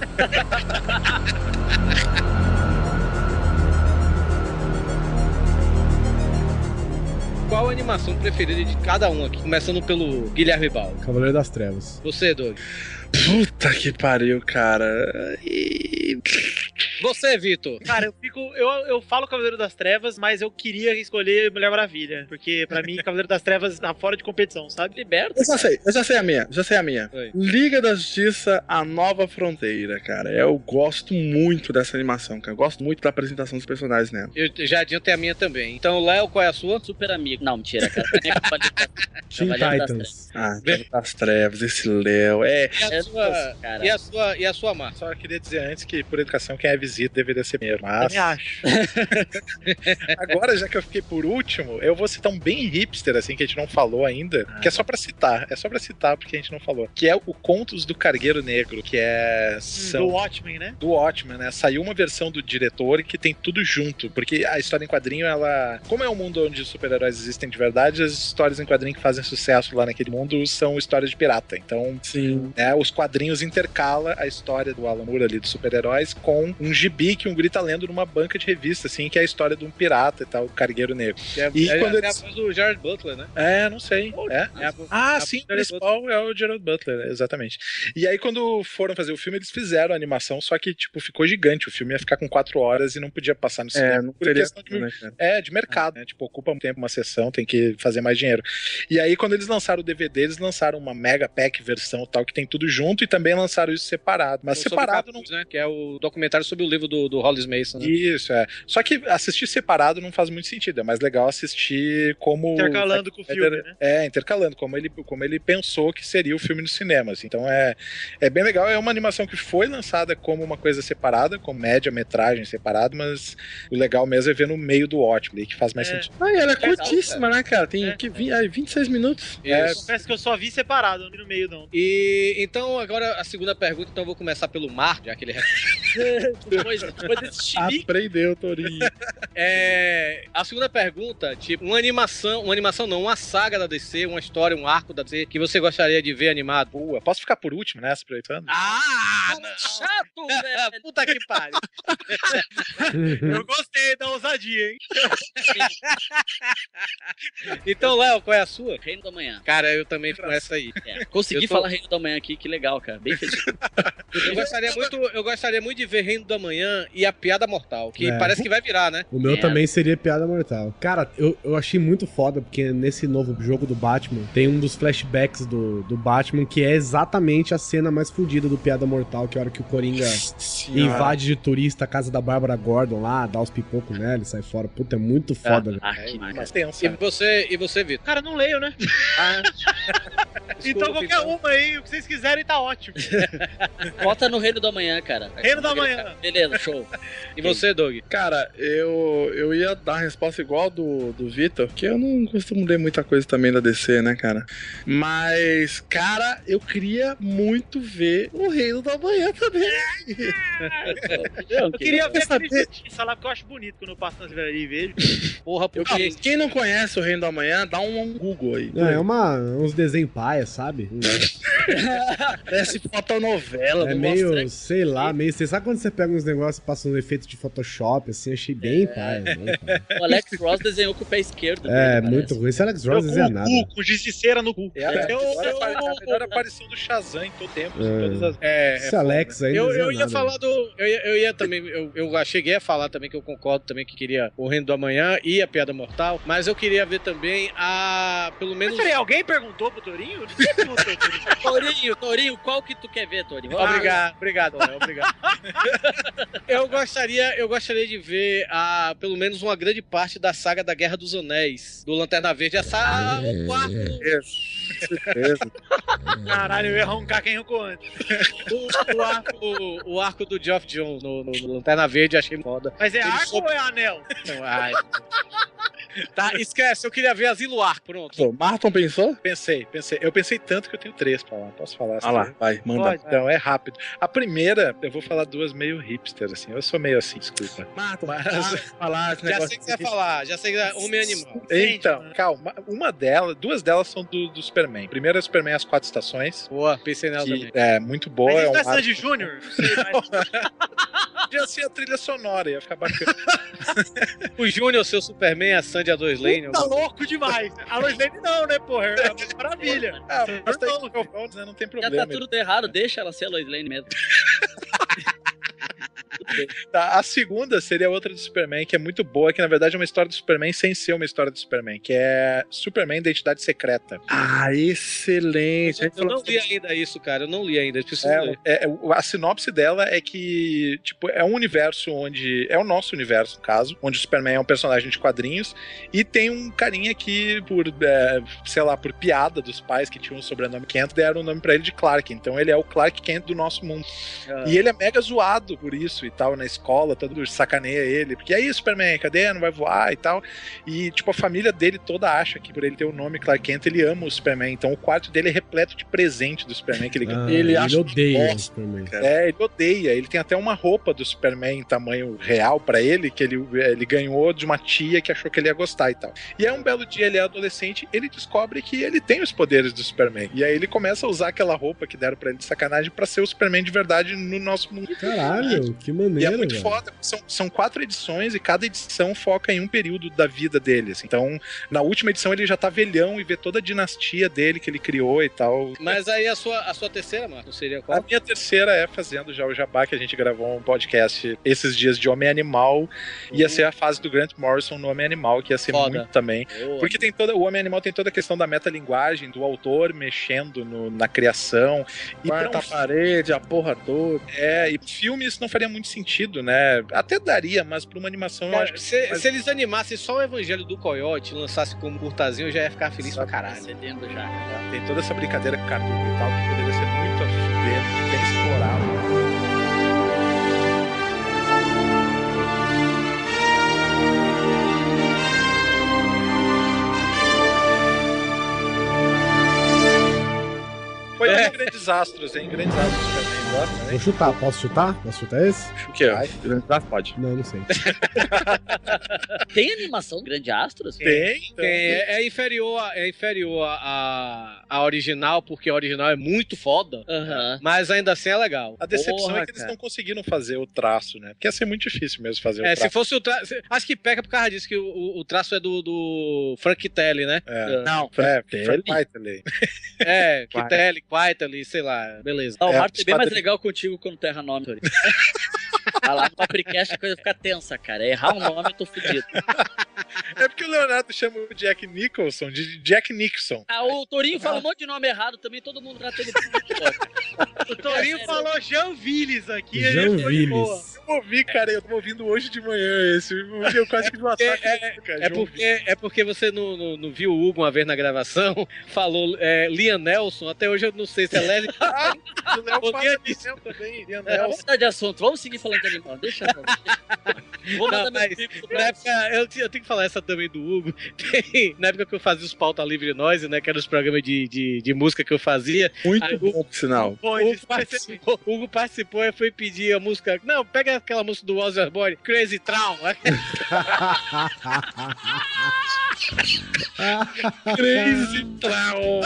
Qual a animação preferida de cada um aqui? Começando pelo Guilherme Bal. Cavaleiro das Trevas. Você, Doug. Puta que pariu, cara. E... Você, Vitor. Cara, eu fico. Eu, eu falo Cavaleiro das Trevas, mas eu queria escolher Mulher Maravilha. Porque pra mim, Cavaleiro das Trevas tá fora de competição, sabe? Liberta. Eu já sei, eu já sei a minha, já sei a minha. Oi. Liga da Justiça, A Nova Fronteira, cara. Eu gosto muito dessa animação, cara. Eu gosto muito da apresentação dos personagens nela. Eu já adiantei a minha também. Então, Léo, qual é a sua? Super amigo. Não, mentira, cara. É Cavaleiro das- Teen Cavaleiro das Titans. Ah, Cavaleiro das Trevas, esse Léo. É. E a É, sua, cara. e a sua, e a sua Marta? Só queria dizer antes que, por educação, quem é vizinho quesito deveria ser primeiro. Mas... Também acho. Agora, já que eu fiquei por último, eu vou citar um bem hipster, assim, que a gente não falou ainda, ah, que é só pra citar, é só pra citar porque a gente não falou, que é o Contos do Cargueiro Negro, que é... São... Do Watchmen, né? Do Watchmen, né? Saiu uma versão do diretor que tem tudo junto, porque a história em quadrinho, ela... Como é um mundo onde super-heróis existem de verdade, as histórias em quadrinho que fazem sucesso lá naquele mundo são histórias de pirata. Então, sim, né, os quadrinhos intercala a história do Alan Moore ali, dos super-heróis, com um gibi que um guri tá lendo numa banca de revista, assim, que é a história de um pirata e tal, o Cargueiro Negro. É, e é, quando é eles... a voz do Gerard Butler, né? É, não sei. É. É a... Ah, a... sim, a... o principal é o Gerard Butler, exatamente. E aí, quando foram fazer o filme, eles fizeram a animação, só que, tipo, ficou gigante. O filme ia ficar com quatro horas e não podia passar no cinema. É, não por teria questão de, né, cara? é, de mercado, né? Tipo, ocupa um tempo uma sessão, tem que fazer mais dinheiro. E aí, quando eles lançaram o D V D, eles lançaram uma mega pack versão tal, que tem tudo junto, e também lançaram isso separado. Mas Sobre separado Capuz, não... né? Que é o documentário sobre o livro do, do Hollis Mason, né? Isso, é. Só que assistir separado não faz muito sentido. É mais legal assistir como... Intercalando com o filme, né? É, intercalando, como ele, como ele pensou que seria o filme nos cinemas. Então é, é bem legal. É uma animação que foi lançada como uma coisa separada, com média-metragem separada, mas o legal mesmo é ver no meio do Watchmen, que faz mais É. sentido. Ah, e ela é É, curtíssima, né, cara? Tem É. que vi- ah, vinte e seis minutos. É, Isso. Confesso que eu só vi separado, não vi no meio, não. E então, agora a segunda pergunta, então eu vou começar pelo Mar, já que ele Depois, depois desse chilique. Aprendeu, Torinho. é. A segunda pergunta, tipo, uma animação, uma animação não, uma saga da D C, uma história, um arco da D C que você gostaria de ver animado. boa. Posso ficar por último nessa, aproveitando? Ah, Chato, velho. Puta que pariu. Eu gostei da ousadia, hein? Então, Léo, qual é a sua? Reino da Manhã. Cara, eu também com essa aí. É, consegui Eu tô- falar Reino da Manhã aqui, que legal, cara. Bem feliz. Eu gostaria muito, eu gostaria muito de ver Reino da Manhã e a Piada Mortal, que É. parece que vai virar, né? O meu É. também seria Piada Mortal. Cara, eu, eu achei muito foda, porque nesse novo jogo do Batman, tem um dos flashbacks do, do Batman, que é exatamente a cena mais fodida do Piada Mortal, que é a hora que o Coringa invade de turista a casa da Bárbara Gordon lá, dá os pipocos nela e sai fora. Puta, é muito foda, velho. Ah, que maravilha. Mas tensa. E você, e você, Vitor? Cara, não leio, né? Ah, Então qualquer uma aí, o que vocês quiserem, tá ótimo. Bota no Reino da Manhã, cara. Reino da Manhã. Beleza, show. E você, Doug? Cara, eu, eu ia dar a resposta igual do, do Vitor, que eu não costumo ler muita coisa também da D C, né, cara? Mas, cara, eu queria muito ver o Reino da Manhã também. Eu queria ver saber- aquele justiça lá, porque eu acho bonito quando eu passo nas livrarias e vejo. Porra, Eu, porque... quem não conhece o Reino da Manhã, dá um, um Google aí. É, é uma, uns desenhos paia, sabe? Parece fotonovela. É não meio, mostra- sei lá, meio. Você sabe quando você pega uns negócios e passa uns efeitos de Photoshop, assim, achei bem paia. Bem paia. O Alex Ross desenhou com o pé esquerdo. É, dele, muito parece. ruim. Esse Alex Eu Ross com desenha o nada. cu, com giz de cera no cu. É a, Eu- melhor, eu- apari- a melhor aparição do Shazam em todo tempo. É. Em todas as... É, Esse Alex aí não Eu, desenha eu ia nada. falar do. Eu ia, eu ia também. Eu, eu cheguei a falar também que eu concordo também que queria o Reino do Amanhã e a Piada Mortal, mas eu queria ver também a. Pelo menos. Mas peraí, alguém perguntou pro Torinho? Ninguém perguntou pro Torinho. Torinho, Torinho, qual que tu quer ver, Torinho? Vamos lá. Obrigado, obrigado, Léo, obrigado. eu gostaria, eu gostaria de ver a, pelo menos uma grande parte da saga da Guerra dos Anéis, do Lanterna Verde, essa o quarto, Certeza. Caralho, eu ia roncar quem roncou antes. o, o arco, o, o arco do Geoff Jones no, no, no Lanterna Verde, achei foda. Mas é Ele arco soube- ou é anel? Ai. Tá, esquece, eu queria ver Asilo Arco, pronto. Pô, Marton pensou? Pensei, pensei. Eu pensei tanto que eu tenho três pra lá. Posso falar? Ah lá, vai, manda. Pode. Então, é rápido. A primeira, eu vou falar duas meio hipster, assim. Eu sou meio assim, desculpa. Marton, Mas- mas... falar esse Já negócio sei o que você vai falar, já sei que é Homem Animal. Então, mano. calma. Uma delas, duas delas são do, do Superman. Primeiro é o Superman As Quatro Estações. Boa, pensei nela Que também. é muito boa. Mas é isso um não é arco- Sandy Júnior? Não sei, mas- Podia ser a trilha sonora, ia ficar bacana. O Júnior, seu Superman, a Sandy a dois Lane. Tá louco demais. A Lois Lane não, né, porra? É uma maravilha. Ah, mas tá aí com o Falcão, né? Não tem Já tá problema. tudo errado, deixa ela ser a Lois Lane mesmo. Tá, a segunda seria outra do Superman, que é muito boa, que na verdade é uma história do Superman sem ser uma história do Superman, que é Superman Identidade Secreta. Ah, excelente. A gente Eu não falou- li ainda isso, cara. Eu não li ainda. Eu preciso É, ler. é, é, a sinopse dela é que, tipo, é um universo onde... É o nosso universo, no caso, onde o Superman é um personagem de quadrinhos e tem um carinha que, por, é, sei lá, por piada dos pais que tinham o sobrenome Kent, deram o nome pra ele de Clark. Então ele é o Clark Kent do nosso mundo. Ah. E ele é mega zoado por isso e tal. tal, na escola, todo mundo sacaneia ele, porque aí, Superman, cadê? Não vai voar e tal. E, tipo, a família dele toda acha que por ele ter o nome Clark Kent, ele ama o Superman. Então o quarto dele é repleto de presente do Superman que ele Ah, ele, ele acha odeia que o Superman. É, ele odeia. Ele tem até uma roupa do Superman em tamanho real pra ele, que ele, ele ganhou de uma tia que achou que ele ia gostar e tal. E aí um belo dia ele é adolescente, ele descobre que ele tem os poderes do Superman. E aí ele começa a usar aquela roupa que deram pra ele de sacanagem pra ser o Superman de verdade no nosso mundo. Caralho, que maneiro. E é muito velho. foda. São, são quatro edições e cada edição foca em um período da vida dele. Assim. Então, na última edição ele já tá velhão e vê toda a dinastia dele que ele criou e tal. Mas aí a sua, a sua terceira, Marco, seria qual? A minha terceira é fazendo já o jabá, que a gente gravou um podcast esses dias de Homem Animal. Ia ser a fase do Grant Morrison no Homem Animal, que ia ser Foda. muito também. Boa. Porque tem toda, o Homem Animal tem toda a questão da metalinguagem, do autor mexendo no- na criação. E pra Quarta um parede, a porra toda. É, e filme isso não faria muito sentido, né? Até daria, mas pra uma animação eu Cara, acho que... se, mas- se eles animassem só o Evangelho do Coyote e lançassem como curtazinho, eu já ia ficar feliz pra caralho. Cedendo já. Tem toda essa brincadeira com cartoon e tal, que poderia ser muito a fuder, bem explorado. Foi É. em Grandes Astros, hein? Grandes Astros também gosta, né? Vou chutar, posso chutar? Posso chutar esse? O que é? Pode. Não, não sei. Tem animação Grande Astros? Tem, Tem, é, é inferior, a, é inferior a, a, a original, porque a original é muito foda, Aham. mas ainda assim é legal. A decepção Porra, é que eles cara. não conseguiram fazer o traço, né? Porque ia ser muito difícil mesmo fazer o É, traço. se fosse o traço. Acho que peca por causa disso, que o, o, o traço é do, do Frank Telly, né? É. Não, É, Telly? Frank Whiteley. É, Telly, Quitely, sei lá, beleza. Não, o É, Marco é bem mais padrinho. legal contigo quando tu erra nome, Tori. Vai lá no Papricast a coisa fica tensa, cara. Errar um nome, eu tô fudido. É porque o Leonardo chama o Jack Nicholson de Jack Nixon. Ah, o Torinho fala um monte de nome errado também, todo mundo trata ele de O Torinho falou Jean Willis aqui. Jean ele foi de boa. Willis. Eu ouvi, cara, eu tô ouvindo hoje de manhã esse. Eu quase que vi uma É, saca, é, cara, é, João porque, é porque você não, não, não viu o Hugo uma vez na gravação, falou é, Liam Nelson, até hoje eu não sei se é Leslie. O Léo Ou fala Liam isso também, Ian É, vamos Nelson. mudar de assunto, vamos seguir falando de animal. Deixa eu Vou Não, mandar meu mas, clipe pro na época, eu, eu tenho que falar essa também do Hugo. Tem- na época que eu fazia os Pauta Livre Noise, né? Que eram os programas de, de, de música que eu fazia. Muito Aí, bom, por sinal. O Hugo participou, o Hugo participou e foi pedir a música. Não, pega aquela música do Ozzy Osbourne, Crazy Town. Crazy Town.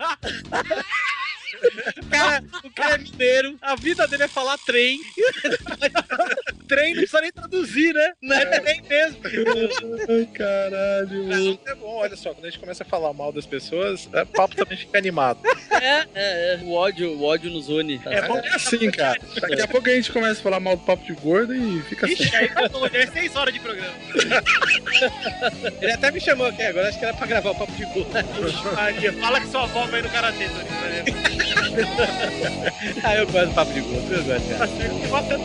Cara, o cara é mineiro, a vida dele é falar trem. Trem não precisa nem traduzir, né? Não é trem mesmo. Caralho. Não, é bom, olha só, quando a gente começa a falar mal das pessoas, o papo também fica animado. É, é, é. O ódio, o ódio nos une. Tá? É bom que é assim, cara. Daqui a pouco a gente começa a falar mal do papo de gordo e fica assim. Ixi, aí tá doido, é seis horas de programa. Ele até me chamou aqui agora, acho que era pra gravar o papo de gordo. Maria, fala que sua avó vai no karatê, Torinho. Ah, eu gosto do papo de gordo, eu gosto, cara. Tá certo que bota.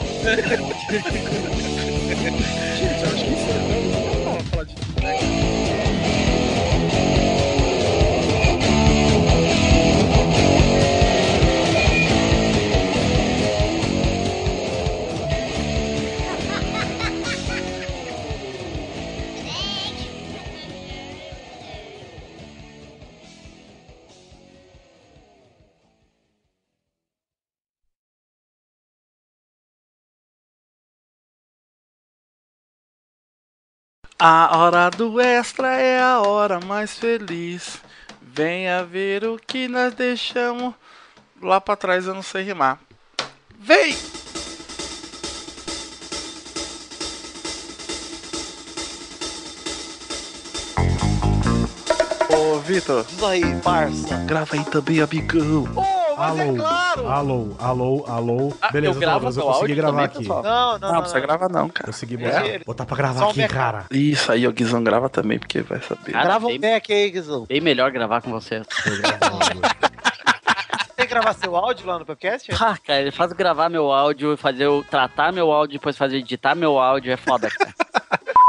Gente, eu acho que isso é bom falar de tudo, né? A hora do extra é a hora mais feliz. Venha ver o que nós deixamos lá pra trás, eu não sei rimar. Vem! Ô, Vitor. Diz aí, parça. Grava aí também, amigão. Oh, mas Alô, é claro. alô, alô, alô. Ah, Beleza, eu gravo Douglas, eu teu consegui áudio gravar também, aqui. pessoal? Não, não, Não, não. precisa gravar não, cara. Consegui É. botar, botar pra gravar Só um aqui, backup. cara. Isso aí, o Guizão grava também, porque vai saber. Cara, Grava um bem, back aí, Guizão. bem melhor gravar com vocês. Tô gravando. Tem que gravar seu áudio lá no podcast? Ah, cara, ele faz gravar meu áudio, fazer eu tratar meu áudio, depois fazer editar meu áudio, é foda, cara.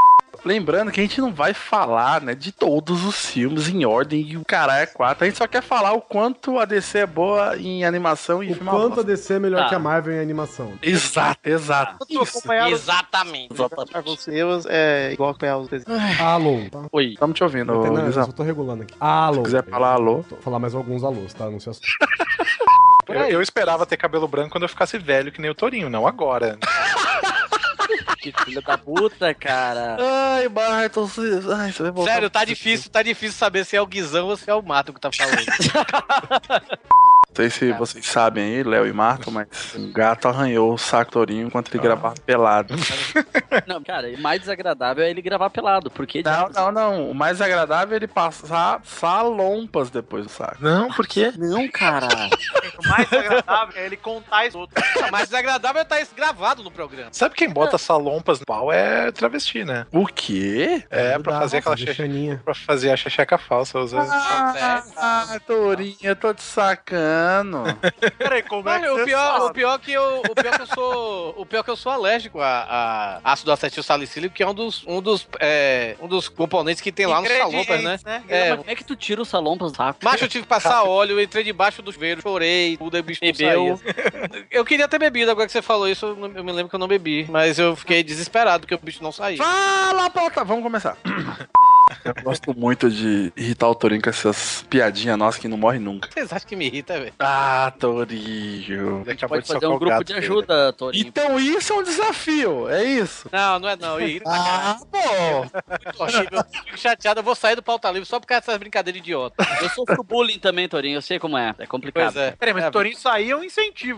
lembrando que a gente não vai falar, né, de todos os filmes em ordem e o caralho é quatro. A gente só quer falar o quanto a D C é boa em animação e O filme quanto a D C é melhor Tá. que a Marvel em animação. Exato, exato. Exatamente. Marvel Cinemas é igual acompanhar os desenhos. Alô. Tá? Oi, estamos te ouvindo, Não, ô, eu Guizão. só tô regulando aqui. Alô. Se quiser falar alô. Vou falar mais alguns alôs, tá? Não se assuste. Eu, eu esperava ter cabelo branco quando eu ficasse velho, que nem o Torinho, não agora. Que filha da puta, cara. Ai, Barton, ai, você vai voltar. Sério, tá difícil, tá difícil saber se é o Guizão ou se é o Mato que tá falando. Não sei se vocês sabem aí, Léo e Marta, mas um gato arranhou o saco do Torinho enquanto ele gravava pelado. Não, cara, e mais desagradável é ele gravar pelado, porque... Não, não, não. O mais agradável é ele passar salompas depois do saco. Não, por quê? Não, cara. O mais agradável é ele contar isso outro. O mais desagradável é estar isso gravado no programa. Sabe quem bota salompas no pau é travesti, né? O quê? É, pra fazer aquela Xaninha. pra fazer a xexeca falsa. Usa... Ah, ah, Torinho, eu tô te sacando. Peraí, como é que Olha, o você pior, sabe? o pior que eu, o pior que eu sou, o pior que eu sou alérgico a, a ácido acetil salicílico, que é um dos, um dos, é, um dos componentes que tem lá nos salompas, né? É, É, como é que tu tira o salompas do saco? Macho, eu tive que passar óleo, eu entrei debaixo do chuveiro, chorei, tudo, aí o bicho não Bebeu. saía. Eu queria ter bebido, agora que você falou isso, eu, não- eu me lembro que eu não bebi, mas eu fiquei desesperado porque o bicho não saía. Fala, pauta! Vamos começar. Eu gosto muito de irritar o Torinho com essas piadinhas nossas que não morrem nunca. Vocês acham que me irrita, velho? Ah, Torinho. A gente pode fazer um grupo de ajuda, Torinho. Então isso é um desafio, é isso? Não, não é não, irrita. Ah, pô! Eu fico chateado, eu vou sair do pauta livre só por causa dessas brincadeiras idiotas. Eu sofro bullying também, Torinho, eu sei como é. É complicado. Pois é. Peraí, mas o Torinho sair é um incentivo.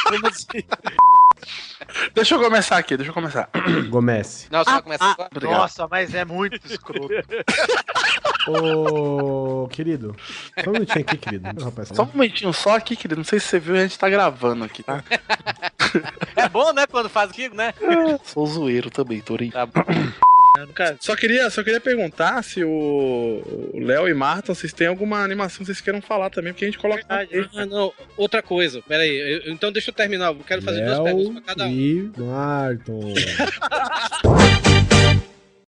Deixa eu começar aqui, deixa eu começar. Gomece. Não, você vai começar agora? Obrigado. Nossa, mas é muito escroto. Ô, querido. Só um minutinho aqui, querido. Rapaz, Só um momentinho só aqui, querido. Não sei se você viu, a gente tá gravando aqui, tá? É bom, né, quando faz aquilo, né? Sou zoeiro também, Torinho. Tá bom. Cara, só queria, só queria perguntar se o o Léo e Marta, vocês têm alguma animação que vocês queiram falar também, porque a gente coloca. Ah, não. Outra coisa. Pera aí. eu- então deixa eu terminar. Eu quero fazer duas perguntas pra cada um. E Marton.